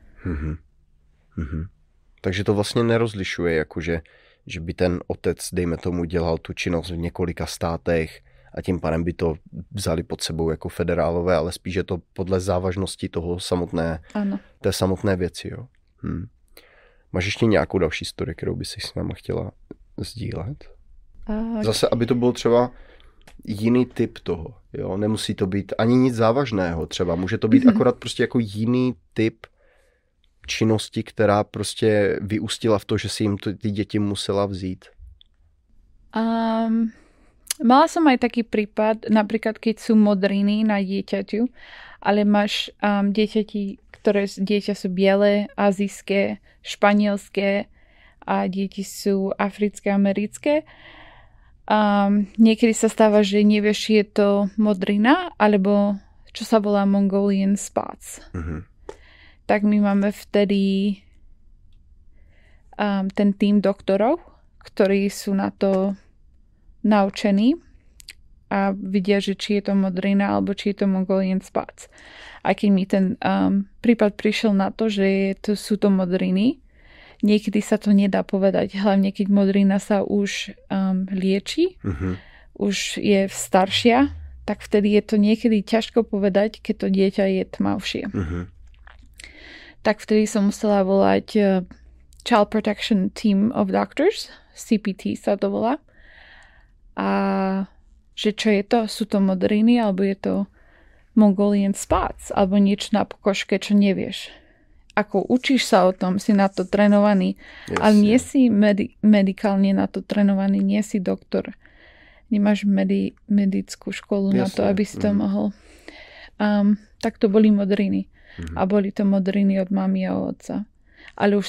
[SPEAKER 1] Takže to vlastně nerozlišuje, jakože že by ten otec, dejme tomu, dělal tu činnost v několika státech a tím pádem by to vzali pod sebou jako federálové, ale spíš je to podle závažnosti toho té samotné věci, jo. Máš ještě nějakou další story, kterou by si s náma chtěla sdílet? Zase, aby to bylo třeba jiný typ toho, jo. Nemusí to být ani nic závažného třeba, může to být akorát prostě jako jiný typ činnosti, která prostě vyústila v to, že si jim ty děti musela vzít?
[SPEAKER 2] Mala som aj taký prípad, napríklad keď sú modriny na dieťaťu, ale máš dieťa sú biele, azijské, španielské a deti sú africké, americké. Niekedy sa stáva, že nevieš, či je to modrina, alebo čo sa volá Mongolian spots. Tak my máme vtedy ten tým doktorov, ktorí sú na to naučení a vidia, že či je to modrina alebo či je to Mongolian spots. A keď mi ten prípad prišiel na to, že sú to modriny, niekedy sa to nedá povedať, hlavne keď modrina sa už lieči, už je staršia, tak vtedy je to niekedy ťažko povedať, keď to dieťa je tmavšie. Tak vtedy som musela volať Child Protection Team of Doctors, CPT sa to volá. A že čo je to? Sú to modriny, alebo je to Mongolian spots, alebo niečo na pokožke, čo nevieš. Ako učíš sa o tom, si na to trénovaný, ale nie si medikálne na to trénovaný, nie si doktor. Nemáš medickú školu na to, aby si to mohol. Tak to boli modriny. A boli to modriny od mami a otca. Ale už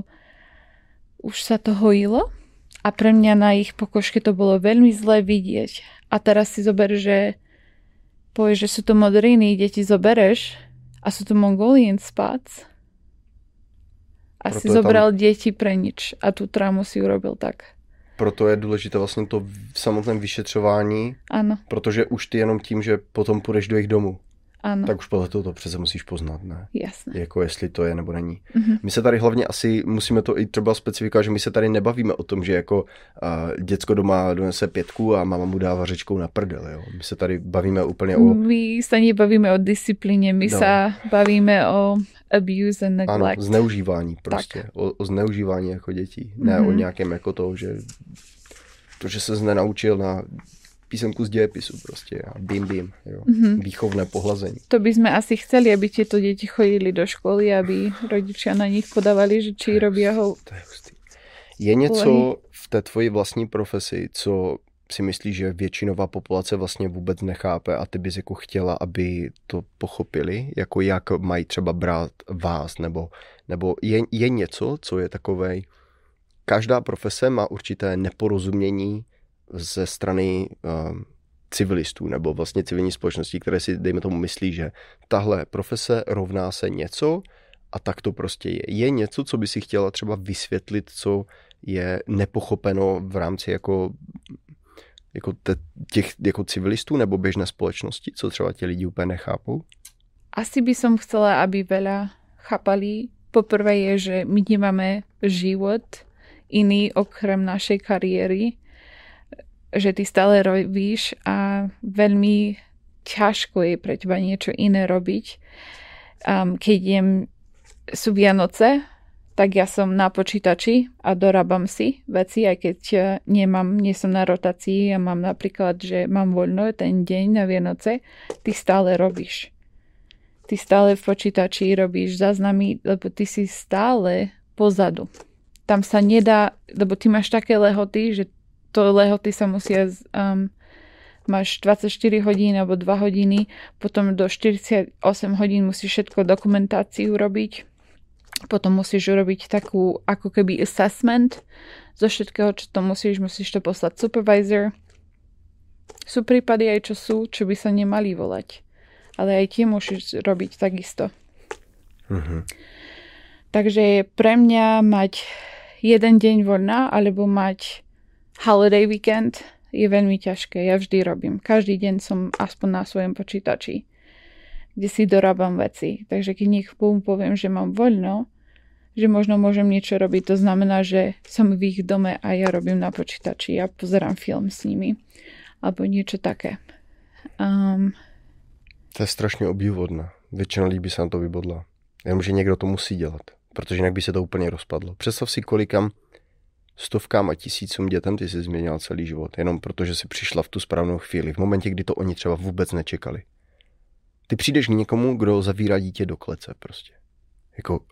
[SPEAKER 2] sa to hojilo a pre mňa na ich pokožke to bolo veľmi zlé vidieť. A teraz si zober, že povieš, že sú to modriny, deti zobereš a sú to Mongolian spots. A si zobral děti pre nič a tu trámu si urobil tak.
[SPEAKER 1] Proto je důležité vlastně to v samotném vyšetřování,
[SPEAKER 2] ano.
[SPEAKER 1] Protože už ty jenom tím, že potom půjdeš do jejich domu,
[SPEAKER 2] ano.
[SPEAKER 1] Tak už podle toho to přece musíš poznat, ne?
[SPEAKER 2] Jasně.
[SPEAKER 1] Jako jestli to je nebo není. My se tady hlavně asi, musíme to i třeba specifikovat, že my se tady nebavíme o tom, že jako děcko doma donese 5 a máma mu dá vařečkou na prdel, jo. My se tady bavíme úplně o...
[SPEAKER 2] My se nebavíme o disciplíně, my se bavíme o abuse and neglect.
[SPEAKER 1] Ano, zneužívání prostě. O zneužívání jako dětí. Ne o nějakém jako to, že se nenaučil na písemku z dějepisu prostě a bím, jo. Výchovné pohlazení.
[SPEAKER 2] To by sme asi chceli, aby tieto deti chodili do školy, aby rodičia na nich podávali, že či robia ho.
[SPEAKER 1] To je hustý. Je něco v té tvoji vlastní profesi, co si myslíš, že většinová populace vlastně vůbec nechápe a ty bys jako chtěla, aby to pochopili, jako jak mají třeba brát vás, nebo je něco, co je takovej, každá profese má určité neporozumění ze strany civilistů nebo vlastně civilní společností, které si, dejme tomu, myslí, že tahle profese rovná se něco a tak to prostě je. Je něco, co by si chtěla třeba vysvětlit, co je nepochopeno v rámci jako civilistů nebo běžné společnosti, co třeba ti lidi úplně nechápou?
[SPEAKER 2] Asi by som chcela, aby veľa chápali. Poprvé je, že my nemáme život iný okrem našej kariéry, že ty stále robíš a veľmi ťažko je pre teba niečo iné robiť. Keď sú Vianoce, tak ja som na počítači a dorábam si veci, aj keď nie som na rotácii a mám napríklad, že mám voľno ten deň na Vianoce, ty stále robíš. Ty stále v počítači robíš záznamy, lebo ty si stále pozadu. Tam sa nedá, lebo ty máš také lehoty, že to lehoty sa musia, máš 24 hodín alebo 2 hodiny, potom do 48 hodín musíš všetko dokumentáciu robiť, potom musíš urobiť takú ako keby assessment zo všetkého, čo to musíš to poslať supervisor. Sú prípady aj čo by sa nemali volať, ale aj tie musíš robiť takisto. Takže pre mňa mať jeden deň voľna alebo mať holiday weekend je veľmi ťažké. Ja vždy robím. Každý deň som aspoň na svojom počítači, kde si dorábam veci. Takže keď niekomu poviem, že mám voľno, že možno môžem niečo robiť, to znamená, že som v ich dome a ja robím na počítači. Ja pozerám film s nimi. Alebo niečo také.
[SPEAKER 1] To je strašně obdivuhodné. Většina lidí by se na to vybodla. Jenomže někdo to musí dělat. Protože jinak by se to úplně rozpadlo. Představ si, kolikam stovkám a tisícům dětem ty jsi změnila celý život, jenom protože jsi přišla v tu správnou chvíli, v momentě, kdy to oni třeba vůbec nečekali. Ty přijdeš k někomu, kdo zavírá dítě do klece prostě. Jako,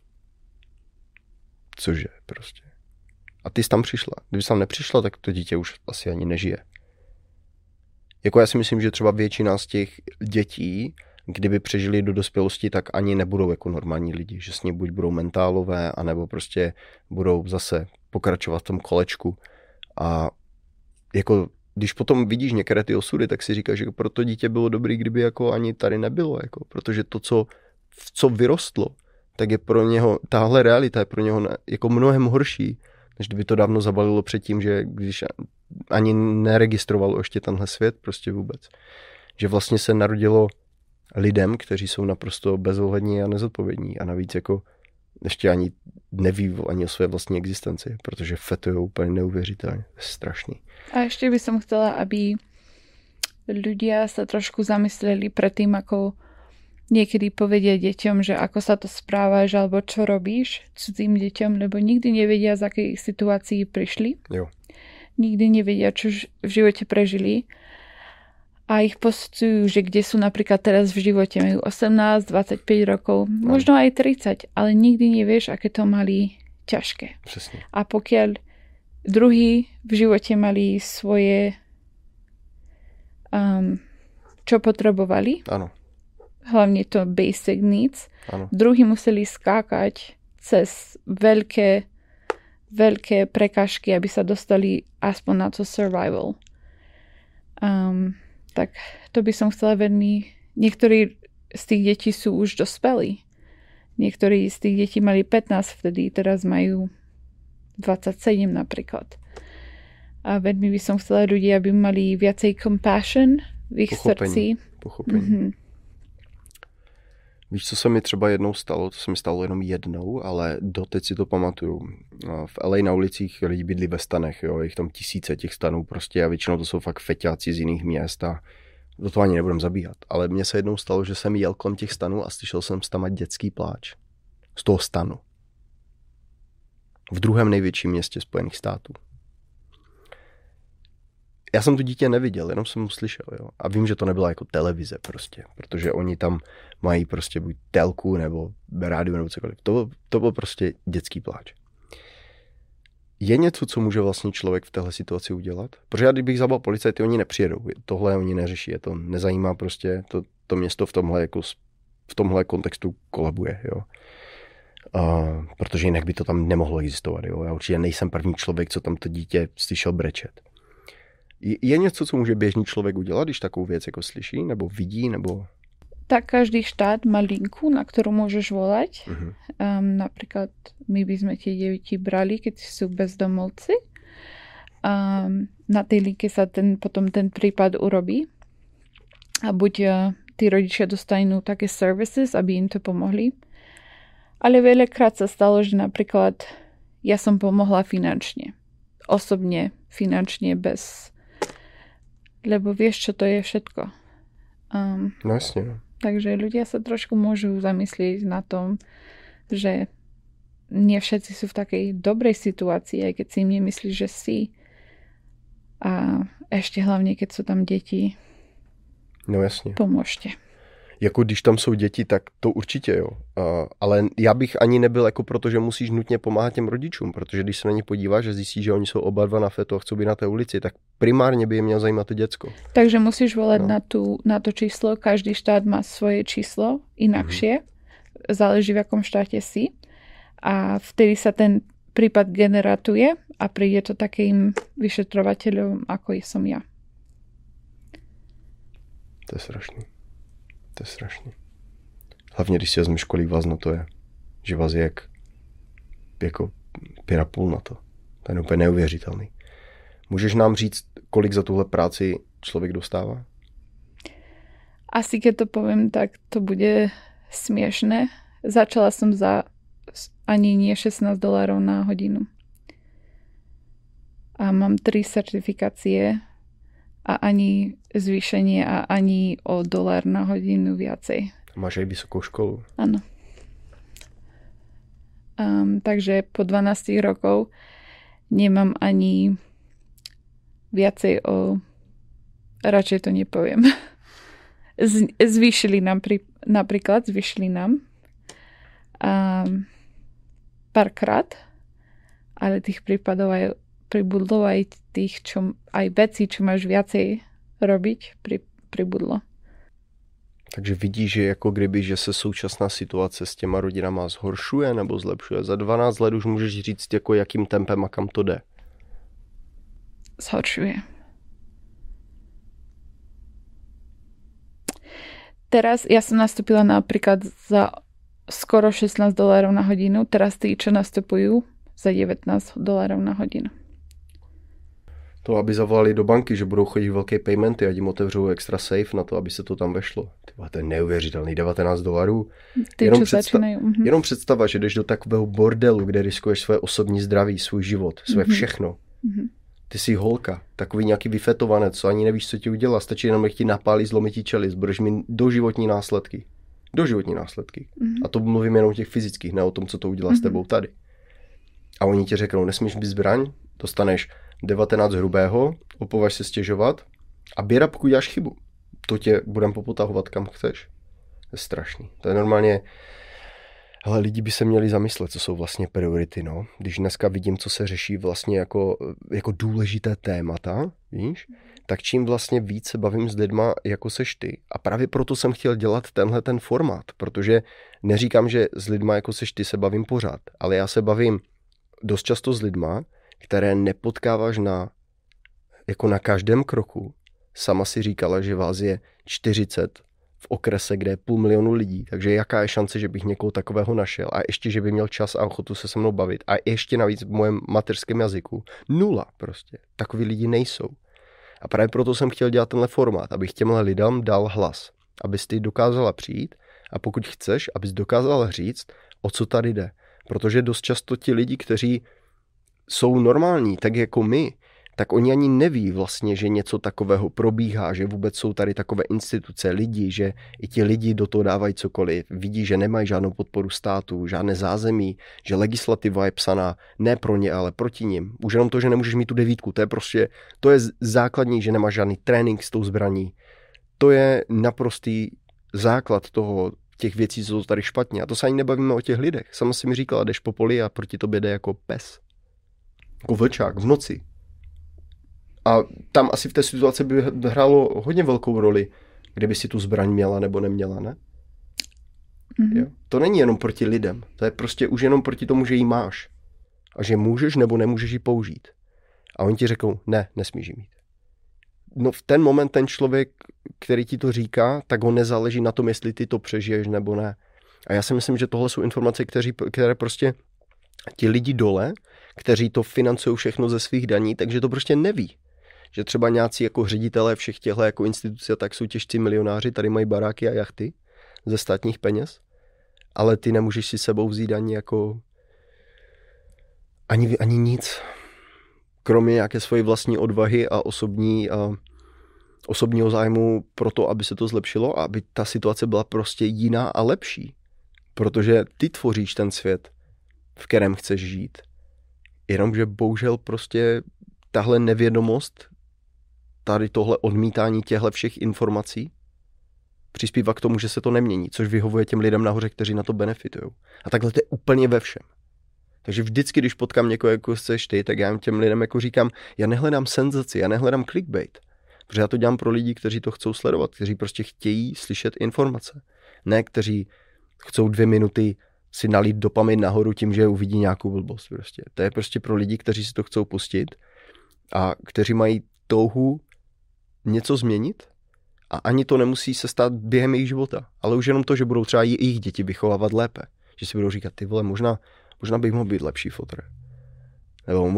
[SPEAKER 1] cože prostě. A ty jsi tam přišla. Kdyby jsi tam nepřišla, tak to dítě už asi ani nežije. Jako já si myslím, že třeba většina z těch dětí, kdyby přežili do dospělosti, tak ani nebudou jako normální lidi, že s ní buď budou mentálové, anebo prostě budou zase pokračovat v tom kolečku. A jako když potom vidíš některé ty osudy, tak si říkáš, že pro to dítě bylo dobrý, kdyby jako ani tady nebylo, jako, protože to, co vyrostlo, tak je pro něho, tahle realita je pro něho jako mnohem horší, než kdyby to dávno zabalilo předtím, že když ani neregistrovalo ještě tenhle svět prostě vůbec. Že vlastně se narodilo lidem, kteří jsou naprosto bezohlední a nezodpovědní a navíc jako ještě ani neví ani o své vlastní existenci, protože fetují úplně neuvěřitelně. Strašný.
[SPEAKER 2] A ještě by som chcela, aby ľudia sa trošku zamysleli pred tým, ako niekedy povedia deťom, že ako sa to správaš alebo čo robíš cudzým deťom, lebo nikdy nevedia, z akej situácii prišli.
[SPEAKER 1] Jo.
[SPEAKER 2] Nikdy nevedia, čo v živote prežili. A ich posudzujú, že kde sú napríklad teraz v živote. Majú 18, 25 rokov, možno aj 30, ale nikdy nevieš, aké to mali ťažké.
[SPEAKER 1] Přesně.
[SPEAKER 2] A pokiaľ druhí v živote mali svoje čo potrebovali,
[SPEAKER 1] Ano.
[SPEAKER 2] hlavne to basic needs,
[SPEAKER 1] Ano.
[SPEAKER 2] druhí museli skákať cez veľké prekažky, aby sa dostali aspoň na to survival. Tak to by som chcela veľmi... Niektorí z tých detí sú už dospelí. Niektorí z tých detí mali 15 vtedy, teraz majú 27 napríklad. A veľmi by som chcela ľudia, aby mali viacej compassion v ich srdci.
[SPEAKER 1] Pochopení. Mm-hmm. Víš, co se mi třeba jednou stalo? To se mi stalo jenom jednou, ale doteď si to pamatuju. V LA na ulicích lidi bydlí ve stanech, jo, jich tam tisíce těch stanů prostě a většinou to jsou fakt feťáci z jiných měst a do toho ani nebudem zabíhat. Ale mně se jednou stalo, že jsem jel kolem těch stanů a slyšel jsem tam dětský pláč. Z toho stanu. V druhém největším městě Spojených států. Já jsem to dítě neviděl, jenom jsem mu slyšel, jo. A vím, že to nebyla jako televize prostě, protože oni tam mají prostě buď telku nebo rádio nebo cokoliv. To byl prostě dětský pláč. Je něco, co může vlastně člověk v téhle situaci udělat? Protože já kdybych zavolal policajty, oni nepřijedou. Tohle oni neřeší, je to nezajímá prostě, to město v tomhle kontextu kolabuje, jo. Protože jinak by to tam nemohlo existovat, jo. Já určitě nejsem první člověk, co tam to dítě slyšel brečet. Je něco, co může běžný člověk udělat, když takovou věc jako slyší, nebo vidí, nebo...
[SPEAKER 2] Tak každý štát má linku, na ktorú môžeš volať. Uh-huh. Napríklad my by sme tie deti brali, keď sú bezdomovci. Na tej linke sa potom ten prípad urobí. A buď tí rodičia dostanú také services, aby im to pomohli. Ale veľakrát sa stalo, že napríklad ja som pomohla finančne. Osobne, finančne, bez... Lebo vieš, čo to je všetko.
[SPEAKER 1] No jasne, no.
[SPEAKER 2] Takže ľudia sa trošku môžu zamyslieť na tom, že nie všetci sú v takej dobrej situácii, aj keď si im nemyslíš, že si. A ešte hlavne, keď sú tam deti.
[SPEAKER 1] No jasně.
[SPEAKER 2] Pomôžte.
[SPEAKER 1] Jako když tam jsou děti, tak to určitě jo. Ale já bych ani nebyl jako proto, že musíš nutně pomáhat těm rodičům, protože když se na ně podíváš a zjistíš, že oni jsou oba dva na fetu a chcou být na té ulici, tak primárně by je měl zajímat to děcko.
[SPEAKER 2] Takže musíš volať na to číslo. Každý štát má svoje číslo inakšie. Záleží, v akom štáte si. A vtedy sa ten prípad generatuje a príde to takým vyšetrovateľom, ako som ja.
[SPEAKER 1] To je strašný. To je strašný. Hlavně, když si vezmeš, kolik vás na to je. Že vás je jako 5,5 na to. To je úplně neuvěřitelný. Můžeš nám říct, kolik za tuhle práci člověk dostává?
[SPEAKER 2] Asi keď to poviem, tak to bude smiešné. Začala som za ani nie $16 na hodinu. A mám 3 certifikácie a ani zvýšenie a ani o $1 na hodinu viacej.
[SPEAKER 1] Máš aj vysokú školu.
[SPEAKER 2] Áno. Takže po 12 rokov nemám ani viacej radšej to nepoviem. Zvýšili nám párkrát, ale tých prípadov aj pribudlo, aj tých, aj vecí, čo máš viacej robiť, pribudlo.
[SPEAKER 1] Takže vidíš, že jako kdyby, že se současná situace s těma rodinama zhoršuje nebo zlepšuje. Za 12 let už můžeš říct, jako jakým tempem a kam to jde.
[SPEAKER 2] Zhoršuje. Teraz ja som nastúpila napríklad za skoro $16 na hodinu, teraz tí, čo nastupujú, za $19 na hodinu.
[SPEAKER 1] To, aby zavolali do banky, že budou chodit velké paymenty a jim otevřou extra safe na to, aby se to tam vešlo. Tyba, to je neuvěřitelný, $19. Jenom představa, že jdeš do takového bordelu, kde riskuješ své osobní zdraví, svůj život, své všechno. Ty jsi holka, takový nějaký vyfetovanec, co ani nevíš, co ti udělá, stačí jenom, jak ti napálí, zlomí ti čelist, budeš mít doživotní následky. Doživotní následky. A to mluvím jenom o těch fyzických, ne o tom, co to udělá s tebou tady. A oni ti řeknou, nesmíš být zbraň, dostaneš 19 hrubého, opovaž se stěžovat a běda, pokud děláš chybu. To tě budem popotahovat kam chceš. To je strašný. To je normálně... Hele, lidi by se měli zamyslet, co jsou vlastně priority, no. Když dneska vidím, co se řeší vlastně jako důležité témata, víš, tak čím vlastně víc se bavím s lidma, jako seš ty. A právě proto jsem chtěl dělat tenhle ten formát, protože neříkám, že s lidma, jako seš ty, se bavím pořád, ale já se bavím dost často s lidma, které nepotkáváš jako na každém kroku. Sama si říkala, že vás je 40 v okrese, kde je 500 000 lidí, takže jaká je šance, že bych někoho takového našel a ještě, že by měl čas a ochotu se mnou bavit a ještě navíc v mojem mateřském jazyku. 0 prostě. Takoví lidi nejsou. A právě proto jsem chtěl dělat tenhle formát, abych těmhle lidem dal hlas, abys ty dokázala přijít a pokud chceš, abys dokázala říct, o co tady jde. Protože dost často ti lidi, kteří jsou normální, tak jako my, tak oni ani neví vlastně, že něco takového probíhá, že vůbec jsou tady takové instituce, lidi, že i ti lidi do toho dávají cokoliv. Vidí, že nemají žádnou podporu státu, žádné zázemí, že legislativa je psaná ne pro ně, ale proti nim. Už jenom to, že nemůžeš mít tu 9, to je základní, že nemáš žádný trénink s tou zbraní. To je naprostý základ těch věcí, co jsou tady špatně. A to se ani nebavíme o těch lidech. Sama si mi říkala, jdeš po poli a proti tobě jde jako pes. Jako vlčák v noci. A tam asi v té situaci by hrálo hodně velkou roli, kdyby si tu zbraň měla nebo neměla, ne? Jo? To není jenom proti lidem. To je prostě už jenom proti tomu, že ji máš. A že můžeš nebo nemůžeš ji použít. A oni ti řeknou, ne, nesmíš ji mít. No v ten moment ten člověk, který ti to říká, tak ho nezáleží na tom, jestli ty to přežiješ nebo ne. A já si myslím, že tohle jsou informace, které prostě ti lidi dole, kteří to financují všechno ze svých daní, takže to prostě neví. Že třeba nějací jako ředitelé všech těchto jako institucí, tak jsou těžcí milionáři, tady mají baráky a jachty ze státních peněz, ale ty nemůžeš si sebou vzít ani jako ani nic. Kromě nějaké svojí vlastní odvahy a osobního zájmu pro to, aby se to zlepšilo a aby ta situace byla prostě jiná a lepší. Protože ty tvoříš ten svět, v kterém chceš žít. Jenomže bohužel prostě tahle nevědomost, tady tohle odmítání těchto všech informací přispívá k tomu, že se to nemění, což vyhovuje těm lidem nahoře, kteří na to benefitují. A takhle to je úplně ve všem. Takže vždycky, když potkám někoho, jako seš ty, tak já těm lidem jako říkám, já nehledám senzaci, já nehledám clickbait. Protože já to dělám pro lidi, kteří to chcou sledovat, kteří prostě chtějí slyšet informace. Ne, kteří chcou 2 minuty si nalít dopamin nahoru tím, že uvidí nějakou blbost. Prostě. To je prostě pro lidi, kteří si to chcou pustit a kteří mají touhu něco změnit a ani to nemusí se stát během jejich života. Ale už jenom to, že budou třeba jejich děti vychovávat lépe. Že si budou říkat, ty vole, možná bych mohl být lepší fotr. Nebo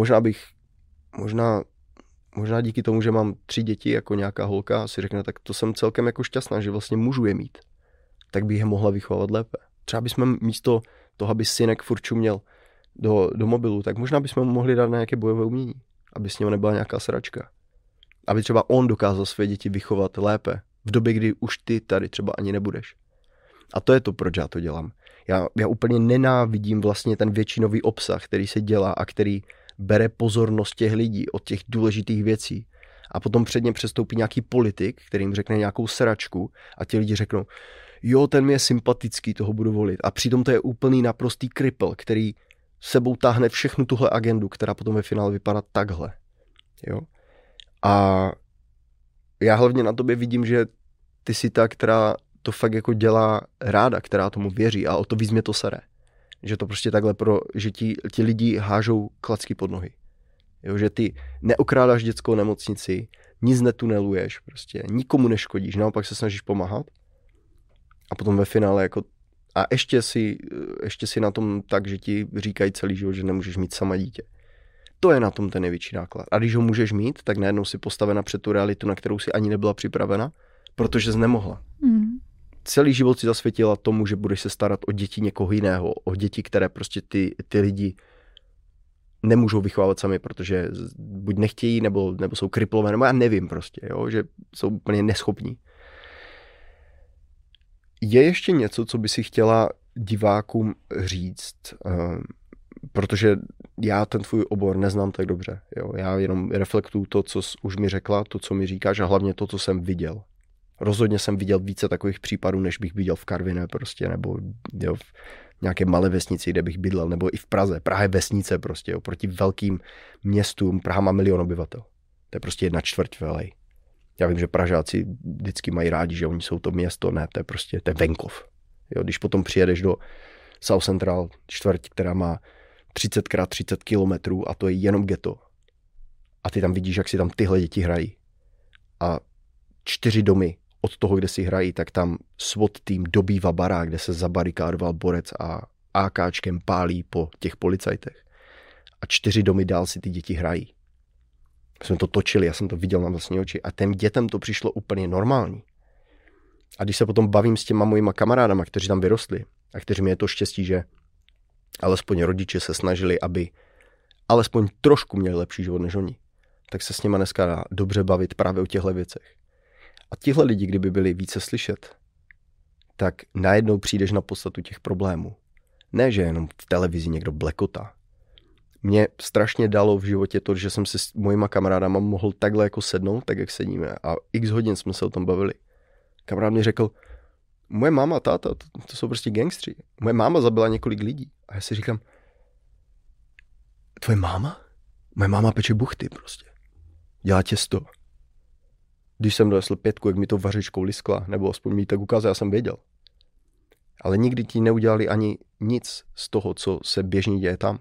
[SPEAKER 1] možná díky tomu, že mám 3 děti jako nějaká holka, si řekne, tak to jsem celkem jako šťastná, že vlastně můžu je mít. Tak bych je mohla vychovávat lépe. Třeba bychom místo toho, aby synek furt čuměl do mobilu, tak možná bychom mu mohli dát na nějaké bojové umění, aby s ním nebyla nějaká sračka. Aby třeba on dokázal své děti vychovat lépe v době, kdy už ty tady třeba ani nebudeš. A to je to, proč já to dělám. Já úplně nenávidím vlastně ten většinový obsah, který se dělá a který bere pozornost těch lidí od těch důležitých věcí. A potom před ně přestoupí nějaký politik, který jim řekne nějakou sračku a ti lidi řeknou, jo, ten mi je sympatický, toho budu volit. A přitom to je úplný naprostý kripl, který sebou táhne všechnu tuhle agendu, která potom ve finále vypadá takhle. Jo? A já hlavně na tobě vidím, že ty jsi ta, která to fakt jako dělá ráda, která tomu věří a o to víc mě to sere. Že to prostě takhle že ti lidi hážou klacky pod nohy. Jo, že ty neokrádáš dětskou nemocnici, nic netuneluješ, prostě nikomu neškodíš, naopak se snažíš pomáhat. A potom ve finále jako a ještě si na tom tak, že ti říkají celý život, že nemůžeš mít sama dítě. To je na tom ten největší náklad. A když ho můžeš mít, tak najednou si postavena před tu realitu, na kterou si ani nebyla připravena, protože jsi nemohla. Celý život si zasvětila tomu, že budeš se starat o děti někoho jiného, o děti, které prostě ty lidi nemůžou vychovávat sami, protože buď nechtějí, nebo jsou kriplové, nebo já nevím prostě, jo, že jsou úplně neschopní. Je ještě něco, co by si chtěla divákům říct, protože já ten tvůj obor neznám tak dobře. Jo? Já jenom reflektuju to, co už mi řekla, to, co mi říkáš a hlavně to, co jsem viděl. Rozhodně jsem viděl více takových případů, než bych viděl v Karviné prostě, nebo jo, v nějaké malé vesnici, kde bych bydlel, nebo i v Praze. Praha je vesnice prostě, oproti velkým městům. Praha má 1 000 000 obyvatel. To je prostě 1/4 v LA. Já vím, že Pražáci vždycky mají rádi, že oni jsou to město, ne, to je venkov. Jo, když potom přijedeš do South Central čtvrť, která má 30x30 kilometrů a to je jenom ghetto. A ty tam vidíš, jak si tam tyhle děti hrají. A 4 domy od toho, kde si hrají, tak tam SWAT tým dobývá barák, kde se zabarikádoval borec a AKčkem pálí po těch policajtech. A 4 domy dál si ty děti hrají. Jsme to točili, já jsem to viděl na vlastní oči a těm dětem to přišlo úplně normální. A když se potom bavím s těma mojima kamarádama, kteří tam vyrostli a kteří mi je to štěstí, že alespoň rodiče se snažili, aby alespoň trošku měli lepší život než oni, tak se s nima dneska dá dobře bavit právě o těchto věcech. A tihle lidi, kdyby byli více slyšet, tak najednou přijdeš na podstatu těch problémů. Ne, že jenom v televizi někdo blekotá. Mě strašně dalo v životě to, že jsem se s mojima kamarádama mohl takhle jako sednout, tak jak sedíme a x hodin jsme se o tom bavili. Kamarád mi řekl, moje máma a táta, to jsou prostě gangstři. Moje máma zabila několik lidí. A já si říkám, tvoje máma? Moje máma peče buchty prostě. Dělá těsto. Když jsem donesl 5, jak mi to vařičkou liskla, nebo aspoň mi tak ukázal, já jsem věděl. Ale nikdy ti neudělali ani nic z toho, co se běžně děje tam.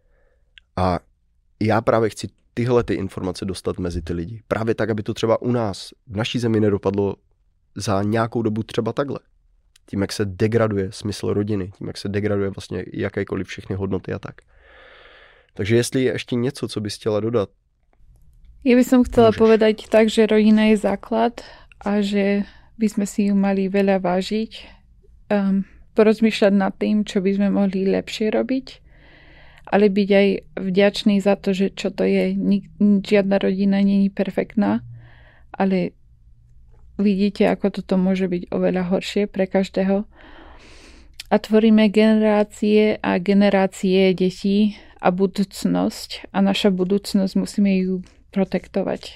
[SPEAKER 1] A já právě chci tyhle ty informace dostat mezi ty lidi. Právě tak, aby to třeba u nás, v naší zemi nedopadlo za nějakou dobu třeba takhle. Tím, jak se degraduje smysl rodiny, tím, jak se degraduje vlastně jakékoliv všechny hodnoty a tak. Takže jestli je ještě něco, co bys chtěla dodat.
[SPEAKER 2] Ja by som chcela povedať tak, že rodina je základ a že by sme si ju mali veľa vážiť, porozmýšľať nad tým, čo by sme mohli lepšie robiť, ale byť aj vďačný za to, že čo to je. Žiadna rodina není perfektná, ale vidíte, ako toto môže byť oveľa horšie pre každého. A tvoríme generácie a generácie detí a budúcnosť. A naša budúcnosť musíme ju protektovať.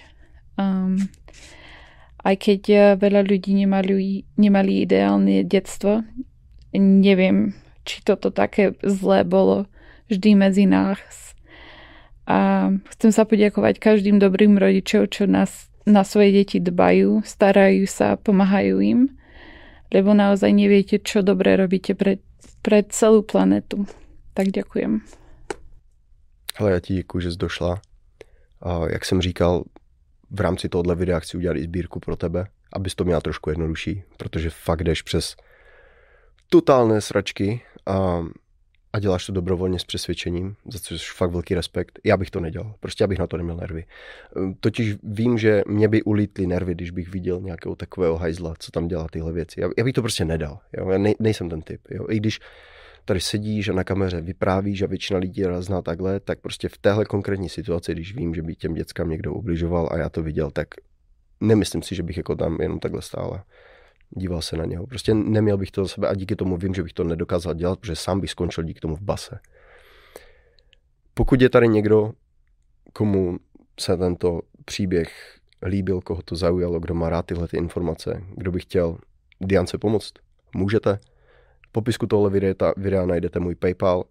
[SPEAKER 2] Aj keď veľa ľudí nemali ideálne detstvo, neviem, či toto také zlé bolo vždy medzi nás. A chcem sa poďakovať každým dobrým rodičom, čo na svoje deti dbajú, starajú sa, pomáhajú im, lebo naozaj neviete, čo dobre robíte pre celú planetu. Tak ďakujem.
[SPEAKER 1] Hele, já ti děkuji, že jsi došla. A jak jsem říkal, v rámci tohohle videa chci udělat i sbírku pro tebe, abys to měla trošku jednodušší, protože fakt jdeš přes totálné sračky a děláš to dobrovolně s přesvědčením, za což fakt velký respekt. Já bych to nedělal, prostě já bych na to neměl nervy. Totiž vím, že mě by ulítly nervy, když bych viděl nějakého takového hajzla, co tam dělá tyhle věci. Já bych to prostě nedal, jo? Já nejsem ten typ. Jo? I když tady sedíš a na kameře vyprávíš a většina lidí zná takhle, tak prostě v téhle konkrétní situaci, když vím, že by těm dětskám někdo ubližoval a já to viděl, tak nemyslím si, že bych jako tam jenom takhle stál. Díval se na něho. Prostě neměl bych to za sebe a díky tomu vím, že bych to nedokázal dělat, protože sám bych skončil díky tomu v base. Pokud je tady někdo, komu se tento příběh líbil, koho to zaujalo, kdo má rád tyhle ty informace, kdo by chtěl Diance pomoct, můžete. V popisku tohle videa najdete můj PayPal.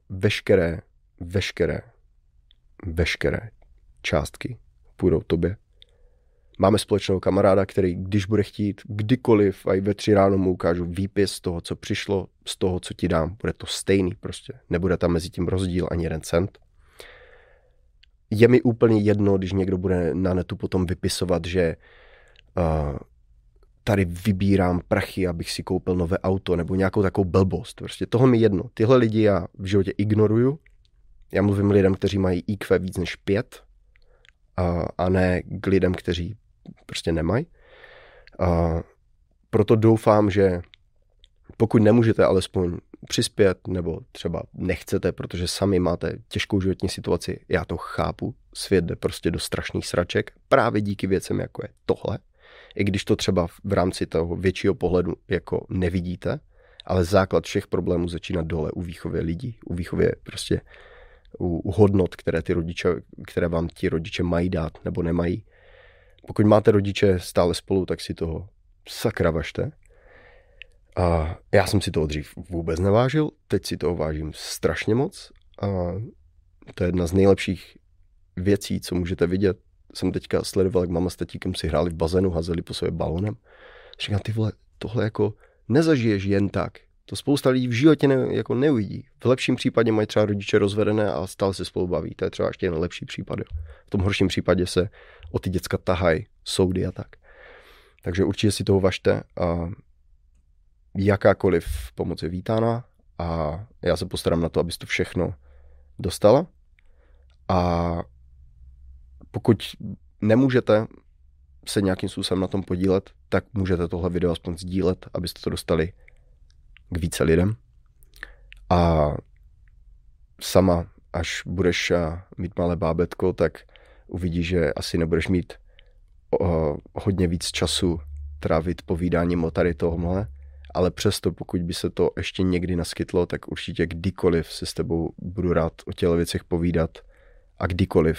[SPEAKER 1] Veškeré částky půjdou tobě. Máme společného kamaráda, který, když bude chtít, kdykoliv, a i ve 3 ráno mu ukážu výpis z toho, co přišlo, z toho, co ti dám. Bude to stejný prostě. Nebude tam mezi tím rozdíl ani 1 cent. Je mi úplně jedno, když někdo bude na netu potom vypisovat, že tady vybírám prachy, abych si koupil nové auto, nebo nějakou takovou blbost. Prostě toho mi jedno. Tyhle lidi já v životě ignoruju. Já mluvím lidem, kteří mají IQ víc než 5 a ne k lidem, kteří prostě nemají. Proto doufám, že Pokud nemůžete alespoň přispět, nebo třeba nechcete, protože sami máte těžkou životní situaci, já to chápu, svět jde prostě do strašných sraček, právě díky věcem, jako je tohle, i když to třeba v rámci toho většího pohledu jako nevidíte, ale základ všech problémů začíná dole u výchově lidí, u výchově prostě u hodnot, které vám ti rodiče mají dát nebo nemají. Pokud máte rodiče stále spolu, tak si toho sakra važte. A já jsem si toho dřív vůbec nevážil, teď si toho vážím strašně moc. A to je jedna z nejlepších věcí, co můžete vidět. Jsem teďka sledoval, jak mama s tatíkem si hráli v bazénu, hazeli po sobě balónem. Říkám, ty vole, tohle jako nezažiješ jen tak. To spousta lidí v životě jako neuvidí. V lepším případě mají třeba rodiče rozvedené a stále se spolu baví. To je třeba ještě jen lepší případ. Jo. V tom horším případě se o ty děcka tahají soudy a tak. Takže určitě si toho važte. A jakákoliv pomoc je vítána a já se postarám na to, abys to všechno dostala. A pokud nemůžete se nějakým způsobem na tom podílet, tak můžete tohle video aspoň sdílet, abyste to dostali k více lidem. A sama, až budeš mít malé bábätko, tak uvidíš, že asi nebudeš mít hodně víc času trávit povídáním o tady tohle, ale přesto, pokud by se to ještě někdy naskytlo, tak určitě kdykoliv se s tebou budu rád o těchto věcech povídat a kdykoliv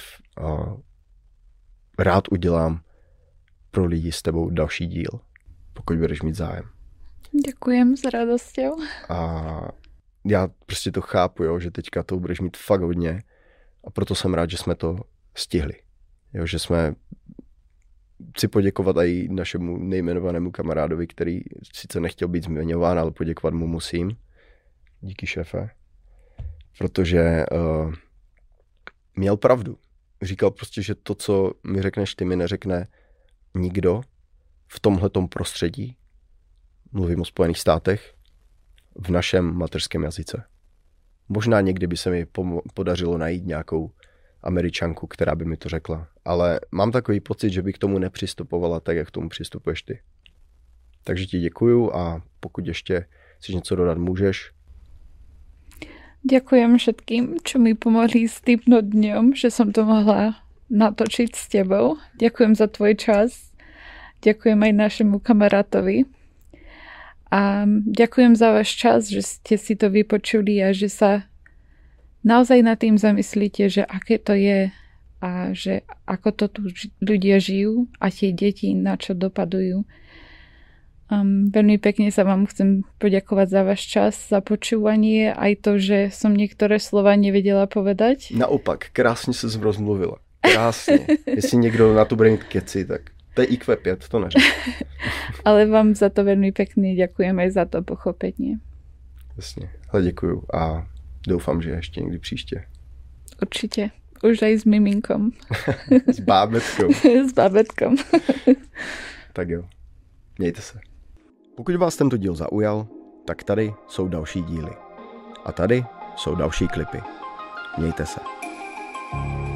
[SPEAKER 1] rád udělám pro lidi s tebou další díl, pokud budeš mít zájem.
[SPEAKER 2] Děkujem s radostí.
[SPEAKER 1] A já prostě to chápu, jo, že teďka to budeš mít fakt hodně a proto jsem rád, že jsme to stihli. Jo, že jsme chci poděkovat i našemu nejmenovanému kamarádovi, který sice nechtěl být zmiňován, ale poděkovat mu musím. Díky, šéfe. Protože měl pravdu. Říkal prostě, že to, co mi řekneš ty, mi neřekne nikdo v tomhletom prostředí. Mluvím o Spojených státech, v našem mateřském jazyce. Možná někdy by se mi podařilo najít nějakou Američanku, která by mi to řekla. Ale mám takový pocit, že by k tomu nepřistupovala tak, jak k tomu přistupuješ ty. Takže ti děkuju a pokud ještě si něco dodat můžeš.
[SPEAKER 2] Ďakujem všetkým, čo mi pomohli s týmto dňom, že som to mohla natočiť s tebou. Ďakujem za tvoj čas. Ďakujem aj našemu kamarátovi. A ďakujem za váš čas, že ste si to vypočuli a že sa naozaj nad tým zamyslíte, že aké to je a že ako to tu ľudia žijú a tie deti na čo dopadujú. Veľmi pekne sa vám chcem poďakovať za váš čas, za počúvanie, aj to, že som niektoré slova nevedela povedať.
[SPEAKER 1] Naopak, krásně se rozmluvila. Krásně. Jestli někdo na to bude mít keci, tak to je IQ 5, to neřekl.
[SPEAKER 2] Ale vám za to veľmi pekne ďakujem aj za to pochopenie.
[SPEAKER 1] Jasně. Hele, děkuju a doufám, že ještě někdy příště.
[SPEAKER 2] Určite. Už aj s miminkom.
[SPEAKER 1] S bábätkou.
[SPEAKER 2] S bábätkom.
[SPEAKER 1] Tak jo. Mějte se. Pokud vás tento díl zaujal, tak tady jsou další díly. A tady jsou další klipy. Mějte se.